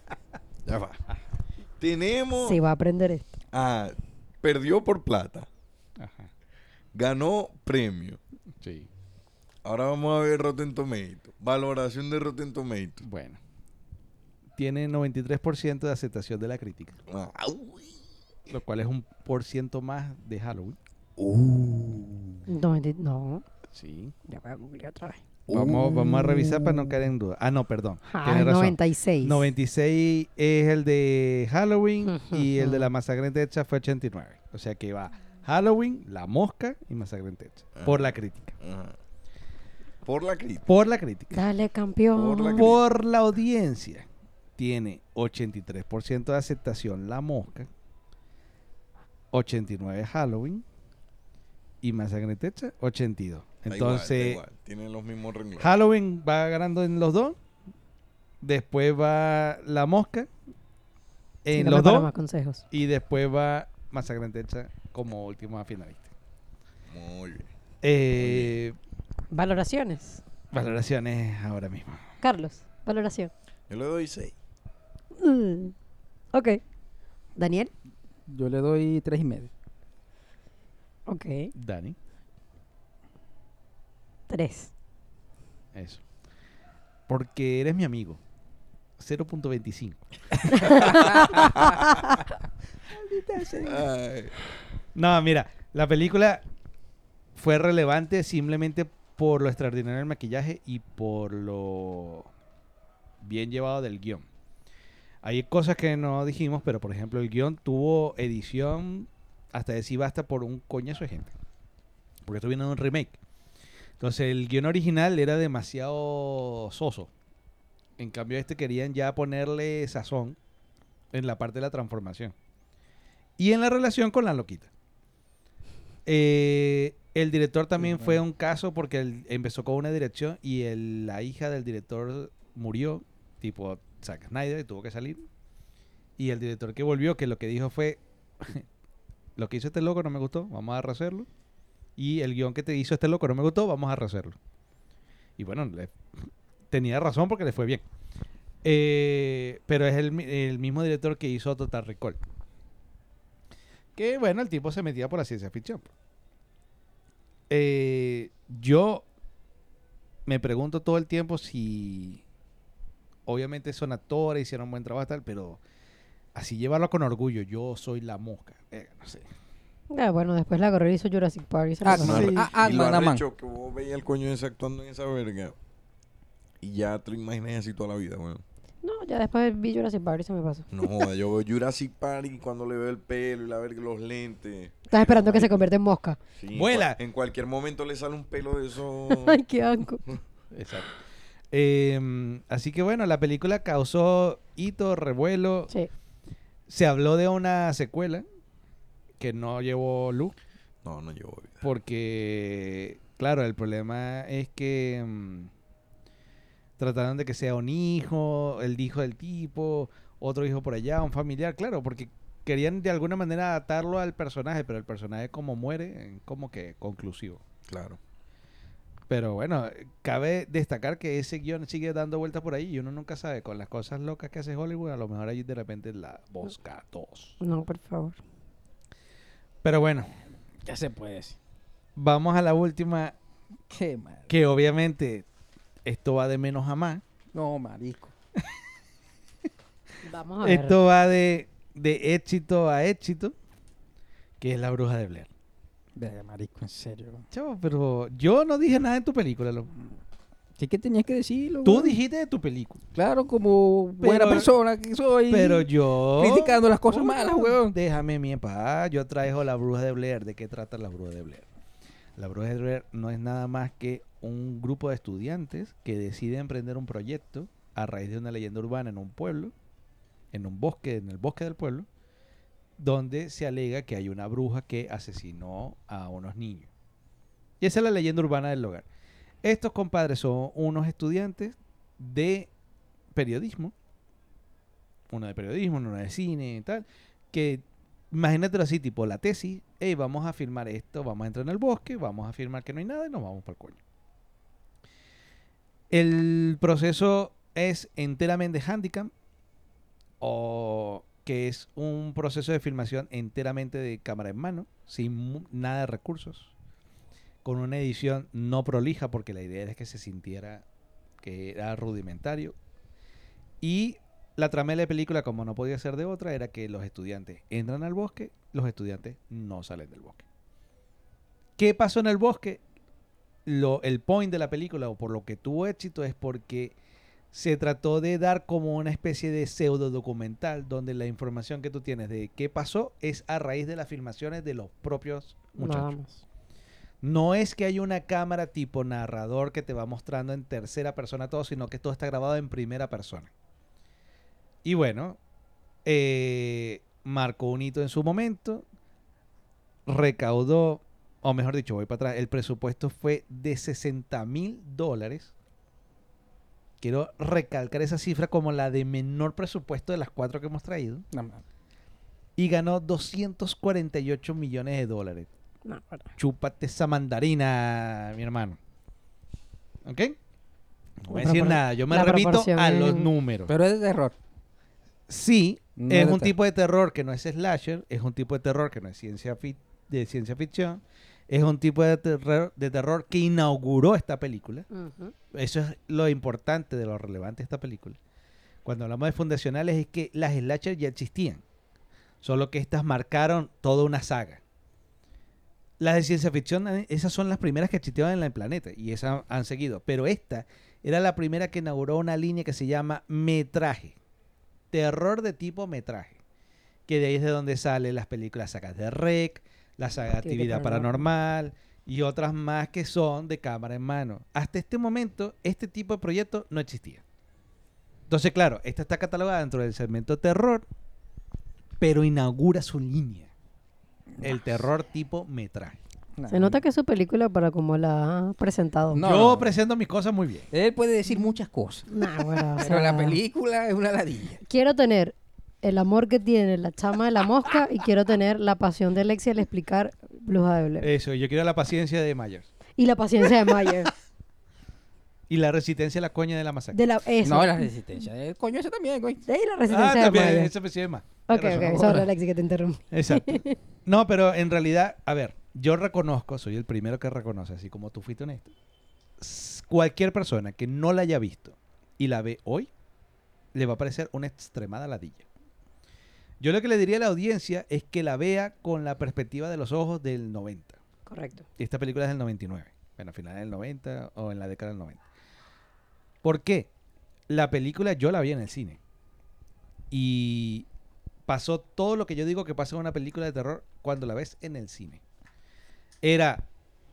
Tenemos... Sí, va a aprender esto. Ah, perdió por plata. Ajá. Ganó premio. Sí. Ahora vamos a ver Rotten Tomatoes. Valoración de Rotten Tomatoes. Bueno. Tiene 93% de aceptación de la crítica. Ah, Lo cual es un por ciento más de Halloween. No, Sí. ya voy a googlear otra vez. Vamos a revisar para no caer en duda. Ah, no, perdón. Tienes razón. 96. 96 es el de Halloween y el de la Ujú. Masacre en Texas fue 89. O sea que va Halloween, La Mosca y Masacre en Texas. Por la crítica. Ajá. Por la crítica. Por la crítica. Dale, campeón. Por la Por la audiencia. Tiene 83% de aceptación La Mosca, 89 Halloween y Masacre en Texas 82. Da Entonces, igual. Tienen los mismos renglones. Halloween va ganando en los dos. Después va La Mosca en Sígame los para dos. más consejos. Y después va Masacre en Texas como última finalista. Muy bien. Valoraciones. Valoraciones ahora mismo. Carlos, valoración. Yo le doy 6. Ok. Daniel. Yo le doy 3.5. Ok. Dani, 3. eso. Porque eres mi amigo. 0.25. Ay, No, mira, la película fue relevante simplemente por lo extraordinario del maquillaje y por lo bien llevado del guión. Hay cosas que no dijimos, pero por ejemplo el guión tuvo edición hasta decir basta por un coñazo de gente. Porque esto viene de un remake. Entonces el guión original era demasiado soso. En cambio este querían ya ponerle sazón en la parte de la transformación. Y en la relación con la loquita. El director también Sí, fue bueno. un caso porque él empezó con una dirección y la hija del director murió, tipo Zack Snyder, y tuvo que salir. Y el director que volvió, que lo que dijo fue, lo que hizo este loco no me gustó, vamos a rehacerlo. Y el guión que te hizo este loco no me gustó, vamos a rehacerlo. Y bueno, tenía razón porque le fue bien. Pero es el mismo director que hizo Total Recall. Que bueno, el tipo se metía por la ciencia ficción. Yo me pregunto todo el tiempo si obviamente son actores, hicieron un buen trabajo y tal, pero así llevarlo con orgullo, yo soy la mosca. No sé. Bueno, después la correa hizo Jurassic Park. Y se Ah, pasó. sí. y lo Ant-Man, Ant-Man. arrecho que vos veías el coño ese actuando en esa verga. Y ya te lo imaginas así toda la vida, weón. No, ya después vi Jurassic Park y se me pasó. No joda, yo veo Jurassic Park y cuando le veo el pelo y la verga, los lentes. Estás esperando que se convierta en mosca. Sí, ¡Vuela! En cualquier momento le sale un pelo de eso. Ay, qué asco. Exacto. Así que bueno, la película causó hito, revuelo. Sí. Se habló de una secuela que no llevó luz. No, no llevo vida. Porque, claro, el problema es que trataron de que sea un hijo, el hijo del tipo, otro hijo por allá, un familiar, claro, porque querían de alguna manera adaptarlo al personaje, pero el personaje como muere, como que conclusivo. Claro. Pero bueno, cabe destacar que ese guión sigue dando vueltas por ahí y uno nunca sabe, con las cosas locas que hace Hollywood, a lo mejor ahí de repente la busca todos. No, por favor. Pero bueno, Ya se puede decir. vamos a la última, Qué mal. que obviamente esto va de menos a más. No, marico. Vamos a ver. Esto va de éxito a éxito, que es La Bruja de Blair. Verga, marico, en serio. Chavo, pero yo no dije nada en tu película. ¿Qué que tenías que decirlo? Tú weón? dijiste de tu película. Claro, como buena Pero- persona que soy. Pero yo... criticando las cosas No, malas, weón. Déjame mi en paz. Yo traigo La Bruja de Blair. ¿De qué trata La Bruja de Blair? La Bruja de Blair no es nada más que un grupo de estudiantes que decide emprender un proyecto a raíz de una leyenda urbana en un pueblo, en un bosque, en el bosque del pueblo, donde se alega que hay una bruja que asesinó a unos niños. Y esa es la leyenda urbana del lugar. Estos compadres son unos estudiantes de periodismo, uno de periodismo, uno de cine y tal, que imagínatelo así, tipo la tesis, hey, vamos a filmar esto, vamos a entrar en el bosque, vamos a filmar que no hay nada y nos vamos para el coño. El proceso es enteramente handicap, o que es un proceso de filmación enteramente de cámara en mano, sin nada de recursos, con una edición no prolija, porque la idea era que se sintiera que era rudimentario. Y la trama de la película, como no podía ser de otra, era que los estudiantes entran al bosque, los estudiantes no salen del bosque. ¿Qué pasó en el bosque? El point de la película, o por lo que tuvo éxito, es porque se trató de dar como una especie de pseudo documental donde la información que tú tienes de qué pasó es a raíz de las filmaciones de los propios muchachos. Vamos. No es que haya una cámara tipo narrador que te va mostrando en tercera persona todo, sino que todo está grabado en primera persona. Y bueno, marcó un hito en su momento, recaudó, o mejor dicho, voy para atrás, el presupuesto fue de $60,000. Quiero recalcar esa cifra como la de menor presupuesto de las 4 que hemos traído. No, no. Y ganó $248 millones. No, bueno. Chúpate esa mandarina, mi hermano. ¿Ok? No voy a La decir propor- nada. Yo me la repito proporción a los es- números. Pero es de terror. Sí, No es de un ter- tipo de terror que no es slasher. Es un tipo de terror que no es de ciencia ficción. Es un tipo de terror que inauguró esta película. Ujú. Eso es lo importante de lo relevante de esta película. Cuando hablamos de fundacionales es que las slasher ya existían. Solo que estas marcaron toda una saga. Las de ciencia ficción, esas son las primeras que existieron en el planeta y esas han seguido. Pero esta era la primera que inauguró una línea que se llama metraje. Terror de tipo metraje. Que de ahí es de donde salen las películas sagas de REC, la saga de Actividad Actividad Paranormal y otras más que son de cámara en mano. Hasta este momento, este tipo de proyecto no existía. Entonces, claro, esta está catalogada dentro del segmento terror, pero inaugura su línea. El terror tipo metraje. No. Se nota que es su película para como la ha presentado. No. Yo presento mis cosas muy bien. Él puede decir muchas cosas. Nah, bueno, o Pero sea, la película es una ladilla. quiero tener el amor que tiene la chama de la mosca y quiero tener la pasión de Alexia al explicar Bruja de Blair. Eso, yo quiero la paciencia de Myers. Y la paciencia de Mayer. Y la resistencia a la coña de la masacre. De la, eso. No, la resistencia. Coño, ese también, güey. De ahí la resistencia de también, Mayer. esa especie de más. Ok, Tienes razón. ok, sorry Alexia que te interrumpí. Exacto. No, pero en realidad, a ver, yo reconozco, soy el primero que reconoce, así como tú fuiste honesto. Cualquier persona que no la haya visto y la ve hoy, le va a parecer una extremada ladilla. Yo lo que le diría a la audiencia es que la vea con la perspectiva de los ojos del 90. Correcto. Esta película es del 99. Bueno, a finales del 90 o en la década del 90. ¿Por qué? La película yo la vi en el cine. Y pasó todo lo que yo digo que pasa en una película de terror cuando la ves en el cine. Era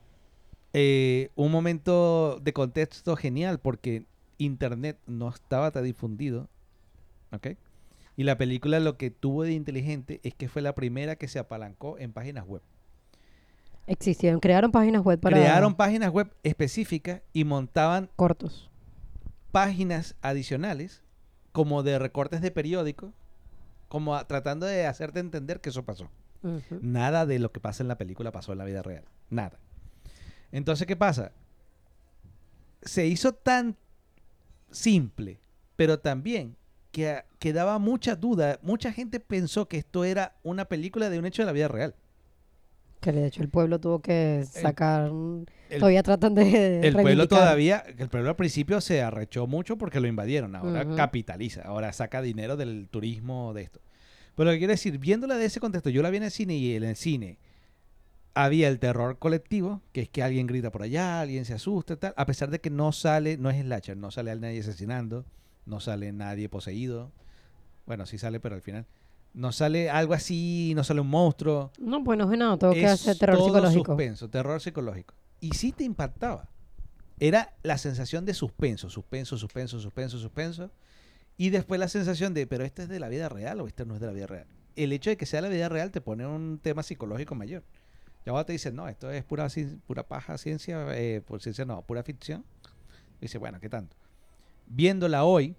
un momento de contexto genial porque internet no estaba tan difundido. ¿Ok? Y la película lo que tuvo de inteligente es que fue la primera que se apalancó en páginas web. Existieron, crearon páginas web para Crearon páginas web específicas y montaban cortos. páginas adicionales como de recortes de periódico, como tratando de hacerte entender que eso pasó. Ujú. Nada de lo que pasa en la película pasó en la vida real. Nada. Entonces, ¿qué pasa? Se hizo tan simple, pero también que daba mucha duda. Mucha gente pensó que esto era una película de un hecho de la vida real. Que de hecho el pueblo tuvo que sacar... el- todavía tratan de El pueblo reivindicar. todavía, el pueblo al principio se arrechó mucho porque lo invadieron. Ahora Ujú. capitaliza, ahora saca dinero del turismo de esto. Pero lo que quiero decir, viéndola de ese contexto, yo la vi en el cine y en el cine había el terror colectivo, que es que alguien grita por allá, alguien se asusta y tal, a pesar de que no sale, no es slasher, no sale nadie asesinando, no sale nadie poseído. Bueno, sí sale, pero al final. No sale algo así, no sale un monstruo. No, pues no es nada, tengo que Es hacer terror todo psicológico. suspenso, terror psicológico. Y sí te impactaba. Era la sensación de suspenso, suspenso, suspenso, suspenso, suspenso. Y después la sensación de, pero ¿este es de la vida real o este no es de la vida real? El hecho de que sea la vida real te pone un tema psicológico mayor. Ya ahora te dicen, no, esto es pura paja ciencia, por ciencia no, pura ficción. Y dices, bueno, ¿qué tanto? Viéndola hoy,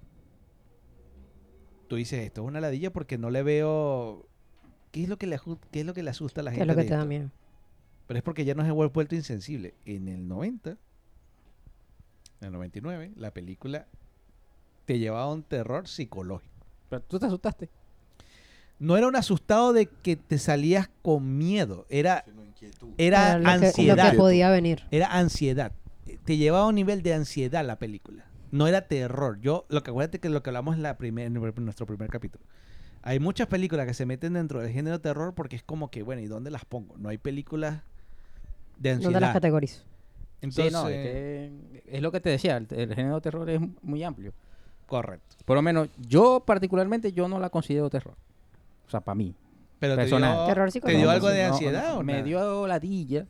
tú dices, esto es una ladilla porque no le veo... ¿Qué es lo que le asusta a la ¿Qué gente es lo que de te da esto? miedo? Pero es porque ya nos hemos vuelto insensible. En el 90, en el 99, la película te llevaba a un terror psicológico. Pero tú te asustaste. no era un asustado de que te salías con miedo, era Era lo que ansiedad. podía venir. Era ansiedad. Te llevaba a un nivel de ansiedad la película. No era terror. Acuérdate que lo que hablamos en nuestro primer capítulo. Hay muchas películas que se meten dentro del género terror porque es como que, bueno, ¿y dónde las pongo? No hay películas de ansiedad. ¿Dónde las categorizo? Entonces, Sí, no, es lo que te decía, el género de terror es muy amplio. correcto. Por lo menos, yo particularmente, yo no la considero terror. O sea, para mí. Pero Personal. Terror ¿te dio psicológico. algo de No, ansiedad o me nada? dio ladilla.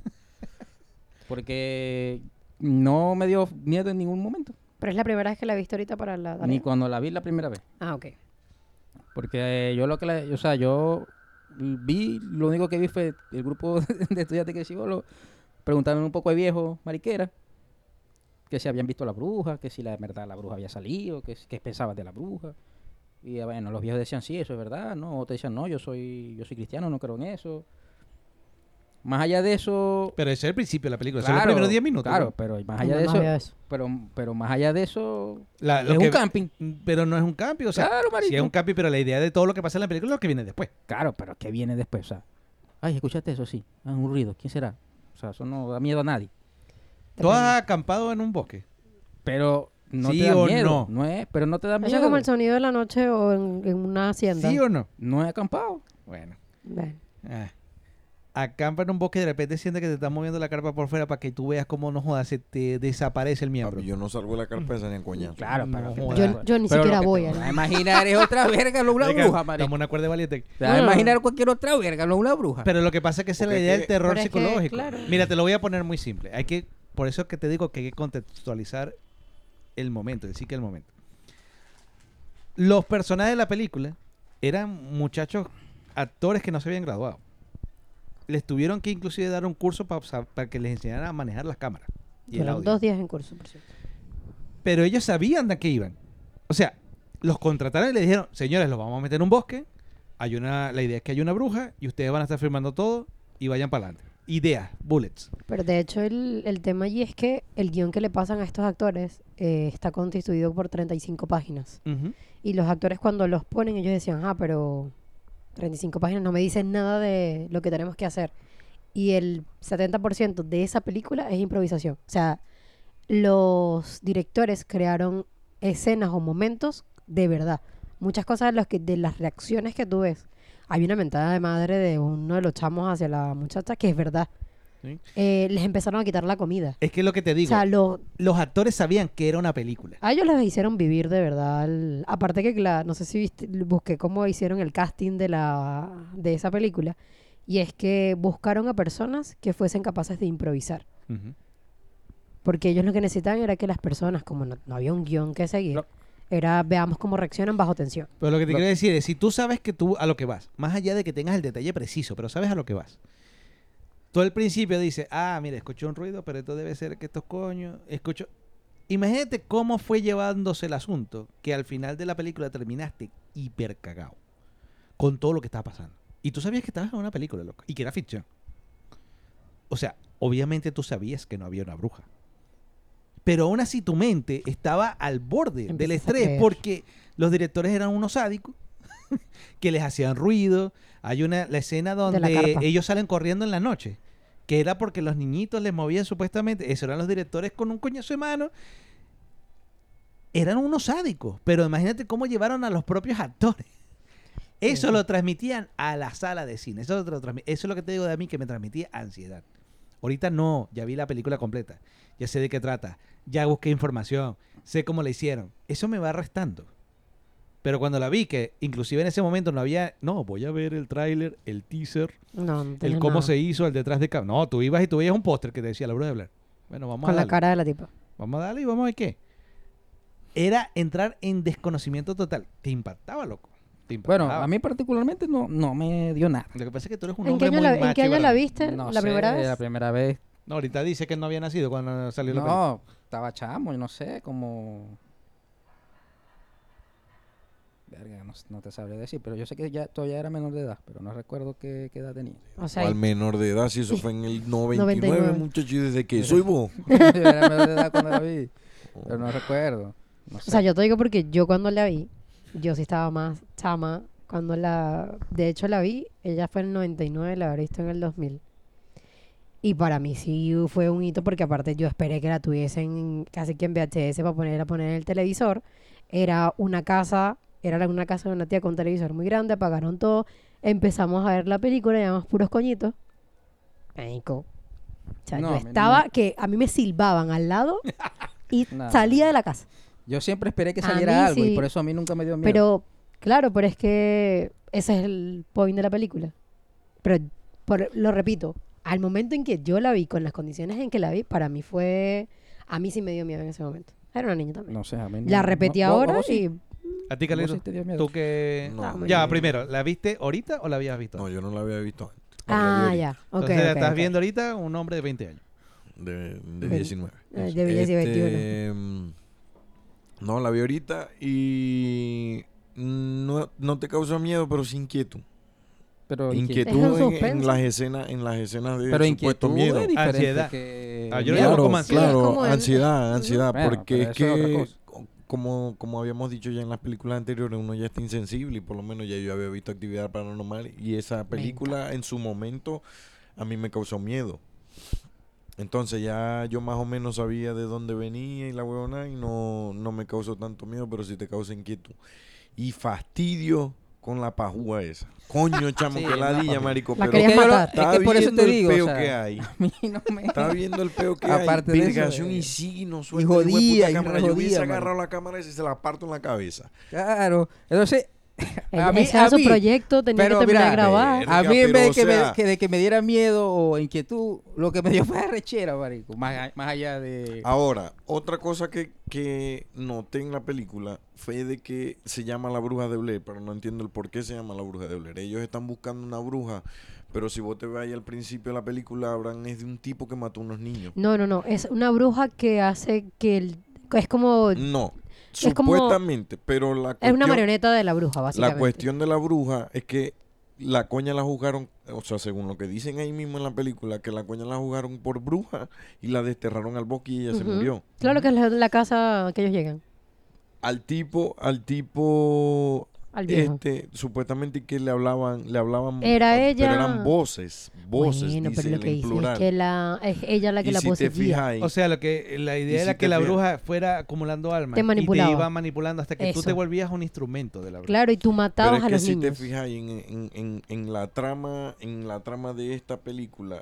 Porque no me dio miedo en ningún momento. Pero es la primera vez que la he visto ahorita para la tarea. Ni cuando la vi la primera vez. Ah, ok. Porque yo yo vi, lo único que vi fue el grupo de estudiantes que sigo, preguntaron un poco de viejos mariquera, que si habían visto a la bruja, que si la verdad la bruja había salido, que pensaban de la bruja. Y bueno, los viejos decían, sí, eso es verdad, ¿no? Otros decían, no, yo soy cristiano, no creo en eso. Más allá de eso... Pero ese es el principio de la película. Son los primeros 10 minutos. Claro, ¿no? pero más No, allá de no eso... había eso. Pero más allá de eso... Lo es que- un camping. Pero no es un camping. O sea, Claro, marico. sí es un camping, pero la idea de todo lo que pasa en la película es lo que viene después. Claro, pero ¿qué viene después? O sea, ay, ¿escuchaste eso? Sí. Ah, un ruido. ¿Quién será? O sea, eso no da miedo a nadie. ¿Tú has acampado en un bosque? Pero no ¿Sí te da o miedo. no? Pero no te da Eso miedo. es como el sonido de la noche o en una hacienda. ¿Sí o no? No he acampado. Bueno. Bueno, Ah. Acampa en un bosque y de repente sientes que te están moviendo la carpa por fuera para que tú veas cómo no jodas, se te desaparece el miembro. Papi, yo no salgo de la carpeta ni en coñazo. Claro, No pero... jodas. Yo ni pero siquiera lo que voy te a- vas a imaginar es otra verga, no una Venga, bruja, marico. Como una cuerda de valiente. Te vas a Ah. imaginar cualquier otra verga, no una bruja. Pero lo que pasa es que esa es la Porque idea es del que- terror Pero es que, psicológico. claro. Mira, te lo voy a poner muy simple. Por eso es que te digo que hay que contextualizar el momento, decir que el momento. Los personajes de la película eran muchachos, actores que no se habían graduado. Les tuvieron que inclusive dar un curso para que les enseñaran a manejar las cámaras y el fueron audio. 2 días en curso, por cierto. Pero ellos sabían de qué iban. O sea, los contrataron y le dijeron, señores, los vamos a meter en un bosque. La idea es que hay una bruja y ustedes van a estar filmando todo y vayan para adelante. Ideas, bullets. Pero de hecho el tema allí es que el guión que le pasan a estos actores está constituido por 35 páginas. Ujú. Y los actores cuando los ponen, ellos decían, pero 35 páginas no me dicen nada de lo que tenemos que hacer. Y el 70% de esa película es improvisación. O sea, los directores crearon escenas o momentos de verdad. Muchas cosas de las reacciones que tú ves. Hay una mentada de madre de uno de los chamos hacia la muchacha que es verdad. Sí. Les empezaron a quitar la comida. Es que es lo que te O digo. sea, Los actores sabían que era una película. a ellos les hicieron vivir de verdad. Aparte que, no sé si viste, busqué cómo hicieron el casting de esa película. Y es que buscaron a personas que fuesen capaces de improvisar. Ujú. Porque ellos lo que necesitaban era que las personas, como no había un guión que seguir, No. era veamos cómo reaccionan bajo tensión. Pero lo que te Lo- quiero decir es, si tú sabes que tú a lo que vas, más allá de que tengas el detalle preciso, pero sabes a lo que vas. Tú al principio dices, mira, escucho un ruido, pero esto debe ser que estos coños, escucho... Imagínate cómo fue llevándose el asunto, que al final de la película terminaste hiper cagado con todo lo que estaba pasando. Y tú sabías que estabas en una película, loco, y que era ficción. O sea, obviamente tú sabías que no había una bruja. Pero aún así tu mente estaba al borde del Empiezas a estrés creer. porque los directores eran unos sádicos que les hacían ruido. Hay la escena De la donde carpa. ellos salen corriendo en la noche, que era porque los niñitos les movían supuestamente. Esos eran los directores con un coñazo de mano. Eran unos sádicos, pero imagínate cómo llevaron a los propios actores. Eso Sí. lo transmitían a la sala de cine. Eso es lo que te digo de mí, que me transmitía ansiedad. Ahorita no, ya vi la película completa. Ya sé de qué trata. Ya busqué información. Sé cómo la hicieron. Eso me va restando. Pero cuando la vi, que inclusive en ese momento no había... No, voy a ver el tráiler, el teaser, No el tenía cómo nada. se hizo, el detrás de cámara. No, tú ibas y tú veías un póster que te decía la bruja de Blair. Bueno, vamos a Con la darle. cara de la tipa. Vamos a darle y vamos a ver qué. Era entrar en desconocimiento total. Te impactaba, loco. Te Bueno, impactaba. a mí particularmente no me dio nada. Lo que pasa es que tú eres un ¿En qué hombre año, muy ¿en qué macho, año la varón. viste? No ¿La sé, primera vez? La primera vez. No, ahorita dice que no había nacido cuando salió la película. No, estaba chamo, yo no sé, como... Verga, no te sabría decir, pero yo sé que ya todavía era menor de edad, pero no recuerdo qué edad tenía. O sea, O al menor de edad, si eso fue en el 99, 99. muchachos, y desde que soy vos. Yo era menor de edad cuando la vi, pero no recuerdo. No o sea, yo te digo porque yo cuando la vi, yo sí estaba más chama De hecho la vi, ella fue en el 99, la habré visto en el 2000. Y para mí sí fue un hito porque aparte yo esperé que la tuviesen casi que en VHS para poner en el televisor. Era una casa de una tía con un televisor muy grande, apagaron todo, empezamos a ver la película, éramos puros coñitos. Marico. O sea, No, yo a mí estaba no. que a mí me silbaban al lado y No. salía de la casa. Yo siempre esperé que A saliera mí algo y sí. por eso a mí nunca me dio miedo. Pero, claro, pero es que ese es el point de la película. Pero, lo repito, al momento en que yo la vi, con las condiciones en que la vi, para mí a mí sí me dio miedo en ese momento. Era una niña también. No sé, a mí no. La repetí ahora ¿Vos sí? y... ¿A ti, ¿Vos Carlito? sí te dio miedo? ¿Tú que...? No, muy Ya, bien. primero, ¿la viste ahorita o la habías visto? No, yo no la había visto antes. Ah, ya. Ok, Entonces, ok, estás ok. viendo ahorita un hombre de 20 años. De Ven. 19. De 21. No, la vi ahorita y no te causa miedo, pero sí inquietud. Pero Es Inquietud un en suspenso. en las escenas de Pero supuesto inquietud miedo. es diferente Ansiedad. que Ah, yo lo miedo. llamo como ansiedad. Sí, es Claro, como ansiedad, Bueno, porque pero es eso es otra que cosa. como habíamos dicho ya en las películas anteriores, uno ya está insensible y por lo menos ya yo había visto Actividad Paranormal y esa película en su momento a mí me causó miedo. Entonces ya yo más o menos sabía de dónde venía y la huevona y no me causó tanto miedo, pero sí te causa inquietud. Y fastidio con la pajúa esa. Coño, chamo, Sí, que la ladilla, pajúa. marico. La Pero querías matar. Es que por eso viendo te el digo, peo o sea, que hay. a mí no me... Está viendo el peo que Aparte hay. de eso, Vergación y sigue y no suelta. y el hijo de jodía, puta y cámara. re Yo hubiese jodía, agarrado la cámara esa y se la parto en la cabeza. Claro. Entonces, Ese era su proyecto, tenía que pero terminar de mira, grabar. verga, a mí en pero, vez o sea- de que me diera miedo o inquietud, lo que me dio fue arrechera, marico. Más allá de... Ahora, otra cosa que noté en la película fue de que se llama La Bruja de Blair, pero no entiendo el por qué se llama La Bruja de Blair. Ellos están buscando una bruja, pero si vos te ves ahí al principio de la película, hablan es de un tipo que mató a unos niños. No. Es una bruja que hace que es como... No, Es como- supuestamente, pero la Es cuestión, una marioneta de la bruja, básicamente. la cuestión de la bruja es que la coña la juzgaron, o sea, según lo que dicen ahí mismo en la película, que la coña la juzgaron por bruja y la desterraron al bosque y ella se Ujú. murió. Claro que es la casa que ellos llegan. Al tipo Al viejo. supuestamente que le hablaban Era pero ella. eran voces, Bueno, dice pero lo él que en dice plural. es que es ella la que Y la si te poseía. fijas, O sea, la idea Y era si que te la fijas- bruja fuera acumulando almas. Te manipulaba. Y te iba manipulando hasta que tú te Eso. volvías un instrumento de la bruja. Claro, y tú pero matabas es a que los si te niños. fijas en la trama de esta película,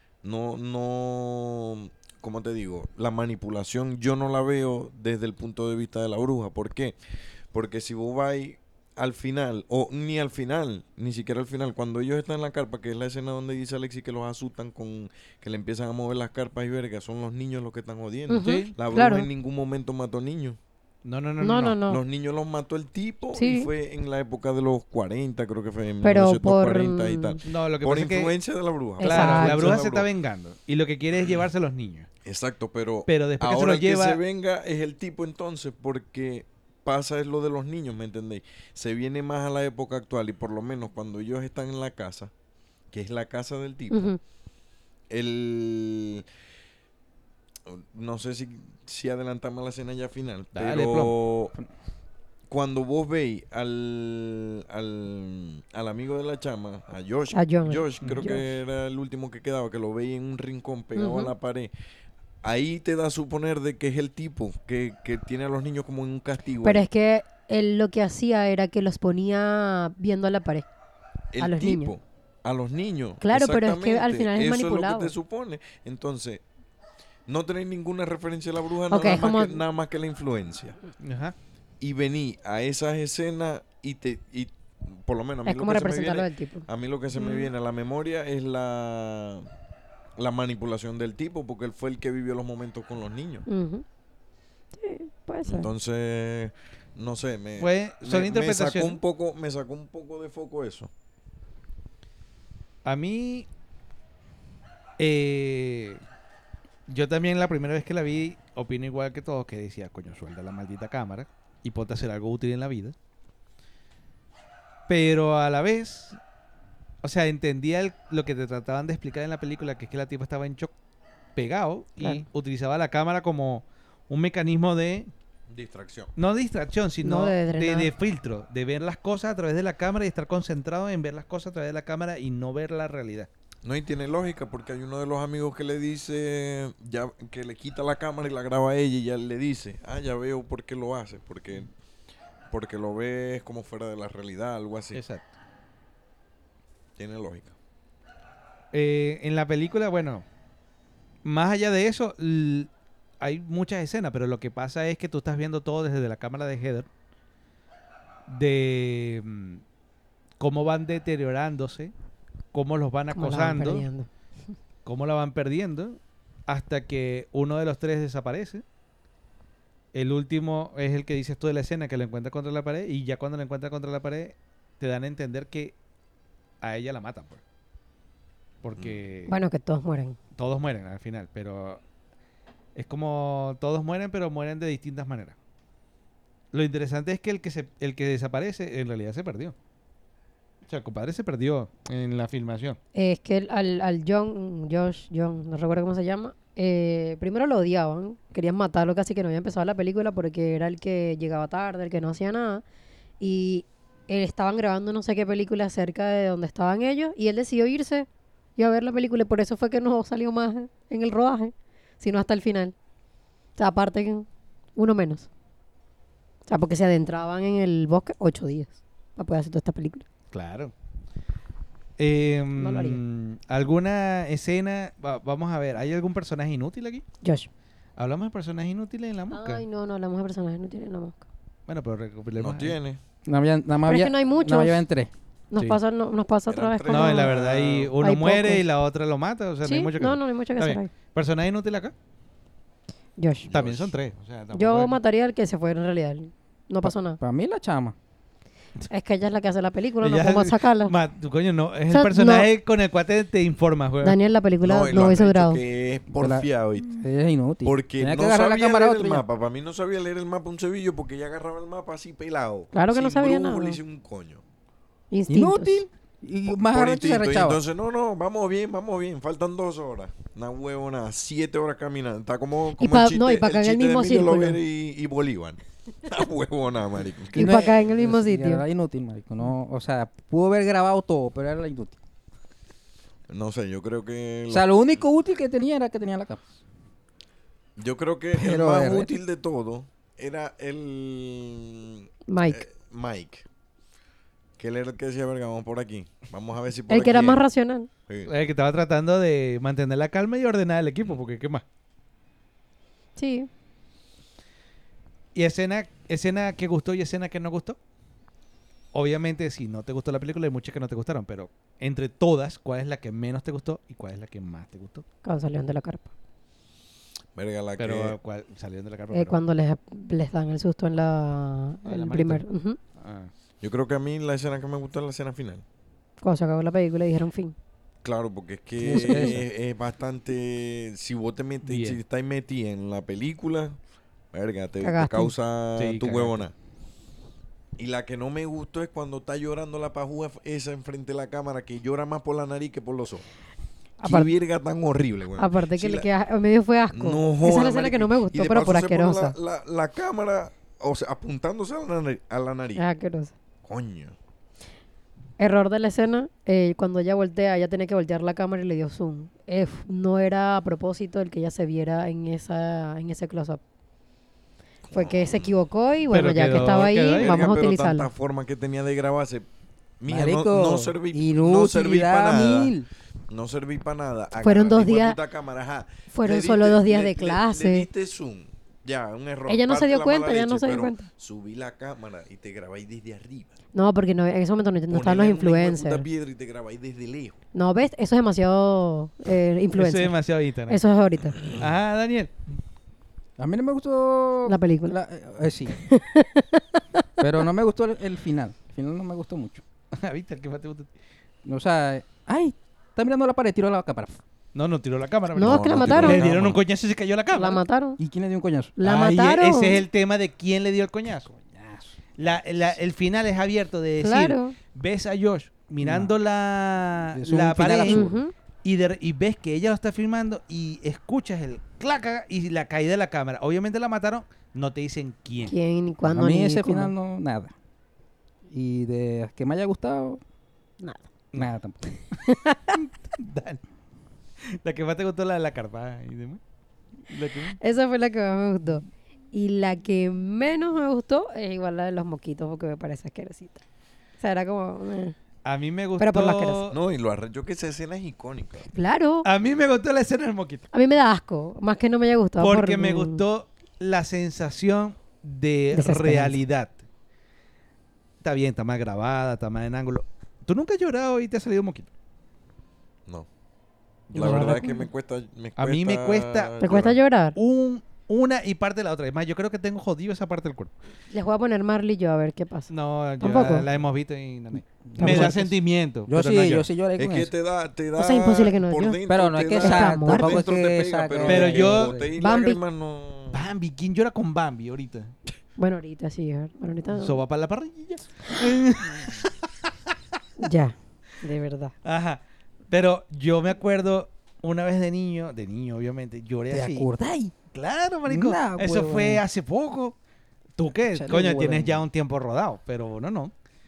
no, ¿cómo te digo? La manipulación yo no la veo desde el punto de vista de la bruja. ¿Por qué? Porque si vos vais al final, o ni al final, ni siquiera al final, cuando ellos están en la carpa, que es la escena donde dice Alexi que los asustan con que le empiezan a mover las carpas y verga, son los niños los que están jodiendo. Ujú, Sí. La bruja claro. en ningún momento mató niños. No. No. Los niños los mató el tipo Sí. y fue en la época de los 40, creo que fue en Pero 1940 y tal. No, lo que Por pasa es que, influencia de la bruja. claro, la Exacto. bruja Esa se es está vengando. Y lo que quiere es llevarse a los niños. Exacto, pero Pero después que se ahora los el lleva... que se venga es el tipo entonces, porque pasa es lo de los niños, ¿me entendéis? Se viene más a la época actual y por lo menos cuando ellos están en la casa, que es la casa del tipo, Ujú. el... No sé si adelantamos a la escena ya final, Dale, pero cuando vos veis al amigo de la chama, a Josh, A John. Josh creo Josh. que era el último que quedaba, que lo veis en un rincón pegado a Ujú. la pared, ahí te da a suponer de que es el tipo que tiene a los niños como en un castigo. Pero ahí. es que él lo que hacía era que los ponía viendo a la pared. El a los tipo, niños. a los niños. Claro, pero es que al exactamente. final es Eso manipulado. es lo que te supone. Entonces, no tenéis ninguna referencia a la bruja, Ok, nada, es como- nada más que la influencia. Ajá. Y vení a esas escenas y por lo menos a mí Es lo como que se me representarlo viene, del tipo. a mí lo que se me viene a la memoria es la manipulación del tipo, porque él fue el que vivió los momentos con los niños. Ujú. Sí, puede ser. Entonces, no sé, Son me sacó interpretaciones. me sacó un poco de foco eso. A mí, yo también la primera vez que la vi, opino igual que todos, que decía, coño, suelta la maldita cámara y ponte a hacer algo útil en la vida. Pero a la vez, o sea, entendía lo que te trataban de explicar en la película, que es que la tipa estaba en shock, pegado, Claro. y utilizaba la cámara como un mecanismo de Distracción. No distracción, sino No, de de drenar. filtro, de ver las cosas a través de la cámara y estar concentrado en ver las cosas a través de la cámara y no ver la realidad. No, y tiene lógica porque hay uno de los amigos que le dice, ya que le quita la cámara y la graba a ella y ya le dice, ya veo por qué lo hace, porque lo ves como fuera de la realidad, algo así. Exacto. Tiene lógica. En la película, bueno, más allá de eso, hay muchas escenas, pero lo que pasa es que tú estás viendo todo desde la cámara de Heather, de cómo van deteriorándose, cómo los van Como la van acosando, perdiendo. cómo la van perdiendo, hasta que uno de los tres desaparece. El último es el que dices tú de la escena, que lo encuentra contra la pared, y ya cuando lo encuentra contra la pared, te dan a entender que a ella la matan, pues. Porque Bueno, que todos mueren. todos mueren al final, pero es como todos mueren, pero mueren de distintas maneras. Lo interesante es que el que desaparece en realidad se perdió. O sea, el compadre se perdió en la filmación. Es que al Josh, no recuerdo cómo se llama, primero lo odiaban, querían matarlo casi que no había empezado la película porque era el que llegaba tarde, el que no hacía nada. Y estaban grabando no sé qué película cerca de donde estaban ellos y él decidió irse y a ver la película y por eso fue que no salió más en el rodaje, sino hasta el final. O sea, aparte que uno menos. O sea, porque se adentraban en el bosque 8 días para poder hacer toda esta película. Claro. No lo haría. ¿Alguna escena? Vamos a ver, ¿hay algún personaje inútil aquí? Josh. ¿Hablamos de personajes inútiles en la mosca? Ay, no hablamos de personajes, no tienen la mosca. Bueno, pero recopilemos No ahí. tiene. Nada más Pero es había, que no hay muchos. nada más habían 3. Nos Sí. pasa, nos pasa otra Eran vez tres. como... No, la verdad, ahí uno Hay muere pocos. y la otra lo mata. O sea, no Sí, hay mucho que no hacer. hay mucho que Está hacer bien. ahí. ¿Personaje inútil acá? Josh. También son 3. O sea, tampoco Yo es- mataría al que se fue en realidad. No pasó nada. Para mí la chama. Es que ella es la que hace la película, no Ella- podemos sacarla. Tu coño, no. Es O sea, el personaje con el cual te informas, güey. Daniel, la película y no lo hubiese han durado. dicho que es porfiado, ¿viste? Ella es inútil. Porque Tenía no que agarrar la sabía cámara a leer otro el ya. mapa. Para mí no sabía leer el mapa un cebillo porque ella agarraba el mapa así pelado. Claro que no sin sabía brújula nada. y sin un coño. Instintos. Inútil. Y Por más arrecho se instinto. Y rechaba. entonces, no, vamos bien. Faltan 2 horas. Una huevona, 7 horas caminando. Está como Y el pa- chiste, no, y pa' caer en el chiste de mismo Emilio círculo. Lovera y Bolívar. Una huevona, marico. Y para acá en el mismo Sí, sitio. Era inútil, marico. No, o sea, pudo haber grabado todo, pero era la inútil. No sé, yo creo que... O sea, lo único útil que tenía era que tenía la capa. Yo creo que el Pero más de resto. útil de todo era el... Mike. Mike. Que él era el que decía, verga, vamos por aquí. Vamos a ver si por El que era aquí más es". racional. Sí. El que estaba tratando de mantener la calma y ordenar el equipo, porque ¿qué más? Sí. ¿Y escena que gustó y escena que no gustó? Obviamente, si no te gustó la película, hay muchas que no te gustaron, pero entre todas, ¿cuál es la que menos te gustó y cuál es la que más te gustó? Cuando salieron de la carpa. Verga, la Pero, que... ¿cuál salieron de la carpa? Pero- Cuando les dan el susto en Ah, el la primer... manito. ujú. Ah. Yo creo que a mí la escena que me gustó es la escena final. Cuando se acabó la película y dijeron fin. Claro, porque es que Eso. es bastante... Si vos te metes, Bien. si estás metido en la película, verga, te Cagaste. causa Sí, tu cagaste. huevona. Y la que no me gustó es cuando está llorando la pajúa esa enfrente de la cámara, que llora más por la nariz que por los ojos. Qué Aparte- verga tan horrible, güey. Aparte Si que le la- queda... A medio fue asco. No Esa joda, es la escena marico. que no me Y gustó, de pero por paso se pone asquerosa. La cámara, o sea, apuntándose a la nariz. Es asquerosa. Coño. Error de la escena, cuando ella voltea, ella tenía que voltear la cámara y le dio zoom. No era a propósito el que ella se viera en ese close-up. Fue que se equivocó y bueno, Pero ya que quedó- estaba ahí, quedó ahí. vamos a Verga, pero utilizarlo. tanta forma que tenía de grabarse. Mija, Marico, no serví para inutilidad nada. mil. No serví para nada. Fueron Agarrar 2 la días- hijueputa cámara, ajá. Fueron Le solo diste- 2 días le- de le- clase. Le diste zoom. Ya, un error. Ella no se Parte dio la cuenta, mala ella no leche, se dio pero cuenta. Subí la cámara y te grabáis desde arriba. No, porque no, en ese momento no estaban los Ponele una hijueputa influencers. piedra y te grabáis desde lejos. No, ¿ves? Eso es demasiado Eso es influencer. demasiado internet. Eso es ahorita, Ajá, Daniel. A mí no me gustó... la película. Sí. Pero no me gustó el final. El final no me gustó mucho. ¿Viste? ¿El que más te gustó? O sea, ay, está mirando la pared, tiró la cámara. No tiró la cámara. No, ¿verdad? es que la no tiró mataron. Le la dieron cámara. un coñazo y se cayó la cámara. La mataron. ¿Y quién le dio un coñazo? La Ay, mataron. Ese es el tema de quién le dio el coñazo. El final es abierto de decir, Claro. ves a Josh mirando la Es un pared final absurdo. Ujú. y ves que ella lo está filmando y escuchas el claca y la caída de la cámara. Obviamente la mataron No te dicen quién. ¿Quién, ni A cuándo, mí ni ese cómo? final no, nada. Y de que me haya gustado, Nada. nada tampoco. Dale. La que más te gustó, la de la carpa. ¿Y demás? La que- Esa fue la que más me gustó. Y la que menos me gustó es igual la de los moquitos porque me parece asquerosita. O sea, era como... A mí me gustó... Pero por las asqueroso. No, y lo arrecho que esa escena es icónica. Claro. A mí me gustó la escena del moquito. A mí me da asco. Más que no me haya gustado. Porque por- me gustó la sensación de Desesperanza. realidad. Está bien, está más grabada, está más en ángulo. ¿Tú nunca has llorado y te ha salido un moquito? No. No, La verdad no. es que me cuesta. A mí me cuesta- ¿Te cuesta llorar? Una y parte de la otra. Es más, yo creo que tengo jodido esa parte del cuerpo. Les voy a poner Marley y yo a ver qué pasa. No, ya ¿Tampoco? la hemos visto y no, me Tampoco. da sentimiento. Yo pero sí, no yo lloro. sí lloré Es con que eso. te da. O sea, imposible que no, por yo- dentro Pero no es te que da- sa- por tampoco es dentro que te pega, saque- pero, Pero yo- boté y Bambi. lágrimas no. Bambi, ¿quién llora con Bambi ahorita? Bueno, ahorita sí. Bueno, ahorita Eso va para la parrilla. ya. De verdad. Ajá. Pero yo me acuerdo una vez de niño obviamente, lloré ¿Te así. acordáis? Claro, marico. Nah, Eso huevón. fue hace poco. ¿Tú qué? Échale Coño, huevón. tienes ya un tiempo rodado, pero no.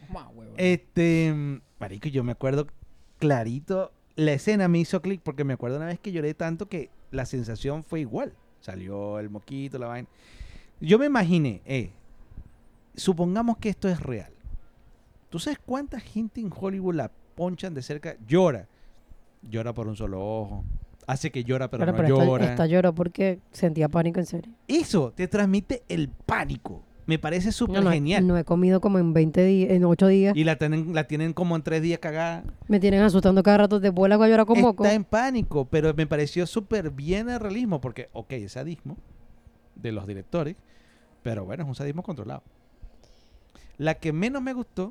Marico, yo me acuerdo clarito. La escena me hizo clic porque me acuerdo una vez que lloré tanto que la sensación fue igual. Salió el moquito, la vaina. Yo me imaginé, supongamos que esto es real. ¿Tú sabes cuánta gente en Hollywood la ponchan de cerca? Llora por un solo ojo. Hace que llora, pero Claro, no pero llora. esta lloró porque sentía pánico en serio. Eso te transmite el pánico. Me parece súper No, genial. no he comido como en 20 días, en 8 días. Y la tienen como en 3 días cagada. Me tienen asustando cada rato de bola a llorar con moco. Está en pánico, pero me pareció súper bien el realismo, porque, ok, es sadismo de los directores, pero bueno, es un sadismo controlado. La que menos me gustó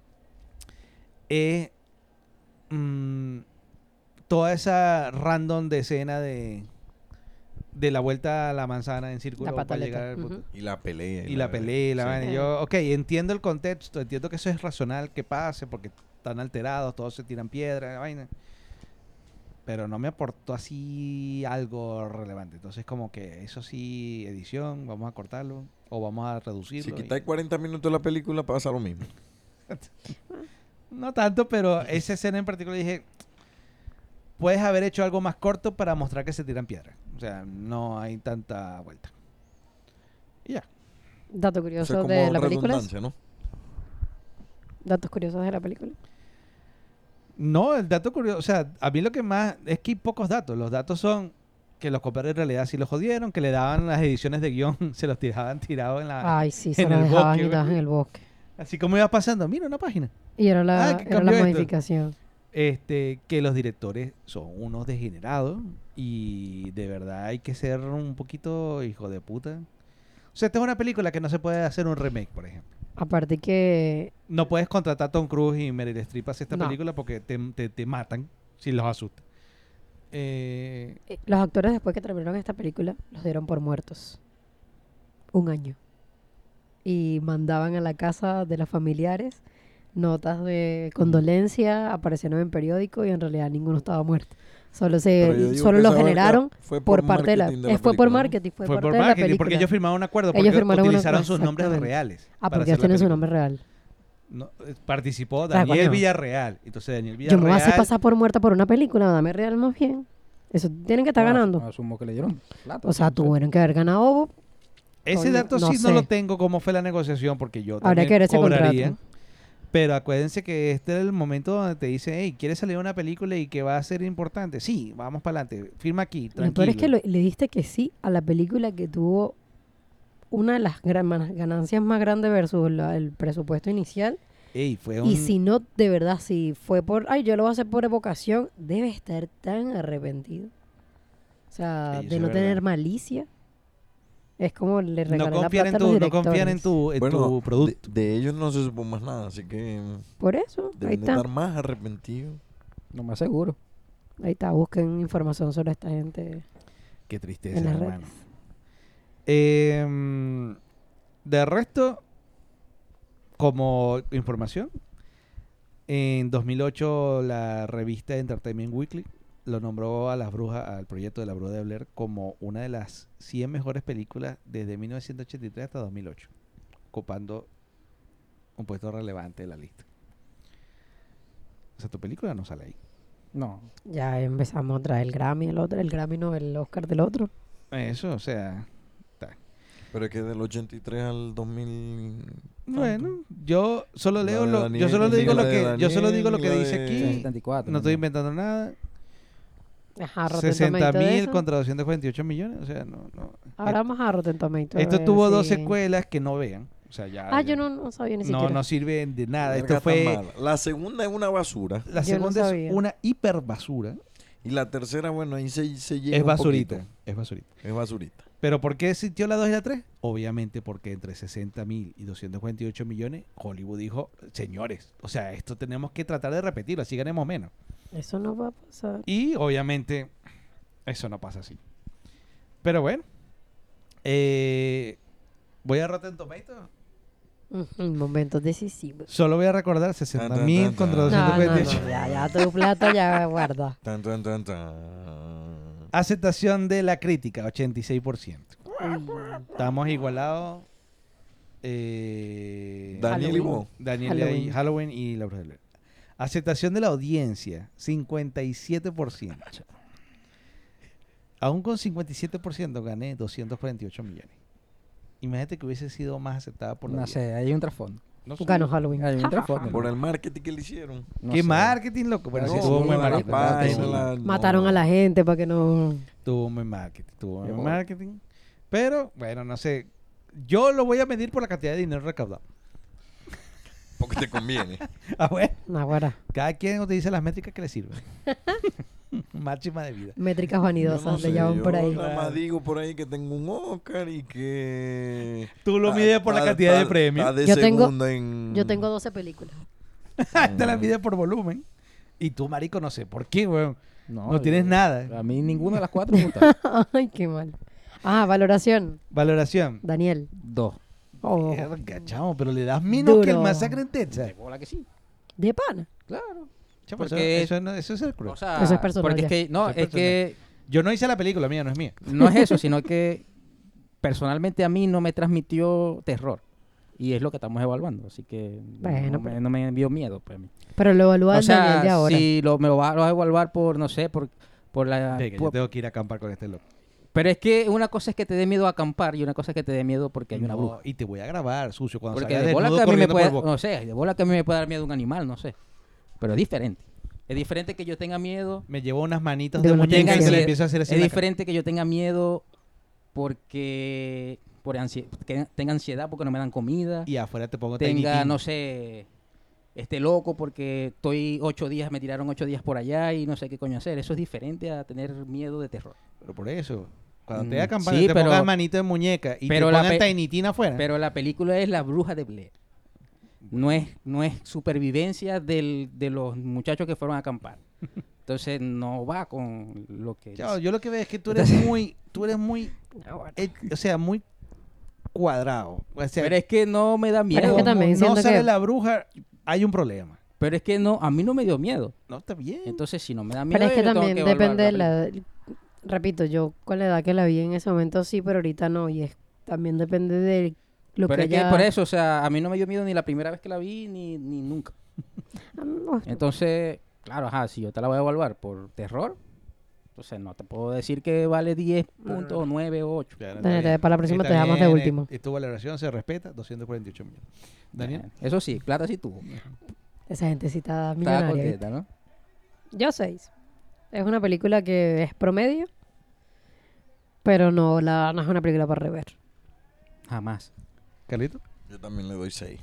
es toda esa random de escena de la vuelta a la manzana en círculo La para pataleta. llegar al punto. Ujú. Y la pelea. Y la pelea, y la sí. vaina. Yo, ok, entiendo el contexto, entiendo que eso es racional que pase porque están alterados, todos se tiran piedra, la vaina. Pero no me aportó así algo relevante. Entonces, como que eso sí, edición, vamos a cortarlo o vamos a Si reducirlo. quitáis 40 minutos de la película, pasa lo mismo. No tanto, pero esa escena en particular dije, puedes haber hecho algo más corto para mostrar que se tiran piedras. O sea, no hay tanta vuelta. Y ya. Dato Eso es curioso como de la película. redundancia, ¿no? Datos curiosos de la película. No, el dato curioso, o sea, a mí lo que más es que hay pocos datos. Los datos son que los compadres en realidad sí los jodieron, que le daban las ediciones de guión, se los tiraban tirados en la... Ay, sí, se en lo el dejaban bosque, y güey. en el bosque. Así como iba pasando, mira una página. Y era la, Ah, que era la cambió esto. modificación. Que los directores son unos degenerados y de verdad hay que ser un poquito hijo de puta. O sea, esta es una película que no se puede hacer un remake, por ejemplo. Aparte que No puedes contratar a Tom Cruise y Meryl Streep a hacer esta No. película porque te matan si los asustas. los actores después que terminaron esta película los dieron por muertos. 1 año. Y mandaban a la casa de los familiares notas de condolencia, aparecieron en periódico y en realidad ninguno estaba muerto. Solo Pero yo digo solo que lo esa vaina generaron fue por parte de la... marketing de fue por película, ¿no? marketing, fue, Fue parte por de la marketing, película. porque ellos firmaron un acuerdo, Ellos porque firmaron una- utilizaron sus nombres exactamente. reales. Ah, para porque hacer ellos la tienen su película. nombre real. No, participó O sea, Daniel coño. Villarreal. Entonces Daniel Yo Villarreal... me voy a hacer pasar por muerta por una película, dame real más bien. Eso tienen que estar ganando. Asumo que le dieron plata. O sea, no sé. tuvieron que haber ganado. Ese Coño, dato no sí no sé. lo tengo cómo fue la negociación porque yo Habría también que ver ese cobraría. contrato. Pero acuérdense que este es el momento donde te dice, hey, ¿quieres salir una película y que va a ser importante? Sí, vamos para adelante. Firma aquí, Lo tranquilo. peor es que le diste que sí a la película que tuvo una de las ganancias más grandes versus el presupuesto inicial. Ey, fue Y si no, de verdad, si fue por, ay, yo lo voy a hacer por evocación, debe estar tan arrepentido. O sea, Sí, eso de es no verdad. tener malicia. Es como le no regalé la confiar plata en a los tu, no directores. confiar en tu producto. De ellos no se supo más nada, así que Por eso, ahí deben de está. estar más arrepentidos. No más seguro. Ahí está, busquen información sobre esta gente Qué tristeza, en las hermano. redes. De resto, como información, en 2008 la revista Entertainment Weekly lo nombró a Las Brujas, al proyecto de La Bruja de Blair, como una de las 100 mejores películas desde 1983 hasta 2008, ocupando un puesto relevante de la lista. O sea, tu película no sale ahí. No. Ya empezamos a traer el Grammy, el Grammy no, el Oscar del otro. Eso, o sea... Pero es que del 83 al 2000... Bueno, yo solo La leo de lo, Daniel, yo solo la digo lo de que, yo solo Daniel, digo lo que la dice de- aquí. 74. No estoy inventando nada. Ajá, Rotten 60 Tomatoes de mil eso. contra 248 millones. O sea, no. Ahora vamos a Rotten Tomatoes. Esto a ver tuvo 2 si- secuelas que no vean. O sea, ya. Ah, ya- yo no sabía ni no, siquiera. no sirven de nada. Verga, Esto tan fue. mala. La segunda es una basura. La Yo no segunda es sabía. una hiper basura. Y la tercera, bueno, ahí se llega Es un basurita. poquito. Es basurita. Es basurita. ¿Pero por qué sintió la 2 y la 3? Obviamente porque entre 60 mil y 248 millones, Hollywood dijo, señores, o sea, esto tenemos que tratar de repetirlo, así ganemos menos. Eso no va a pasar. Y obviamente eso no pasa así. Pero bueno, voy a Rotten Tomatoes. Momentos decisivos. Solo voy a recordar 60 Tan, tan, mil tan, contra tan. No, 248. ya tu plato ya guarda. Tan, tan, tan, tan. Aceptación de la crítica, 86%. Estamos igualados. Daniel y Halloween. vos. Daniel y Halloween y La Bruja de Blair. Aceptación de la audiencia, 57%. Aún con 57% gané 248 millones. Imagínate que hubiese sido más aceptada por la No audiencia. sé, hay un trasfondo. No sé. Ganó Halloween. Hay un trasfondo. Por el marketing que le hicieron. No ¿Qué sé. marketing, loco? Bueno, sí, No, tuvo un buen la marketing. página, Tuvo- la- Mataron no. a la gente para que no... Tuvo un buen marketing. Tuvo un Qué buen bueno. marketing. Pero, bueno, no sé. Yo lo voy a medir por la cantidad de dinero recaudado. Porque te conviene. Ah, bueno. Naguará. Cada quien utiliza las métricas que le sirven. Máxima de vida. Métricas Yo vanidosas no le sé, llaman por yo ahí. nada más digo por ahí que tengo un Oscar y que... Tú lo mides por la cantidad de premios. de Yo tengo- segunda en... Yo tengo 12 películas. Te la mides por volumen. Y tú, marico, no sé por qué, weón. No yo- tienes nada. A mí ninguna de las cuatro me gusta. Ay, qué mal. Ah, valoración. Valoración. Daniel. 2. Oh, Verga, chamo, pero le das menos que el Duro. masacre en Texas. De bola que sí. de pana. Claro. Chamo, Porque- eso es el cruel. O sea, Eso es personal porque ya. es que, no, Eso es es que Yo no hice la película, mía no es mía. no es eso, sino que personalmente a mí no me transmitió terror. Y es lo que estamos evaluando, así que Bueno, no, pero- no me dio miedo. Pues, a mí. Pero lo evalúa O el Daniel de sea, ahora. si lo vas a evaluar por, no sé, por la... De que yo por- tengo que ir a acampar con este loco. pero es que una cosa es que te dé miedo acampar y una cosa es que te dé miedo porque hay una No, bruja. y te voy a grabar, sucio, cuando Porque salga de bola desnudo que a mí me corriendo por el puede, bosque. no sé, de bola que a mí me puede dar miedo un animal, no sé. Pero es diferente. Es diferente que yo tenga miedo. Me llevo unas manitas De de una muñeca y tenga se le ansiedad. empiezo a hacer así Es en la diferente que yo tenga miedo porque que tenga ansiedad porque no me dan comida. cara. Y afuera te pongo Tiny Tenga, Tim. no sé, esté loco porque estoy 8 días, me tiraron 8 días por allá y no sé qué coño hacer. Eso es diferente a tener miedo de terror. Pero por eso, cuando te Mm, acampar, sí, te pero- pongas manito de muñeca y pero te la pongan pe- Tiny Tina afuera. Pero la película es La Bruja de Blair. No es supervivencia de los muchachos que fueron a acampar. Entonces no va con lo que... Chao, yo lo que veo es que tú eres muy, o sea, muy cuadrado. O sea, Pero es que no me da Pero es miedo. que también no siento sale que- la bruja, hay un problema. Pero es que no, a mí no me dio miedo. No, está bien. Entonces si no me da miedo... Pero es que yo tengo también evaluar depende de película. la... Repito, yo con la edad que la vi en ese momento sí, pero ahorita no. Y es también depende de lo Pero que es que ella... por eso, o sea, a mí no me dio miedo ni la primera vez que la vi, ni nunca. No, Entonces, claro, ajá, si yo te la voy a evaluar por terror, entonces no te puedo decir que vale 10 puntos, 9 o 8. Ya, no, Daniel, está bien. para la próxima Está te dejamos de bien, último. Tu valoración se respeta, 248 millones. Daniel, Eso sí, plata sí tuvo. esa gentecita Estaba millonaria. contenta, ¿no? Yo 6. Es una película que es promedio, pero no es una película para rever. Jamás. Carlito, Yo también le doy 6.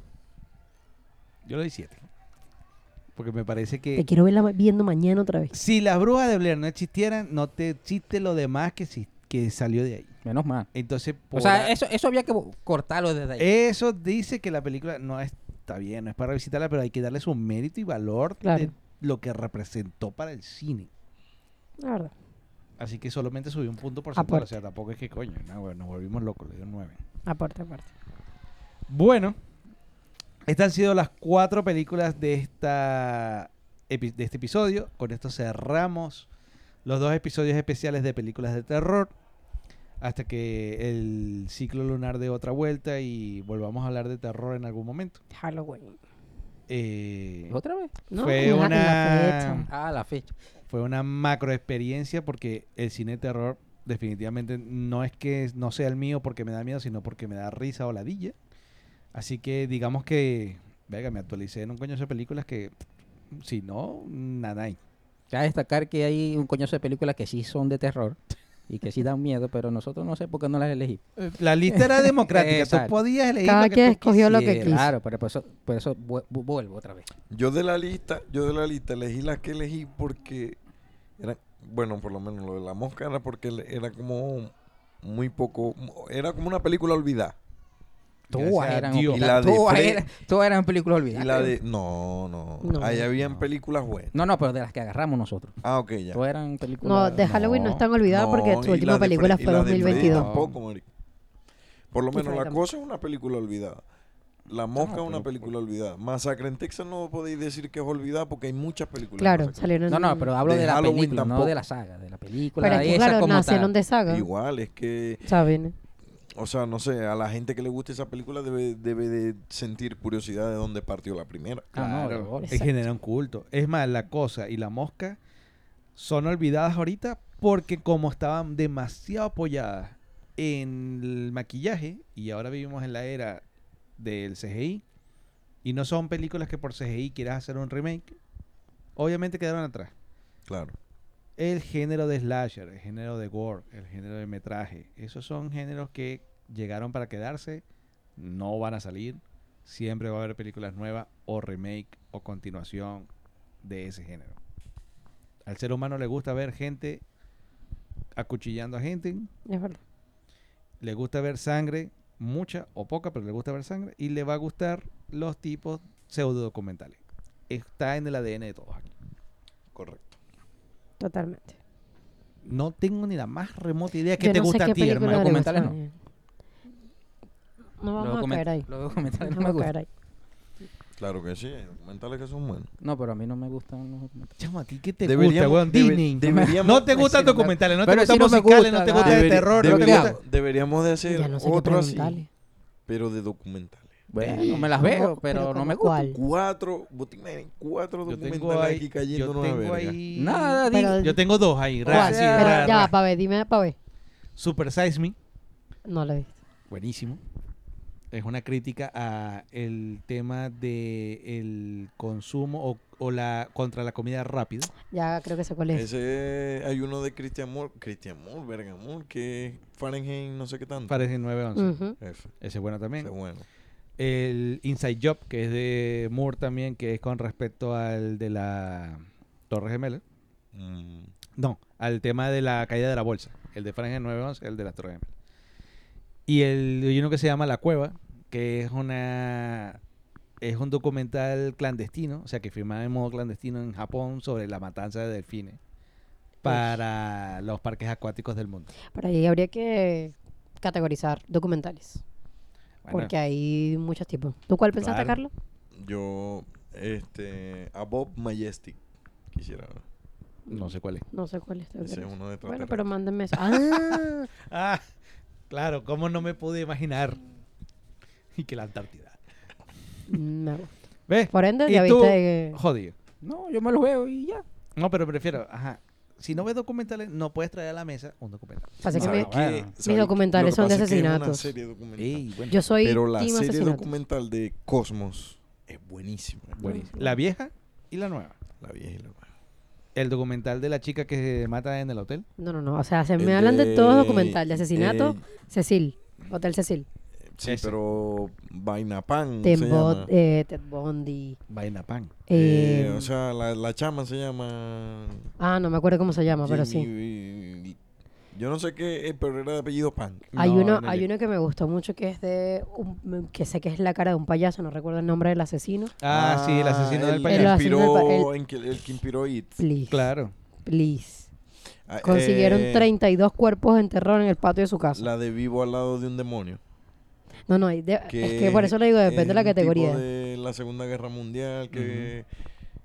yo le doy 7. Porque me parece que Te quiero verla viendo mañana otra vez. si las brujas de Blair no existieran, no te existe lo demás que salió de ahí. Menos mal. Entonces, O sea, eso había que cortarlo desde ahí. eso dice que la película no está bien, no es para revisitarla, pero hay que darle su mérito y valor Claro. de lo que representó para el cine. La verdad. Así que solamente subió un punto porcentual. Aporte. O sea, tampoco es que coño, no, bueno, nos volvimos locos, le dio 9. Aparte. Bueno, estas han sido las 4 películas de esta de este episodio. Con esto cerramos los 2 episodios especiales de películas de terror. Hasta que el ciclo lunar dé otra vuelta y volvamos a hablar de terror en algún momento. Halloween. ¿Otra vez? No, Fue en la una fecha. Ah, la fecha. fue una macro experiencia porque el cine de terror definitivamente no es que no sea el mío porque me da miedo, sino porque me da risa o ladilla. Así que digamos que, venga, me actualicé en un coño de películas que, si no, nada hay. Cabe destacar que hay un coñazo de películas que sí son de terror y que sí dan miedo, pero nosotros no sé por qué no las elegí. La lista era democrática, tú Exacto. podías elegir Cada lo que quien tú escogió lo que quisieras. quiso. Claro, pero por eso vuelvo otra vez. Yo de la lista elegí las que elegí porque era, bueno, por lo menos lo de la mosca era porque era como muy poco, era como una película olvidada. Gracias Todas a eran Dios. Y la de Fred- todas eran películas olvidadas. Y la de, no, No. ahí habían películas buenas. No, pero de las que agarramos nosotros. Ah, ok, ya. Todas eran películas... No, de Halloween no están olvidadas porque No, su y última la de película Freddy- fue y la de Freddy 2022. tampoco, marico. Por lo Y menos Freddy La tampoco. Cosa es una película olvidada. La Mosca es una pero- película olvidada. Masacre en Texas no podéis decir que es olvidada porque hay muchas películas. de Claro, Masacre. salieron. No, pero hablo De de la Halloween película, no tampoco. de la saga, de la película. Pero es que, esa claro, como nacieron tal. de saga. Igual, es que, ¿Saben? o sea, no sé, a la gente que le guste esa película debe de sentir curiosidad de dónde partió la primera. Ah, no, de Claro, bola. es genera un culto. Es más, La Cosa y La Mosca son olvidadas ahorita porque como estaban demasiado apoyadas en el maquillaje y ahora vivimos en la era del CGI y no son películas que por CGI quieras hacer un remake, obviamente quedaron atrás. Claro. El género de slasher, el género de gore, el género de metraje, esos son géneros que llegaron para quedarse, no van a salir, siempre va a haber películas nuevas o remake o continuación de ese género. Al ser humano le gusta ver gente acuchillando a gente, Es verdad. le gusta ver sangre, mucha o poca, pero le gusta ver sangre y le va a gustar los tipos pseudo documentales. Está en el ADN de todos aquí. Correcto. Totalmente. No tengo ni la más remota idea que Yo te no sé gusta qué a ti, película hermano. le Documentales gusta. No vamos a caer ahí. Los documentales No no me vamos a caer gustan. ahí. Claro que sí, hay documentales que son buenos. No, pero a mí no me gustan los documentales. Chamo, ¿a ti qué te Deberíamos- gusta, weón? debe- Disney. deberíamos- No te gustan Sí, no me- documentales, no te pero gustan sí no me musicales, gusta, no te gusta ah. de terror, no te debería- gusta... Deberíamos de hacer Ya no sé qué otro así, preguntarle. pero de documentales. Bueno, no me las veo, ¿Cómo? pero no ¿cómo me gustan. cuál? Cuatro Yo documentales tengo ahí, aquí yo cayendo una tengo verga. ahí... Nada, Pero- Yo tengo 2 ahí, ¿Cuál? ra, sí, Pero Pero ra, ya, ra. pa' ver, dime pa' ver. Super Size Me, No lo he visto. buenísimo. Es una crítica a el tema de el consumo o la contra la comida rápida. Ya creo que sé cuál es. Ese hay uno de Christian Moore, verga Moore, que es Fahrenheit no sé qué tanto. Parece 911. Ujú. Ese, Ese es bueno también. ese es bueno. El Inside Job, que es de Moore también, que es con respecto al de la Torre Gemela. Mm, No, al tema de la caída de la bolsa. El de Fahrenheit 911, el de las Torres Gemelas. Y hay uno que se llama La Cueva, que es un documental clandestino, o sea, que filmaba en modo clandestino en Japón sobre la matanza de delfines para los parques acuáticos del mundo. Por ahí habría que categorizar documentales. Bueno, Porque hay muchos tipos. ¿Tú cuál pensaste, Claro. Carlos? yo, Above Majestic, quisiera ver. no sé cuál es. No sé cuál es. Ese es uno de Bueno, extraterrestres. pero mándenme eso. Ah, Ah, claro, ¿cómo no me pude imaginar? Y que la Antártida. me gusta. ¿Ves? Por ende, ¿Y ya tú? viste que... Jodido. No, yo me los veo y ya. No, pero prefiero, si no ves documentales, no puedes traer a la mesa un documental. Pasa que ¿Sabes me- qué? bueno. ¿Sabes documentales lo que son de pasa es que es una asesinatos. serie documental. Bueno, Yo soy Pero la team serie asesinatos. documental de Cosmos es buenísima. buenísimo. La vieja y la nueva. La vieja y la nueva. El documental de la chica que se mata en el hotel. No. O sea, se El me hablan de todos de- documental. De asesinato, Cecil. Hotel Cecil. Sí, Ese. pero Vaina Pan Ted, se llama. Ted Bundy. Vaina Pan. O sea, la chama se llama... No me acuerdo cómo se llama, pero sí. Jamie- Yo no sé qué, pero era de apellido Pan. Hay No, uno, no hay llego. uno que me gustó mucho que es que sé que es la cara de un payaso, no recuerdo el nombre del asesino. Ah, sí, el asesino del El payaso. asesino del El que inspiró It. Please. Claro. Please. Ah, Consiguieron 32 cuerpos enterrados en el patio de su casa. La de Vivo al lado de un demonio. No, es que por eso le digo, depende de la es un categoría. tipo de la Segunda Guerra Mundial que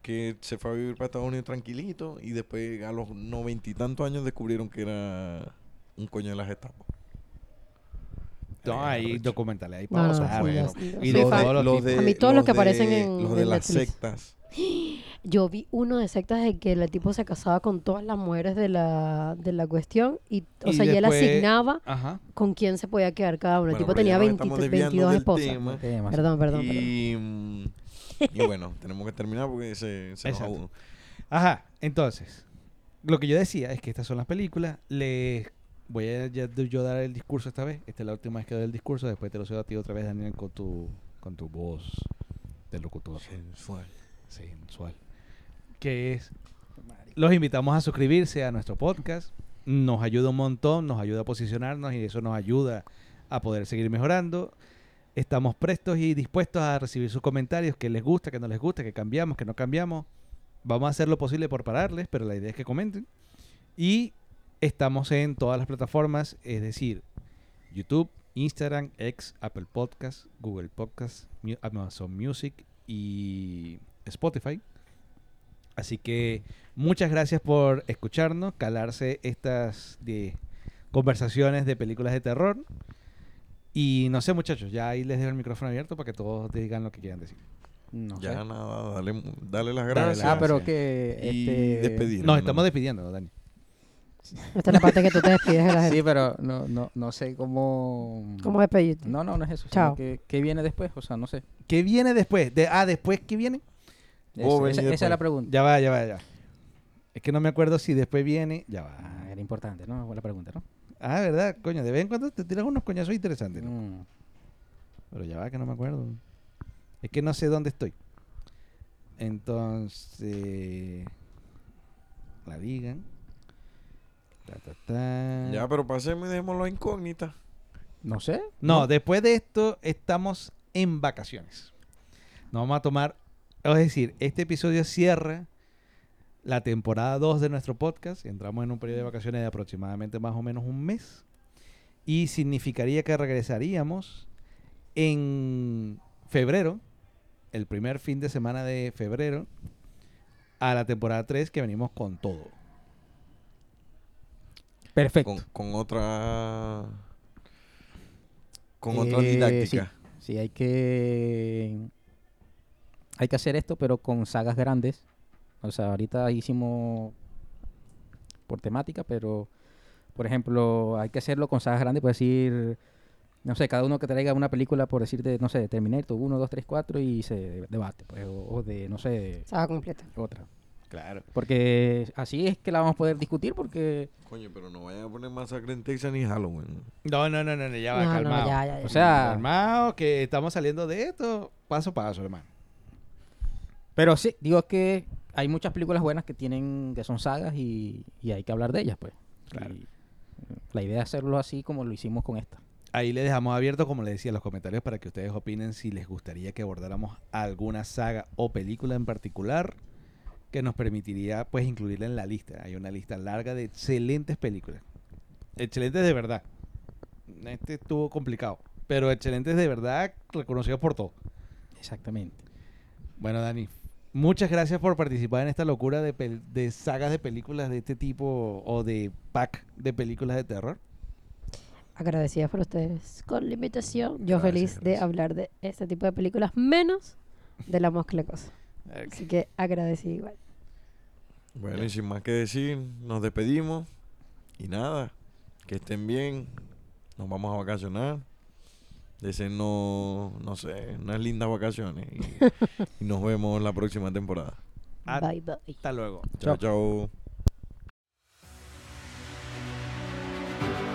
que se fue a vivir para Estados Unidos tranquilito y después a los 90 y tantos años descubrieron que era un coño de la Gestapo. No, hay Arrecho. documentales ahí No, para no, saber. sí, Bueno, yo y soy de fan. todos los tipos. A mí todos los que de- aparecen en- los de en las Netflix. sectas. Yo vi uno de sectas de que el tipo se casaba con todas las mujeres de la cuestión y, o Y sea, y él después- asignaba Ajá. con quién se podía quedar cada uno. El Bueno, tipo pero tenía ya nos 20 estamos desviando 22 del esposas. tema. Temas. Perdón. Y bueno, tenemos que terminar porque se nos Exacto. Ajá, entonces, lo que yo decía es que estas son las películas. Les voy a yo dar el discurso esta vez. Esta es la última vez que doy el discurso. Después te lo cedo a ti otra vez, Daniel, con tu voz de locutor sensual. sensual. Que es, los invitamos a suscribirse a nuestro podcast. Nos ayuda un montón, nos ayuda a posicionarnos y eso nos ayuda a poder seguir mejorando. Estamos prestos y dispuestos a recibir sus comentarios, que les gusta, que no les gusta, que cambiamos, que no cambiamos. Vamos a hacer lo posible por pararles, pero la idea es que comenten. Y estamos en todas las plataformas, es decir, YouTube, Instagram, X, Apple Podcasts, Google Podcasts, Amazon Music y Spotify. Así que muchas gracias por escucharnos, calarse estas conversaciones de películas de terror. Y no sé, muchachos, ya ahí les dejo el micrófono abierto para que todos digan lo que quieran decir. No sé. Ya nada, dale las Dale gracias. las pero gracias. que... y este, despedirnos. Nos estamos despidiendo, Dani. Esta es la parte que tú te despides de la gente. Sí, pero no sé cómo... ¿Cómo despedirte? No es eso. Chao. Sino ¿qué viene después? O sea, no sé. ¿Qué viene después? ¿Después qué viene? Vos venís Esa después. es la pregunta. Ya va. Es que no me acuerdo si después viene. Ya va. Era importante, ¿no? Fue la pregunta, ¿no? Ah, ¿verdad? Coño, de vez en cuando te tiran unos coñazos interesantes, ¿no? Mm. Pero ya va, que no me acuerdo. Es que no sé dónde estoy. Entonces... La digan. Ya, pero pasemos y dejémoslo incógnita. No sé. No, después de esto estamos en vacaciones. Nos vamos a tomar... Es decir, este episodio cierra la temporada 2 de nuestro podcast. Entramos en un periodo de vacaciones de aproximadamente más o menos un mes. Y significaría que regresaríamos en febrero, el primer fin de semana de febrero, a la temporada 3 que venimos con todo. Perfecto. Con otra... Con otra didáctica. Sí, hay que hacer esto, pero con sagas grandes. O sea, ahorita hicimos por temática, pero por ejemplo, hay que hacerlo con sagas grandes, por decir, no sé, cada uno que traiga una película, por decirte, no sé, Terminator 1, 2, 3, 4 y se debate, pues, o de, no sé, Saga completa. otra. Claro. Porque así es que la vamos a poder discutir, porque, Coño, pero no vayan a poner Masacre en Texas ni Halloween. No, ya va, No, calmado. ya. o sea, Calmado, que estamos saliendo de esto paso a paso, hermano. pero sí, digo que hay muchas películas buenas que son sagas y hay que hablar de ellas, pues. Claro. Y la idea es hacerlo así como lo hicimos con esta. Ahí le dejamos abierto, como les decía, los comentarios para que ustedes opinen si les gustaría que abordáramos alguna saga o película en particular que nos permitiría pues incluirla en la lista. Hay una lista larga de excelentes películas. Excelentes de verdad. Este estuvo complicado, pero excelentes de verdad, reconocidos por todos. Exactamente. Bueno, Dani, muchas gracias por participar en esta locura de sagas de películas de este tipo o de pack de películas de terror. Agradecida por ustedes con la invitación. Yo Gracias, feliz de gracias. hablar de este tipo de películas, menos de La Mosca y la Cosa. Así que agradecida igual. Bueno, y sin más que decir, nos despedimos. Y nada, que estén bien. Nos vamos a vacacionar. Deseennos, no sé, unas lindas vacaciones. Y nos vemos la próxima temporada. Bye, bye. Hasta luego. Chao, chao.